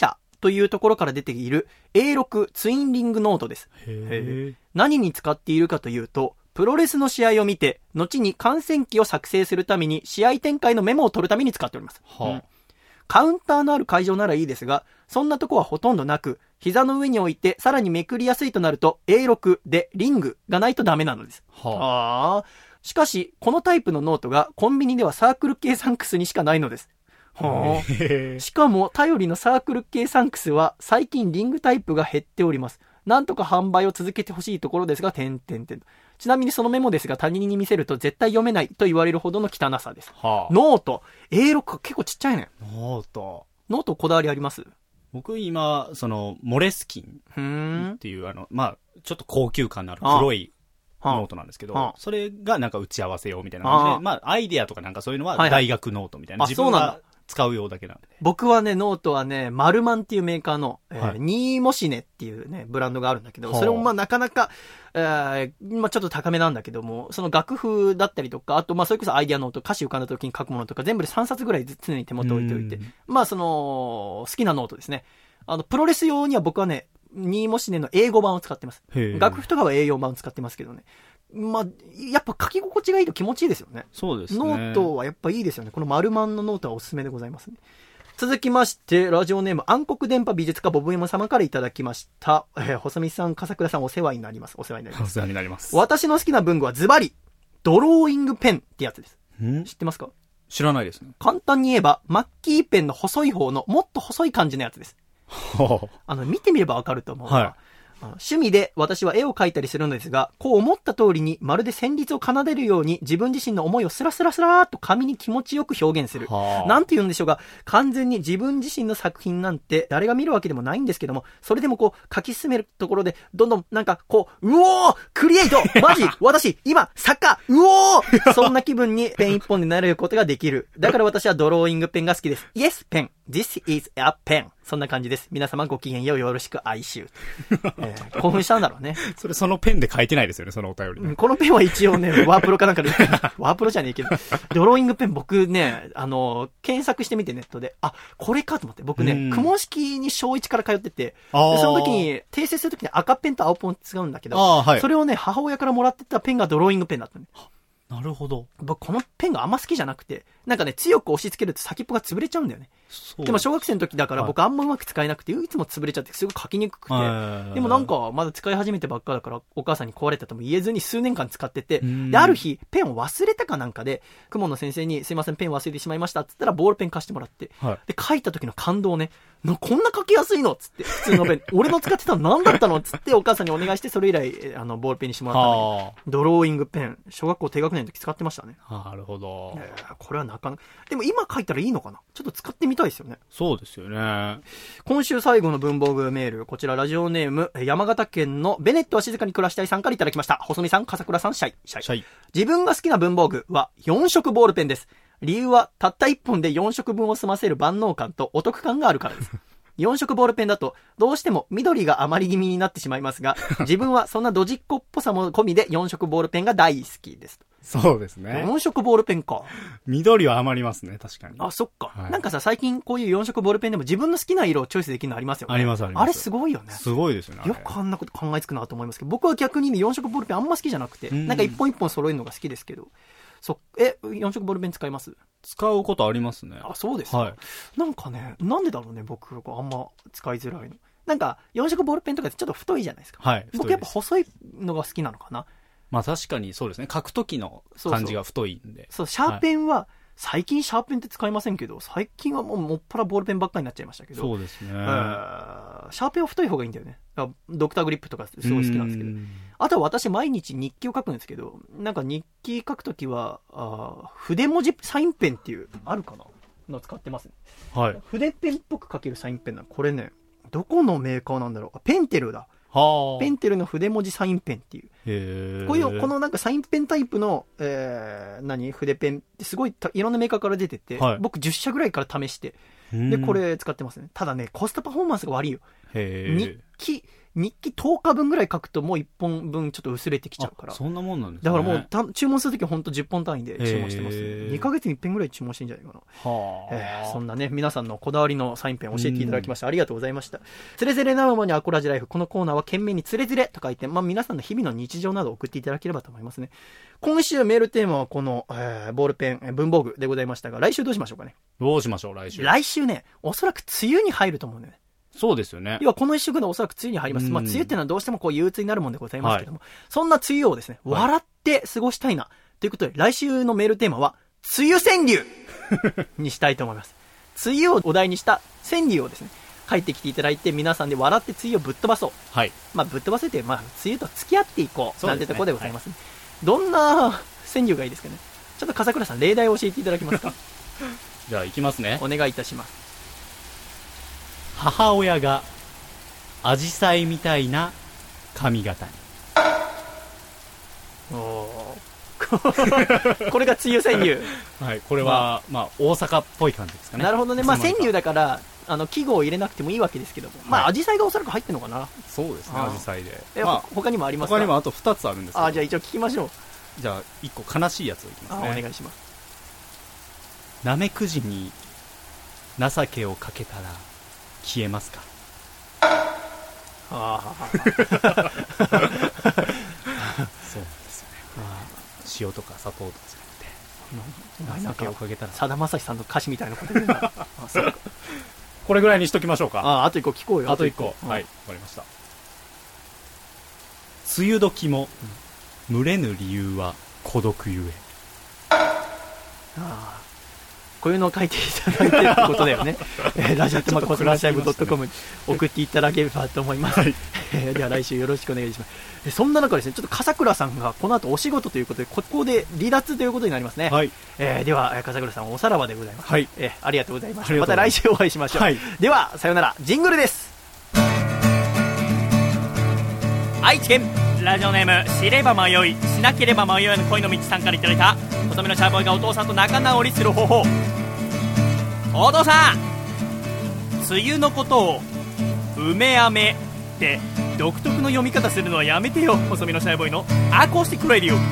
というところから出ている エーろく ツインリングノートです。 へー。 何に使っているかというと、プロレスの試合を見て、後に観戦記を作成するために試合展開のメモを取るために使っております。はあ、うん、カウンターのある会場ならいいですが、そんなとこはほとんどなく、膝の上に置いてさらにめくりやすいとなると エーろく でリングがないとダメなのです。はあ、しかし、このタイプのノートがコンビニではサークル系サンクスにしかないのです。はあ、しかも頼りのサークル系サンクスは最近リングタイプが減っております。なんとか販売を続けてほしいところですが、点々点。ちなみにそのメモですが他人に見せると絶対読めないと言われるほどの汚さです。はあ、ノート。エーろく 結構ちっちゃいね。 ノート。 ノートこだわりあります？ 僕今、その、モレスキンっていうあの、まあ、ちょっと高級感のある黒いノートなんですけど、はあ、それがなんか打ち合わせ用みたいな感じで、はあ、まあ、アイデアとかなんかそういうのは大学ノートみたいな。はいはい、自分が使うようだけなんで。 僕はね、ノートはね、マルマンっていうメーカーの、はい、えー、ニーモシネっていうね、ブランドがあるんだけど、それもまあなかなか、えー、まあちょっと高めなんだけども、その楽譜だったりとか、あとまあそれこそアイデアノート、歌詞浮かんだ時に書くものとか、全部でさんさつぐらい常に手元置いておいて、まあその、好きなノートですね。あの、プロレス用には僕はね、ニーモシネの英語版を使ってます。楽譜とかは英語版を使ってますけどね。まあ、やっぱ書き心地がいいと気持ちいいですよね。 そうですね。 ノートはやっぱいいですよね。この丸マンのノートはおすすめでございますね。続きまして、ラジオネーム暗黒電波美術家ボブエモ様からいただきました。えー、細見さん、笠倉さんお世話になります。お世話になります。 お世話になります。 私の好きな文具はズバリ、ドローイングペンってやつです。ん知ってますか？ 知らないですね。 簡単に言えば、マッキーペンの細い方のもっと細い感じのやつです。あの、見てみればわかると思う。はい。趣味で私は絵を描いたりするのですが、こう思った通りにまるで旋律を奏でるように自分自身の思いをスラスラスラーっと紙に気持ちよく表現する。なんて言うんでしょうが、完全に自分自身の作品なんて誰が見るわけでもないんですけども、それでもこう書き進めるところで、どんどんなんかこう、うおークリエイトマジ私今作家うおーそんな気分にペン一本になることができる。だから私はドローイングペンが好きです。イエスペン。This is a pen. そんな感じです。皆様ごきげんようよろしく哀愁。えー、興奮したんだろうね。 それそのペンで書いてないですよね、そのお便り、ね。 このペンは一応ね、ワープロかなんかで、ワープロじゃねえけど、ドローイングペン僕ね、あの、検索してみてネットで、あ、これかと思って、僕ね、公文式に小いちから通ってて、でその時に、訂正する時に赤ペンと青ペン使うんだけど、はい、それをね、母親からもらってたペンがドローイングペンだったね。 なるほど。 僕このペンがあんま好きじゃなくて、なんかね、強く押し付けると先っぽが潰れちゃうんだよね。でも小学生の時だから僕あんまうまく使えなくて、いつも潰れちゃってすごい書きにくくて、でもなんかまだ使い始めてばっかだからお母さんに壊れたとも言えずに数年間使ってて、で、ある日ペンを忘れたかなんかで、雲の先生にすいませんペン忘れてしまいましたって言ったらボールペン貸してもらって、はい、で、書いた時の感動ね、こんな書きやすいのっつって、普通のペン、俺の使ってたの何だったのっつってお母さんにお願いして、それ以来、あの、ボールペンにしてもらったんだけど、ドローイングペン、小学校低学年の時使ってましたね。 なるほど、 えー。これはなかなか、でも今書いたらいいのかな？ちょっと使ってみたいですよね。 そうですよね。 今週最後の文房具メール、こちらラジオネーム、山形県のベネットは静かに暮らしたいさんからいただきました。細見さん、笠倉さん、シャイ。シャイ。シャイ。自分が好きな文房具はよん色ボールペンです。理由は、たったいっぽんでよん色分を済ませる万能感とお得感があるからです。よん色ボールペンだと、どうしても緑が余り気味になってしまいますが、自分はそんなドジっ子っぽさも込みでよん色ボールペンが大好きです。 そうですね。 よん色ボールペンか。 緑は余りますね、確かに。 あ、そっか。はい、なんかさ、最近こういうよん色ボールペンでも自分の好きな色をチョイスできるのありますよね。 ありますあります。 あれすごいよね。 すごいですよね。 よくあんなこと考えつくなと思いますけど、僕は逆にね、よん色ボールペンあんま好きじゃなくて、んなんか一本一本揃えるのが好きですけど、そえ、よん色ボールペン使います？ 使うことありますね。 あ、そうですか。はい、なんかね、なんでだろうね、僕、あんま使いづらいの。なんか、よん色ボールペンとかってちょっと太いじゃないですか。はい。僕やっぱ細いのが好きなのかな。 まあ確かにそうですね。書くときの感じが太いんで。 そう、そうシャーペンは、はい、最近シャーペンって使いませんけど、最近はもうもっぱらボールペンばっかりになっちゃいましたけど。 そうですね。えー、シャーペンは太い方がいいんだよね。ドクターグリップとかすごい好きなんですけど。あとは私毎日日記を書くんですけど、なんか日記書くときは、あ筆文字サインペンっていう、あるかなの使ってますね。はい。筆ペンっぽく書けるサインペンなの。これね、どこのメーカーなんだろう。ペンテルだ。はあ、ペンテルの筆文字サインペンっていう。へー。こういう、このなんかサインペンタイプの、えー、何筆ペンってすごいいろんなメーカーから出てて、はい、僕じゅっしゃぐらいから試して、で、これ使ってますね。ただね、コストパフォーマンスが悪いよ。へー。日記、 日記とおかぶんぐらい書くともういっぽんぶんちょっと薄れてきちゃうから。 そんなもんなんですね。 だからもうた注文するときはほんとじゅっぽん単位で注文してます、ね。にかげつにいっぺんぐらい注文してんじゃないかな。はえー、そんなね、皆さんのこだわりのサインペン教えていただきました。ありがとうございました。つれづれなままにアコラジライフ。このコーナーは懸命につれづれと書いて、まあ皆さんの日々の日常など送っていただければと思いますね。今週メールテーマはこの、えー、ボールペン、文房具でございましたが、来週どうしましょうかね。 どうしましょう、来週。 来週ね、おそらく梅雨に入ると思うんだよね。 そうですよね。 要はこの一週間でおそらく梅雨に入ります。まあ梅雨っていうのはどうしてもこう憂鬱になるもんでございますけども、はい、そんな梅雨をですね、笑って過ごしたいな、はい、ということで来週のメールテーマは梅雨川柳にしたいと思います。梅雨をお題にした川柳をですね、書いてきていただいて皆さんで笑って梅雨をぶっ飛ばそう。はい。まあぶっ飛ばせて、まあ梅雨と付き合っていこう、なんてところでございますね。はい、どんな川柳がいいですかね。ちょっと笠倉さん例題を教えていただけますか。 じゃあ行きますね。 お願いいたします。 母親がアジサイみたいな髪型に。 おこれが梅雨川柳。 はい、これは、まあ、まあ大阪っぽい感じですかね。 なるほどね。まあ川柳だからあの季語を入れなくてもいいわけですけども、まあアジサイがおそらく入ってるのかな。 そうですね、アジサイで。 え、まあ、他にもありますか。 他にもあとふたつあるんですけど。 あ、じゃあ一応聞きましょう。 じゃあいっこ悲しいやつをいきますね。 あ、お願いします。 なめくじに情けをかけたら消えますか。 ああそうなんですよね。塩とか砂糖とかじゃなくて情けをかけたら。 さだまさしさんの歌詞みたいなことであそうか。 これぐらいにしときましょうか。 ああ、あといっこ聞こうよ。 あといっこ。はい、わかりました。梅雨時も蒸れぬ理由は孤独ゆえ。 ああ、こういうのを書いていただいてってことだよね。えー、ラジオットマコスラッシュライブドットコムに送っていただければと思います。はい、えー、では来週よろしくお願いします。そんな中ですね、ちょっと笠倉さんがこの後お仕事ということでここで離脱ということになりますね。はい、えー、では笠倉さんおさらばでございます。はい、えー、ありがとうございました。また来週お会いしましょう。はい、ではさよなら。ジングルです。 愛知県ラジオネーム知れば迷いしなければ迷わぬ恋の道さんからいただいた細身のシャーボーイがお父さんと仲直りする方法。お父さん、梅雨のことを梅雨って独特の読み方するのはやめてよ。細身のシャーボーイのアコースティックレディオ。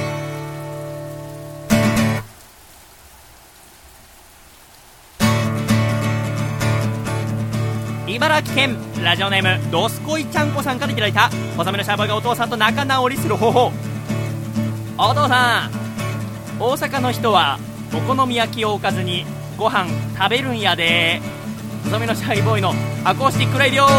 茨城県ラジオネームドスコイちゃんこさんからいただいた細身のシャーボーイがお父さんと仲直りする方法。お父さん、大阪の人はお好み焼きをおかずにご飯食べるんやで。細身のシャイボーイのアコースティックレディオ。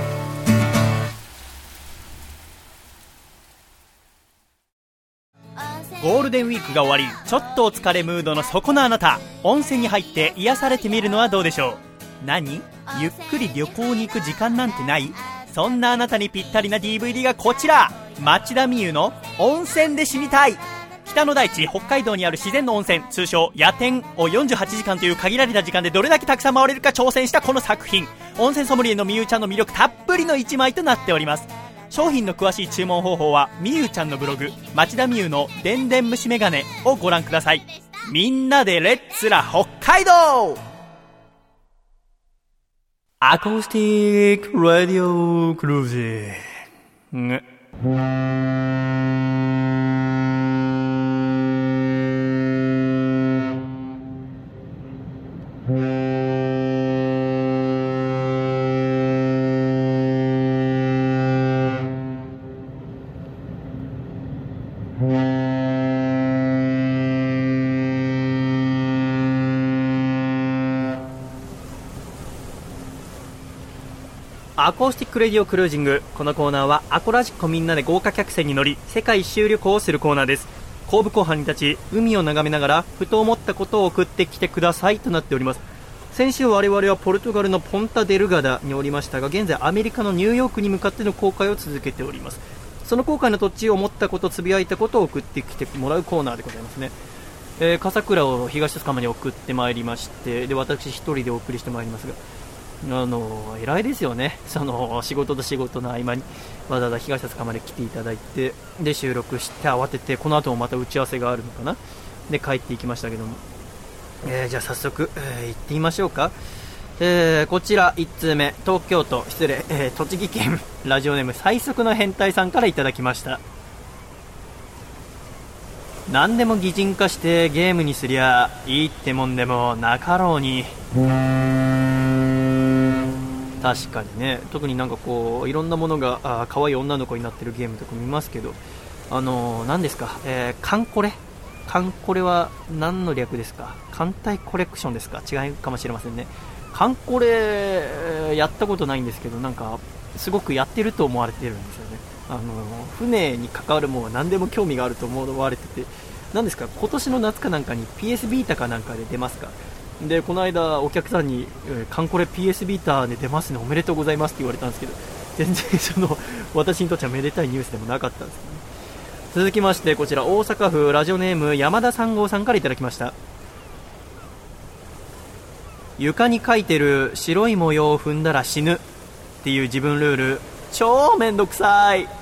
ゴールデンウィークが終わり、ちょっとお疲れムードのそこのあなた、温泉に入って癒されてみるのはどうでしょう。何？ゆっくり旅行に行く時間なんてない？そんなあなたにぴったりな ディーブイディー がこちら。町田美優の温泉で死にたい。北の大地北海道にある自然の温泉、通称野天をよんじゅうはちじかんという限られた時間でどれだけたくさん回れるか挑戦したこの作品。温泉ソムリエのみゆちゃんの魅力たっぷりの一枚となっております。商品の詳しい注文方法はみゆちゃんのブログ町田美優のでんでん虫眼鏡をご覧ください。みんなでレッツラ北海道。アコースティックラディオクルージング。アコースティックレディオクルージング。このコーナーはアコラジッコみんなで豪華客船に乗り世界一周旅行をするコーナーです。後部後半に立ち海を眺めながらふと思ったことを送ってきてくださいとなっております。先週我々はポルトガルのポンタデルガダにおりましたが、現在アメリカのニューヨークに向かっての航海を続けております。その航海の途中思ったこと、つぶやいたことを送ってきてもらうコーナーでございますね。えー、笠倉を東戸釜に送ってまいりまして、で私一人でお送りしてまいりますが、あの偉いですよね。その仕事と仕事の合間にわざわざ東戸釜まで来ていただいて、で収録して慌ててこの後もまた打ち合わせがあるのかなで帰っていきましたけども、えー、じゃあ早速、えー、行ってみましょうか。 えー、こちらいち通目、東京都失礼、えー、栃木県ラジオネーム最速の変態さんからいただきました。何でも擬人化してゲームにすりゃいいってもんでもなかろうに。確かにね、特になんかこういろんなものがあ可愛い女の子になってるゲームとか見ますけど、あのー、何ですか、えー、カンコレカンコレは何の略ですか。艦隊コレクションですか。違うかもしれませんね。カンコレやったことないんですけど、なんかすごくやってると思われてるんですよね。あの船に関わるものは何でも興味があると思われてて、何ですか、今年の夏かなんかに ピーエス ビータかなんかで出ますか。でこの間お客さんにカンコレ ピーエス ビータで出ますね、おめでとうございますって言われたんですけど、全然その私にとってはめでたいニュースでもなかったんですけどね。続きましてこちら大阪府ラジオネーム山田三号さんからいただきました。床に書いてる白い模様を踏んだら死ぬっていう自分ルール超めんどくさい。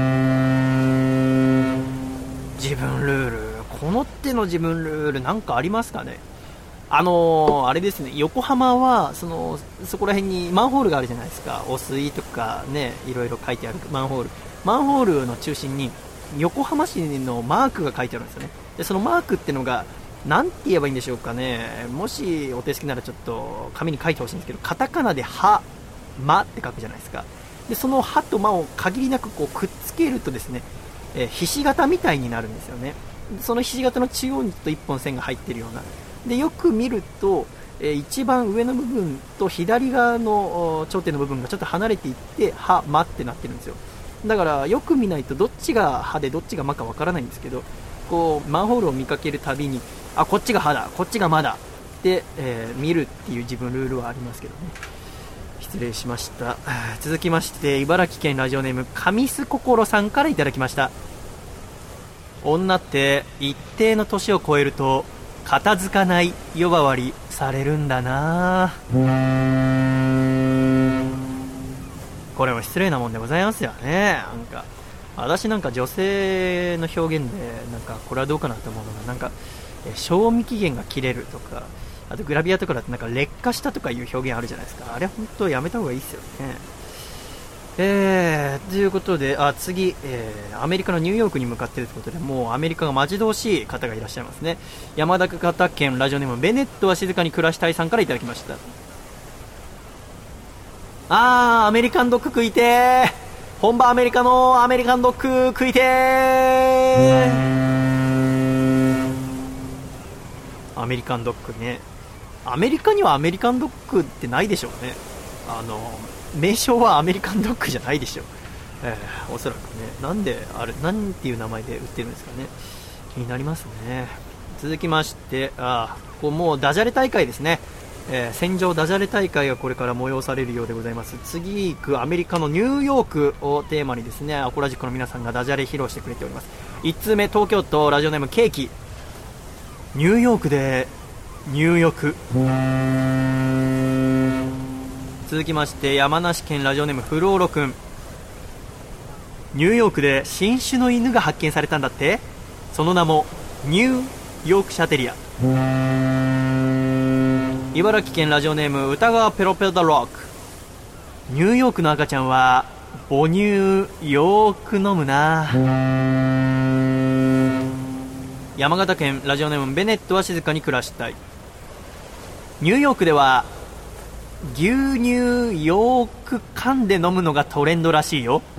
自分ルール、この手の自分ルールなんかありますかね。あのー、あれですね、横浜はそのそこら辺にマンホールがあるじゃないですか。汚水とかね、いろいろ書いてあるマンホールマンホールの中心に横浜市のマークが書いてあるんですよね。でそのマークってのがなんて言えばいいんでしょうかね。もしお手すきならちょっと紙に書いてほしいんですけど、カタカナでは、まって書くじゃないですか。でそのはとまを限りなくこうくっつけるとですね、えー、ひし形みたいになるんですよね。そのひし形の中央にちょっといっぽん線が入ってるようなで、よく見ると、えー、一番上の部分と左側の頂点の部分がちょっと離れていっては、まってなってるんですよ。だからよく見ないとどっちがはでどっちがまかわからないんですけど、こうマンホールを見かけるたびにあこっちがはだこっちがまだって、えー、見るっていう自分ルールはありますけどね。失礼しました。続きまして茨城県ラジオネーム神栖心さんからいただきました。女って一定の年を超えると片付かない呼ばわりされるんだな。これも失礼なもんでございますよね。なんか私なんか女性の表現でなんかこれはどうかなと思うのが、なんか賞味期限が切れるとか、あとグラビアとかだとなんか劣化したとかいう表現あるじゃないですか。あれ本当やめた方がいいですよね。えー、ということであ次、えー、アメリカのニューヨークに向かっているということで、もうアメリカが待ち遠しい方がいらっしゃいますね。山形県ラジオネームベネットは静かに暮らしたいさんからいただきました。あーアメリカンドッグ食いてー、本場アメリカのアメリカンドッグ食いてー。アメリカンドッグね、アメリカにはアメリカンドッグってないでしょうね。あの名称はアメリカンドッグじゃないでしょう、えー、おそらくね。なんであれなんていう名前で売ってるんですかね、気になりますね。続きましてあこうもうダジャレ大会ですね。えー、戦場ダジャレ大会がこれから催されるようでございます。次行くアメリカのニューヨークをテーマにですね、アコラジックの皆さんがダジャレ披露してくれております。いち通目東京都ラジオネームケーキ。ニューヨークで入浴。続きまして山梨県ラジオネームフローロくん。ニューヨークで新種の犬が発見されたんだって。その名もニューヨークシャテリア。茨城県ラジオネーム歌川ペロペロロック。ニューヨークの赤ちゃんは母乳よーく飲むな。山形県ラジオネームベネットは静かに暮らしたい。ニューヨークでは牛乳よーく噛んで飲むのがトレンドらしいよ。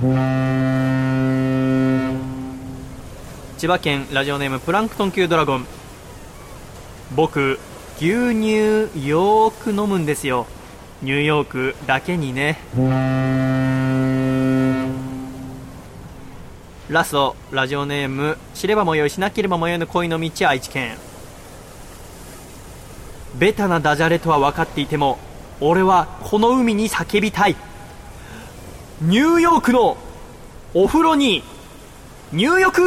千葉県ラジオネームプランクトン級ドラゴン。僕牛乳よーく飲むんですよ、ニューヨークだけにね。ラストラジオネーム知ればもよいしなければもよいの恋の道愛知県。ベタなダジャレとは分かっていても俺はこの海に叫びたい。ニューヨークのお風呂に入浴。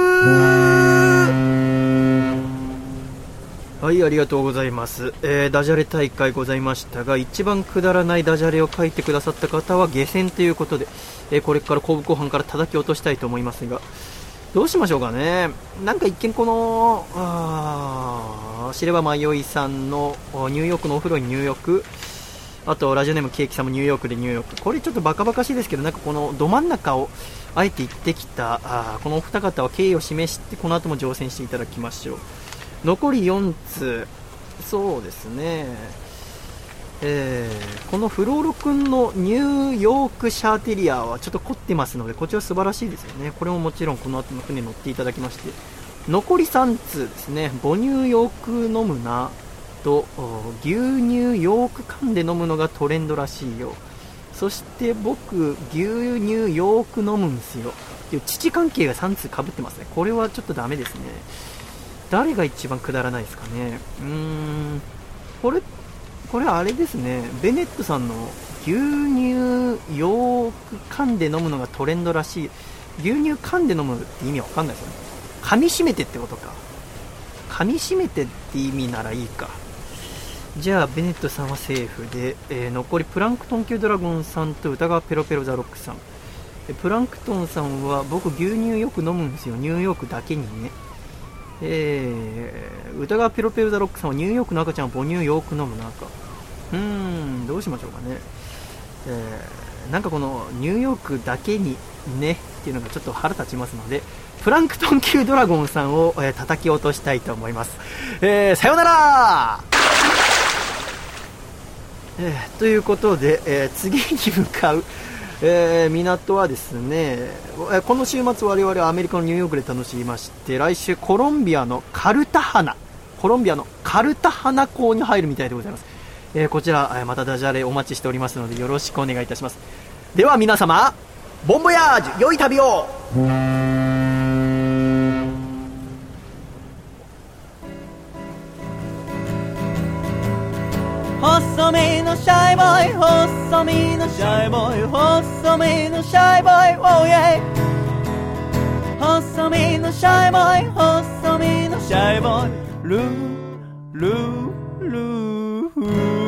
はい、ありがとうございます。えー、ダジャレ大会ございましたが、一番くだらないダジャレを書いてくださった方は下船ということで、えー、これから後部後半から叩き落としたいと思いますが、どうしましょうかね。なんか一見このあ知れば迷いさんのニューヨークのお風呂に入浴、 あとラジオネームケーキさんもニューヨークでニューヨーク、これちょっとバカバカしいですけど、なんかこのど真ん中をあえて行ってきたあこのお二方は敬意を示してこの後も乗船していただきましょう。残りよんつ、そうですね、えー、このフローロ君のニューヨークシャーテリアはちょっと凝ってますので、こちら素晴らしいですよね。これももちろんこの後の船に乗っていただきまして、残りさんつですね、母乳よく飲むなと牛乳よく噛んで飲むのがトレンドらしいよ。そして僕牛乳よく飲むんですよっていう父関係がさんつかぶってますね。これはちょっとダメですね。誰が一番くだらないですかね。うーんこれこれあれですね、ベネットさんの牛乳よく噛んで飲むのがトレンドらしい。牛乳噛んで飲むって意味わかんないですよね。噛み締めてってことか。噛み締めてって意味ならいいか。じゃあベネットさんはセーフで、えー、残りプランクトン級ドラゴンさんと歌川ペロペロザロックさん。プランクトンさんは僕牛乳よく飲むんですよ、ニューヨークだけにね。えー、歌川ペロペロザロックさんはニューヨークの赤ちゃんは母乳よく飲むなんかうーんどうしましょうかね。えー、なんかこのニューヨークだけにねっていうのがちょっと腹立ちますので、プランクトン級ドラゴンさんを、えー、叩き落としたいと思います。えー、さよならえー、ということで、えー、次に向かう、えー、港はですね、えー、この週末我々はアメリカのニューヨークで楽しみまして、来週コロンビアのカルタハナコロンビアのカルタハナ港に入るみたいでございます。えー、こちら、えー、またダジャレお待ちしておりますのでよろしくお願いいたします。では皆様ボンボヤージュ、良い旅を。 細身のシャイボーイ、細身のシャイボーイ、細身のシャイボーイ、oh yeah。細身のシャイボーイ、細身のシャイボーイ、ルールールーフ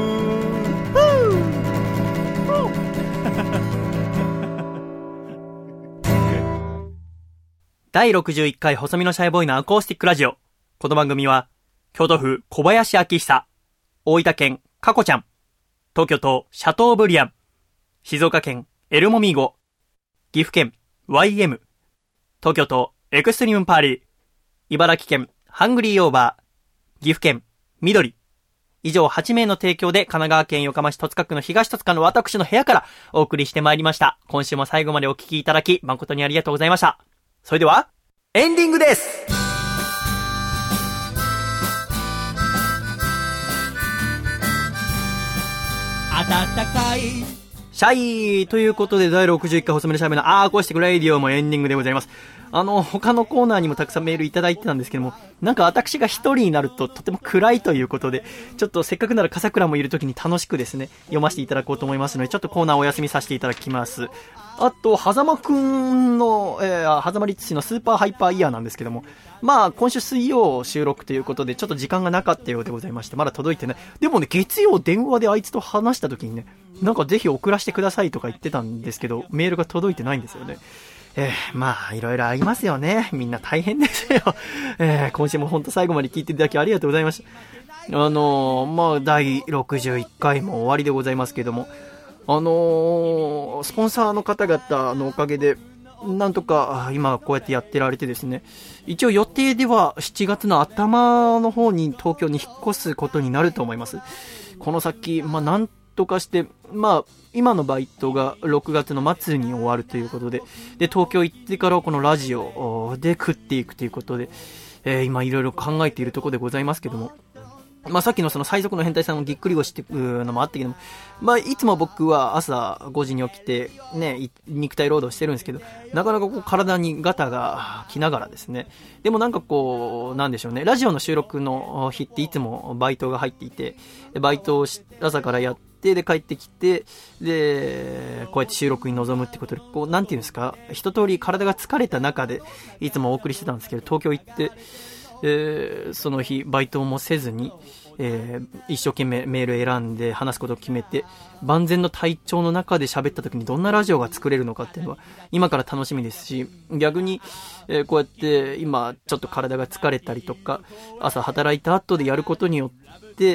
ーだいろくじゅういっかい細身のシャイボーイのアコースティックラジオ。この番組は京都府小林明久、大分県カコちゃん、東京都シャトーブリアン、静岡県エルモミーゴ、岐阜県 ワイエム、東京都エクストリームパーリー、茨城県ハングリーオーバー、岐阜県緑、以上はちめいの提供で神奈川県横浜市戸塚区の東戸塚の私の部屋からお送りしてまいりました。今週も最後までお聞きいただき誠にありがとうございました。それではエンディングです。 暖かいシャイということでだいろくじゅういっかい細めのシャイボーイのアーコースティックレイディオもエンディングでございます。あの他のコーナーにもたくさんメールいただいてたんですけども、なんか私が一人になるととても暗いということで、ちょっとせっかくなら笠倉もいる時に楽しくですね読ませていただこうと思いますので、ちょっとコーナーをお休みさせていただきます。あと狭間くんの、えー、狭間リッチ氏のスーパーハイパーイヤーなんですけども、まあ今週水曜収録ということでちょっと時間がなかったようでございまして、まだ届いてない。でもね、月曜電話であいつと話した時にね、なんかぜひ送らせてくださいとか言ってたんですけど、メールが届いてないんですよね。えー、まあいろいろありますよね。みんな大変ですよ。えー、今週も本当最後まで聞いていただきありがとうございました。あのー、まあだいろくじゅういっかいも終わりでございますけども、あのー、スポンサーの方々のおかげでなんとか今こうやってやってられてですね、一応予定ではしちがつの頭の方に東京に引っ越すことになると思います。この先、まあなんとかして、まあ今のバイトがろくがつの末に終わるということで、で東京行ってからこのラジオで食っていくということで、えー、今いろいろ考えているところでございますけども、まあさっきのその最速の変態さんのぎっくり腰っていうのもあったけども、まあいつも僕は朝ごじに起きてね、肉体労働してるんですけど、なかなかこう体にガタが来ながらですね、でもなんかこうなんでしょうね、ラジオの収録の日っていつもバイトが入っていて、バイトを朝からやってで帰ってきて、でこうやって収録に臨むってことで、こうなんていうんですか、一通り体が疲れた中でいつもお送りしてたんですけど、東京行って、えー、その日バイトもせずに、えー、一生懸命メール選んで話すことを決めて、万全の体調の中で喋った時にどんなラジオが作れるのかっていうのは今から楽しみですし、逆に、えー、こうやって今ちょっと体が疲れたりとか朝働いた後でやることによって、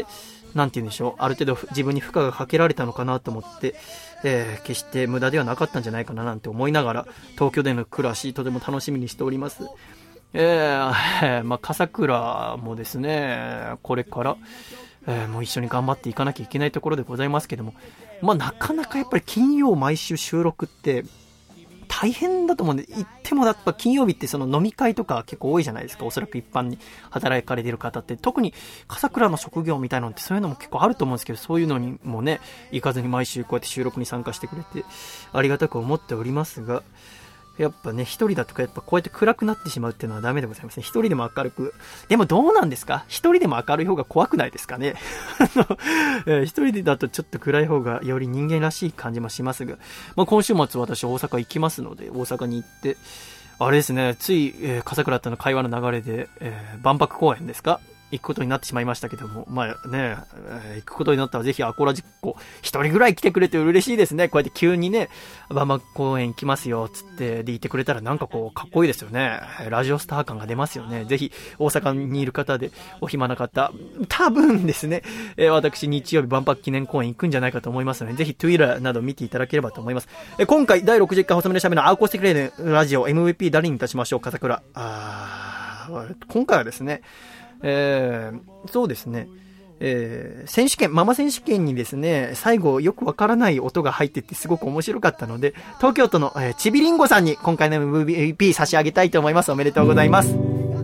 なんて言うんでしょう、ある程度自分に負荷がかけられたのかなと思って、えー、決して無駄ではなかったんじゃないかななんて思いながら、東京での暮らし、とても楽しみにしております。えー、まあ、笠倉もですね、これから、えー、もう一緒に頑張っていかなきゃいけないところでございますけども、まあ、なかなかやっぱり金曜毎週収録って、大変だと思うんで、言ってもやっぱ金曜日ってその飲み会とか結構多いじゃないですか。おそらく一般に働かれている方って、特に笠倉の職業みたいなのってそういうのも結構あると思うんですけど、そういうのにもね、行かずに毎週こうやって収録に参加してくれてありがたく思っておりますが、やっぱね、一人だとかやっぱこうやって暗くなってしまうっていうのはダメでございますね。一人でも明るく。でもどうなんですか？一人でも明るい方が怖くないですかね。えー、一人でだとちょっと暗い方がより人間らしい感じもしますが、まあ、今週末私大阪行きますので、大阪に行って、あれですね、つい、えー、笠倉との会話の流れで、えー、万博公園ですか？行くことになってしまいましたけども、まあね、えー、行くことになったらぜひアコラジッコ一人ぐらい来てくれて嬉しいですね。こうやって急にね、万博公園行きますよつってでいてくれたらなんかこうかっこいいですよね。ラジオスター感が出ますよね。ぜひ大阪にいる方でお暇な方、多分ですね、えー、私日曜日万博記念公園行くんじゃないかと思いますので、ぜひ Twitter など見ていただければと思います。えー、今回だいろくじゅっかい細めのしゃべのアーコースティックレールラジオ エムブイピー 誰にいたしましょう、笠倉。あー、今回はですね、えー、そうですね、えー、選手権、ママ選手権にですね、最後よくわからない音が入っててすごく面白かったので、東京都の、えー、ちびりんごさんに今回の エムブイピー 差し上げたいと思います。おめでとうございます。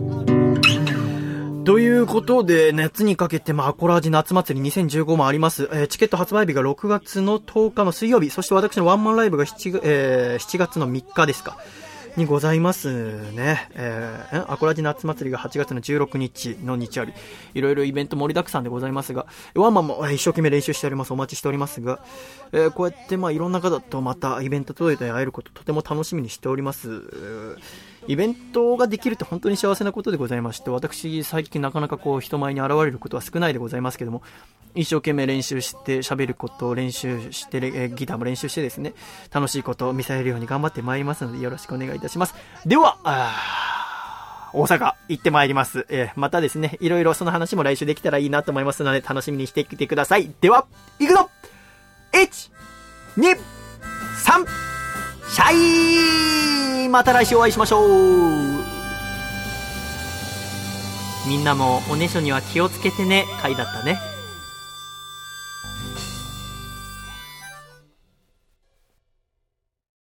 ということで、夏にかけて、まあ、アコラジ夏祭りにせんじゅうごもあります。えー、チケット発売日がろくがつのとおかの水曜日、そして私のワンマンライブが 7,、えー、しちがつのみっかですか。にございますね。えー、アコラジ夏祭りがはちがつのじゅうろくにちの日曜日。いろいろイベント盛りだくさんでございますが、ワンマンも一生懸命練習しております。お待ちしておりますが、えー、こうやってまあいろんな方とまたイベント届いて会えることとても楽しみにしております。イベントができるって本当に幸せなことでございまして、私最近なかなかこう人前に現れることは少ないでございますけども、一生懸命練習して喋ることを練習して、えー、ギターも練習してですね、楽しいことを見せれるように頑張ってまいりますのでよろしくお願いいたします。では、あ大阪行ってまいります。えー、またですね、いろいろその話も来週できたらいいなと思いますので楽しみにしてきてください。では、行くぞ !いち、に、さん、シャイーまた来週お会いしましょう。みんなもおねしょには気をつけてね回だったね。